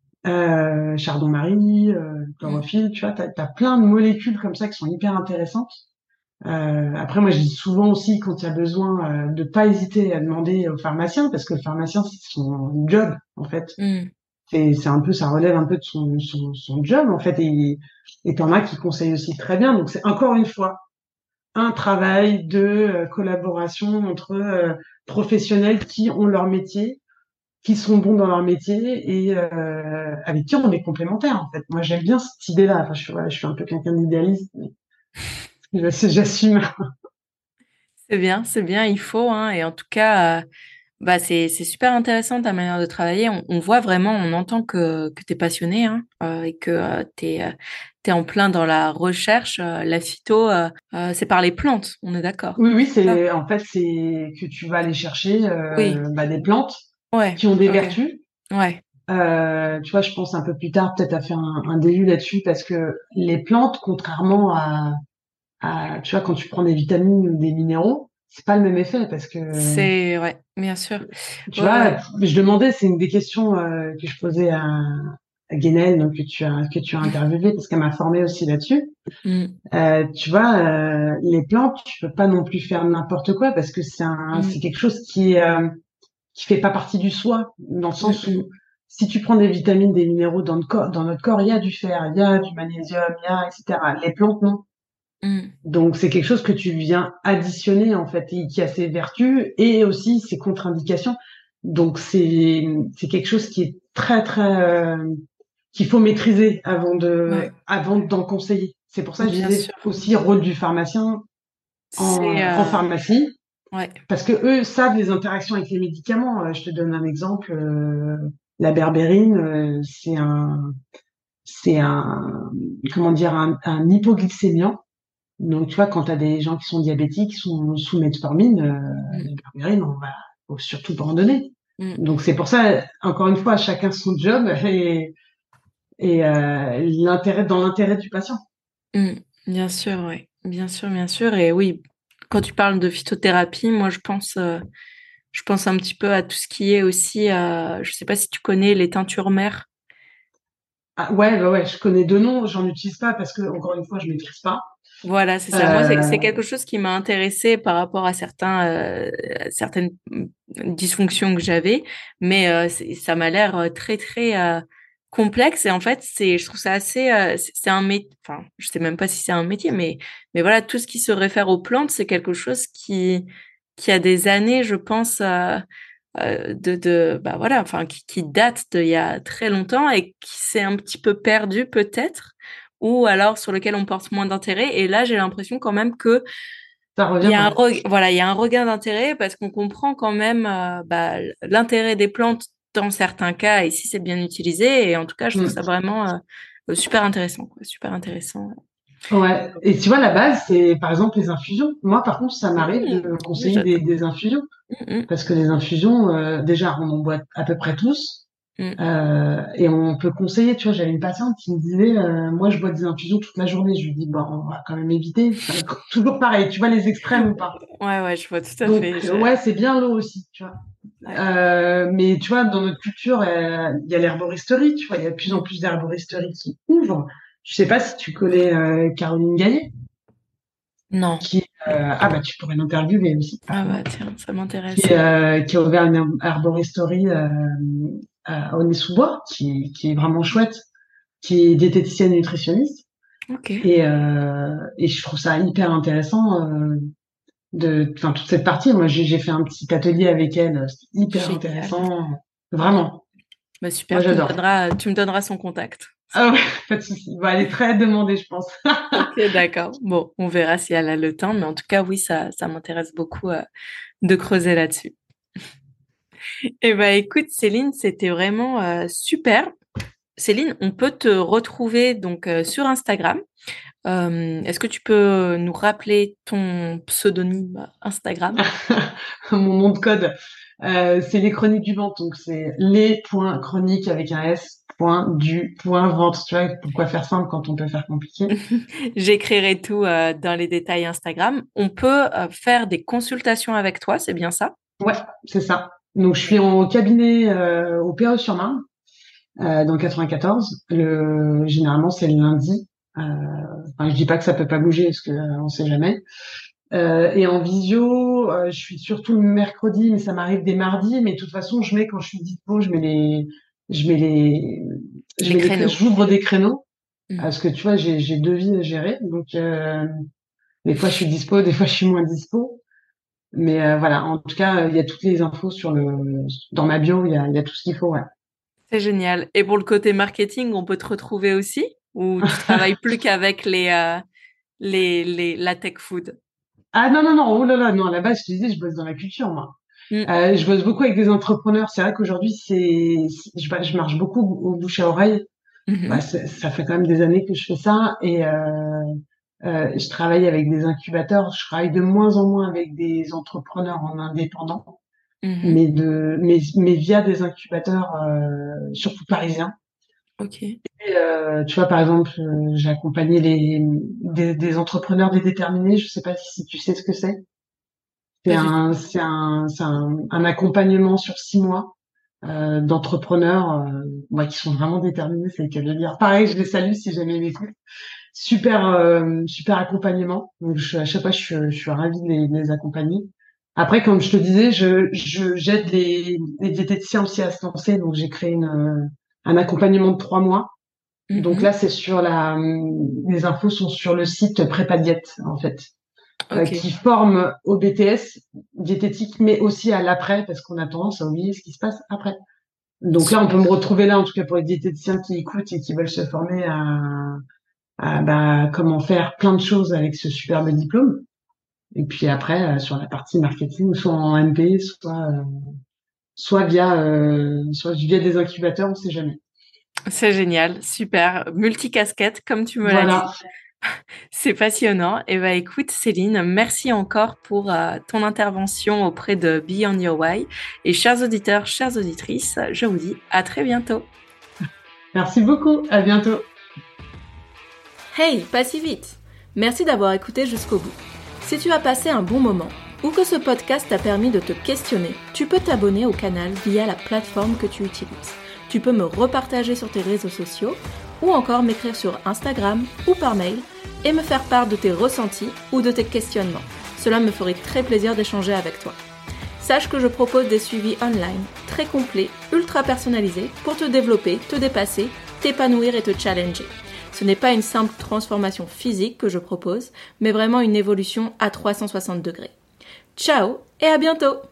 Euh, chardon-marie, euh, Mm, chlorophylle, tu vois, t'as, t'as plein de molécules comme ça qui sont hyper intéressantes. Euh, après, moi, je dis souvent aussi, quand il y a besoin, euh, de pas hésiter à demander au pharmacien, parce que le pharmacien, c'est son job, en fait. mm, C'est, c'est un peu, ça relève un peu de son, son, son job, en fait, et, et t'en as qui conseillent aussi très bien. Donc, c'est encore une fois un travail de euh, collaboration entre euh, professionnels qui ont leur métier, qui sont bons dans leur métier et euh, avec qui on est complémentaires, en fait. Moi, j'aime bien cette idée-là. Enfin, je suis, voilà, je suis un peu quelqu'un d'idéaliste, mais je- j'assume. c'est bien, c'est bien, il faut, hein, et en tout cas, euh, bah c'est c'est super intéressant ta manière de travailler. On, on voit vraiment, on entend que que t'es passionné, hein, euh, et que euh, t'es euh, t'es en plein dans la recherche. euh, la phyto, euh, euh, c'est par les plantes, on est d'accord. Oui, oui, C'est ça. c'est en fait c'est que tu vas aller chercher Oui, euh, bah, des plantes ouais, qui ont des ok, vertus. ouais. Euh, tu vois, je pense un peu plus tard peut-être à faire un, un début là-dessus parce que les plantes, contrairement à, à, tu vois, quand tu prends des vitamines ou des minéraux, c'est pas le même effet parce que, C'est ouais, bien sûr. tu Ouais, vois, ouais. je demandais, c'est une des questions euh, que je posais à, à Guénel, donc que tu as que tu as interviewé parce qu'elle m'a formée aussi là-dessus. Mm, Euh, tu vois, euh, les plantes, tu peux pas non plus faire n'importe quoi parce que c'est un, c'est mm, quelque chose qui est euh, qui fait pas partie du soi, dans le mm, sens mm, où si tu prends des vitamines, des minéraux dans, le corps, dans notre corps, il y a du fer, il y a du magnésium, il y a, et cetera. Les plantes, non. mm. Donc c'est quelque chose que tu viens additionner en fait, et qui a ses vertus et aussi ses contre-indications. Donc c'est c'est quelque chose qui est très très euh, qu'il faut maîtriser avant de Ouais, avant d'en conseiller. C'est pour ça que je bien disais sûr. aussi rôle du pharmacien en, C'est en euh, pharmacie ouais. parce que eux savent les interactions avec les médicaments. Euh, Je te donne un exemple. euh, la berbérine, euh, c'est un, c'est un, comment dire, un, un hypoglycémiant. Donc, tu vois, quand tu as des gens qui sont diabétiques, qui sont sous metformine, euh, Mm, la berbérine, on va faut surtout pas en donner. mm, Donc, c'est pour ça, encore une fois, chacun son job et, et euh, l'intérêt dans l'intérêt du patient. mm. Bien sûr, ouais. Bien sûr, bien sûr. Et oui, quand tu parles de phytothérapie, moi je pense euh, je pense un petit peu à tout ce qui est aussi euh, je sais pas si tu connais les teintures mères. Ah, ouais, bah ouais, je connais deux noms, j'en utilise pas parce que, encore une fois, je maîtrise pas. Voilà, c'est ça. Moi, c'est Euh, c'est quelque chose qui m'a intéressée par rapport à certains, euh, certaines mm, dysfonctions que j'avais, mais euh, c'est- ça m'a l'air euh, très très euh, complexe et en fait, c'est, je trouve ça assez, euh, c'est c'est un métier. Enfin, je sais même pas si c'est un métier, mais mais voilà, tout ce qui se réfère aux plantes, c'est quelque chose qui qui a des années, je pense, euh, euh, de de bah voilà, enfin qui qui date d'il y a très longtemps et qui s'est un petit peu perdu peut-être ou alors sur lequel on porte moins d'intérêt. Et là, j'ai l'impression quand même que Ça revient. Il y a un reg... voilà, il y a un regain d'intérêt parce qu'on comprend quand même euh, bah, l'intérêt des plantes dans certains cas et si c'est bien utilisé. Et en tout cas, je trouve Mm. ça vraiment euh, super intéressant, quoi, super intéressant. Ouais. Et tu vois, la base, c'est par exemple les infusions. Moi, par contre, ça m'arrive Mmh, de conseiller des, des infusions. Mmh, Parce que les infusions, euh, déjà, on en boit à peu près tous. mmh. Euh, et on peut conseiller, tu vois, j'avais une patiente qui me disait, euh, moi, je bois des infusions toute la journée. Je lui dis, bon, on va quand même éviter. Enfin, toujours pareil, tu vois les extrêmes ou pas. Ouais, ouais, je vois tout à Donc, fait. Je... ouais, c'est bien l'eau aussi, tu vois. Ouais. Euh, mais tu vois, dans notre culture, euh, il y a l'herboristerie, tu vois, il y a de plus en plus d'herboristeries qui ouvrent. Je sais pas si tu connais euh, Caroline Gaillet, Non. qui euh, ah bah tu pourrais l'interviewer aussi, Ah bah tiens, ça m'intéresse. qui, euh, qui a ouvert une herboristerie euh, à Aulnay-sous-Bois, qui, qui est vraiment chouette, qui est diététicienne nutritionniste. Ok. Et, euh, et je trouve ça hyper intéressant euh, de, enfin toute cette partie. Moi, j'ai, j'ai fait un petit atelier avec elle, c'est hyper Génial. intéressant, vraiment. Bah super. Moi, Tu me j'adore. donneras, tu me donneras son contact. Ah ouais, pas de souci. Bon, elle est très demandée, je pense. Ok, d'accord. Bon, on verra si elle a le temps, mais en tout cas, oui, ça, ça m'intéresse beaucoup euh, de creuser là-dessus. Eh ben, écoute, Céline, c'était vraiment euh, super. Céline, on peut te retrouver donc euh, sur Instagram. Euh, est-ce que tu peux nous rappeler ton pseudonyme Instagram? Mon nom de code, euh, c'est les chroniques du ventre. Donc, c'est les points chroniques avec un S, point du point ventre. Tu vois, pourquoi faire simple quand on peut faire compliqué? J'écrirai tout euh, dans les détails Instagram. On peut euh, faire des consultations avec toi, c'est bien ça? Ouais, c'est ça. Donc, je suis en cabinet euh, au Perreux-sur-Marne, euh, dans le quatre-vingt-quatorze. Le, généralement, c'est le lundi. Euh, enfin, je dis pas que ça peut pas bouger, parce que euh, on sait jamais. Euh, et en visio, euh, je suis surtout le mercredi, mais ça m'arrive des mardis. Mais de toute façon, je mets quand je suis dispo, je mets les, je mets les, je Les mets les, créneaux. j'ouvre des créneaux Mm. parce que tu vois, j'ai j'ai deux vies à gérer. Donc euh, des fois, je suis dispo, des fois, je suis moins dispo. Mais euh, voilà, en tout cas, il y a toutes les infos sur le, dans ma bio, il y a, il y a tout ce qu'il faut. Ouais. C'est génial. Et pour le côté marketing, on peut te retrouver aussi? Ou tu travailles plus qu'avec les, euh, les, les, la tech food? Ah non non non, oh là là, non. À la base, je te disais, je bosse dans la culture, moi. Mm. Euh, je bosse beaucoup avec des entrepreneurs. C'est vrai qu'aujourd'hui, c'est, c'est- je, je marche beaucoup au bouche à oreille. Bah, Mhm. c'est- ça fait quand même des années que je fais ça et euh, euh, je travaille avec des incubateurs. Je travaille de moins en moins avec des entrepreneurs en indépendant, Mhm. mais de, mais, mais via des incubateurs, euh, surtout parisiens. Ok. Et, euh, tu vois, par exemple, euh, j'ai accompagné les, des, des entrepreneurs déterminés. Je sais pas si tu sais ce que c'est. C'est Pas du tout. un, c'est un, c'est un, un accompagnement sur six mois euh, d'entrepreneurs euh, ouais, qui sont vraiment déterminés, c'est le cas de le dire. Pareil, je les salue si jamais ils m'écoutent. Super, euh, super accompagnement. Donc, je, à chaque fois, je suis, je suis ravie de les, de les accompagner. Après, comme je te disais, je, je, j'aide les, les diététiciens aussi à se lancer. Donc, j'ai créé une, euh, un accompagnement de trois mois. Donc Mhm. là, c'est sur la, les infos sont sur le site Prépa Diète, en fait, euh, Ok. qui forme au B T S diététique, mais aussi à l'après, parce qu'on a tendance à oublier ce qui se passe après. Donc là, on peut me Super. retrouver là, en tout cas pour les diététiciens qui écoutent et qui veulent se former à, à bah, comment faire plein de choses avec ce superbe diplôme. Et puis après, euh, sur la partie marketing, soit en M P, soit, euh, soit via, euh, soit via des incubateurs, on sait jamais. C'est génial. Super. Multicasquette, comme tu me l'as dit. Voilà. C'est passionnant. Et ben écoute, Céline, merci encore pour euh, ton intervention auprès de Beyond Your Why. Et chers auditeurs, chères auditrices, je vous dis à très bientôt. Merci beaucoup. À bientôt. Hey, pas si vite! Merci d'avoir écouté jusqu'au bout. Si tu as passé un bon moment ou que ce podcast t'a permis de te questionner, tu peux t'abonner au canal via la plateforme que tu utilises. Tu peux me repartager sur tes réseaux sociaux ou encore m'écrire sur Instagram ou par mail et me faire part de tes ressentis ou de tes questionnements. Cela me ferait très plaisir d'échanger avec toi. Sache que je propose des suivis online très complets, ultra personnalisés pour te développer, te dépasser, t'épanouir et te challenger. Ce n'est pas une simple transformation physique que je propose, mais vraiment une évolution à trois cent soixante degrés. Ciao et à bientôt!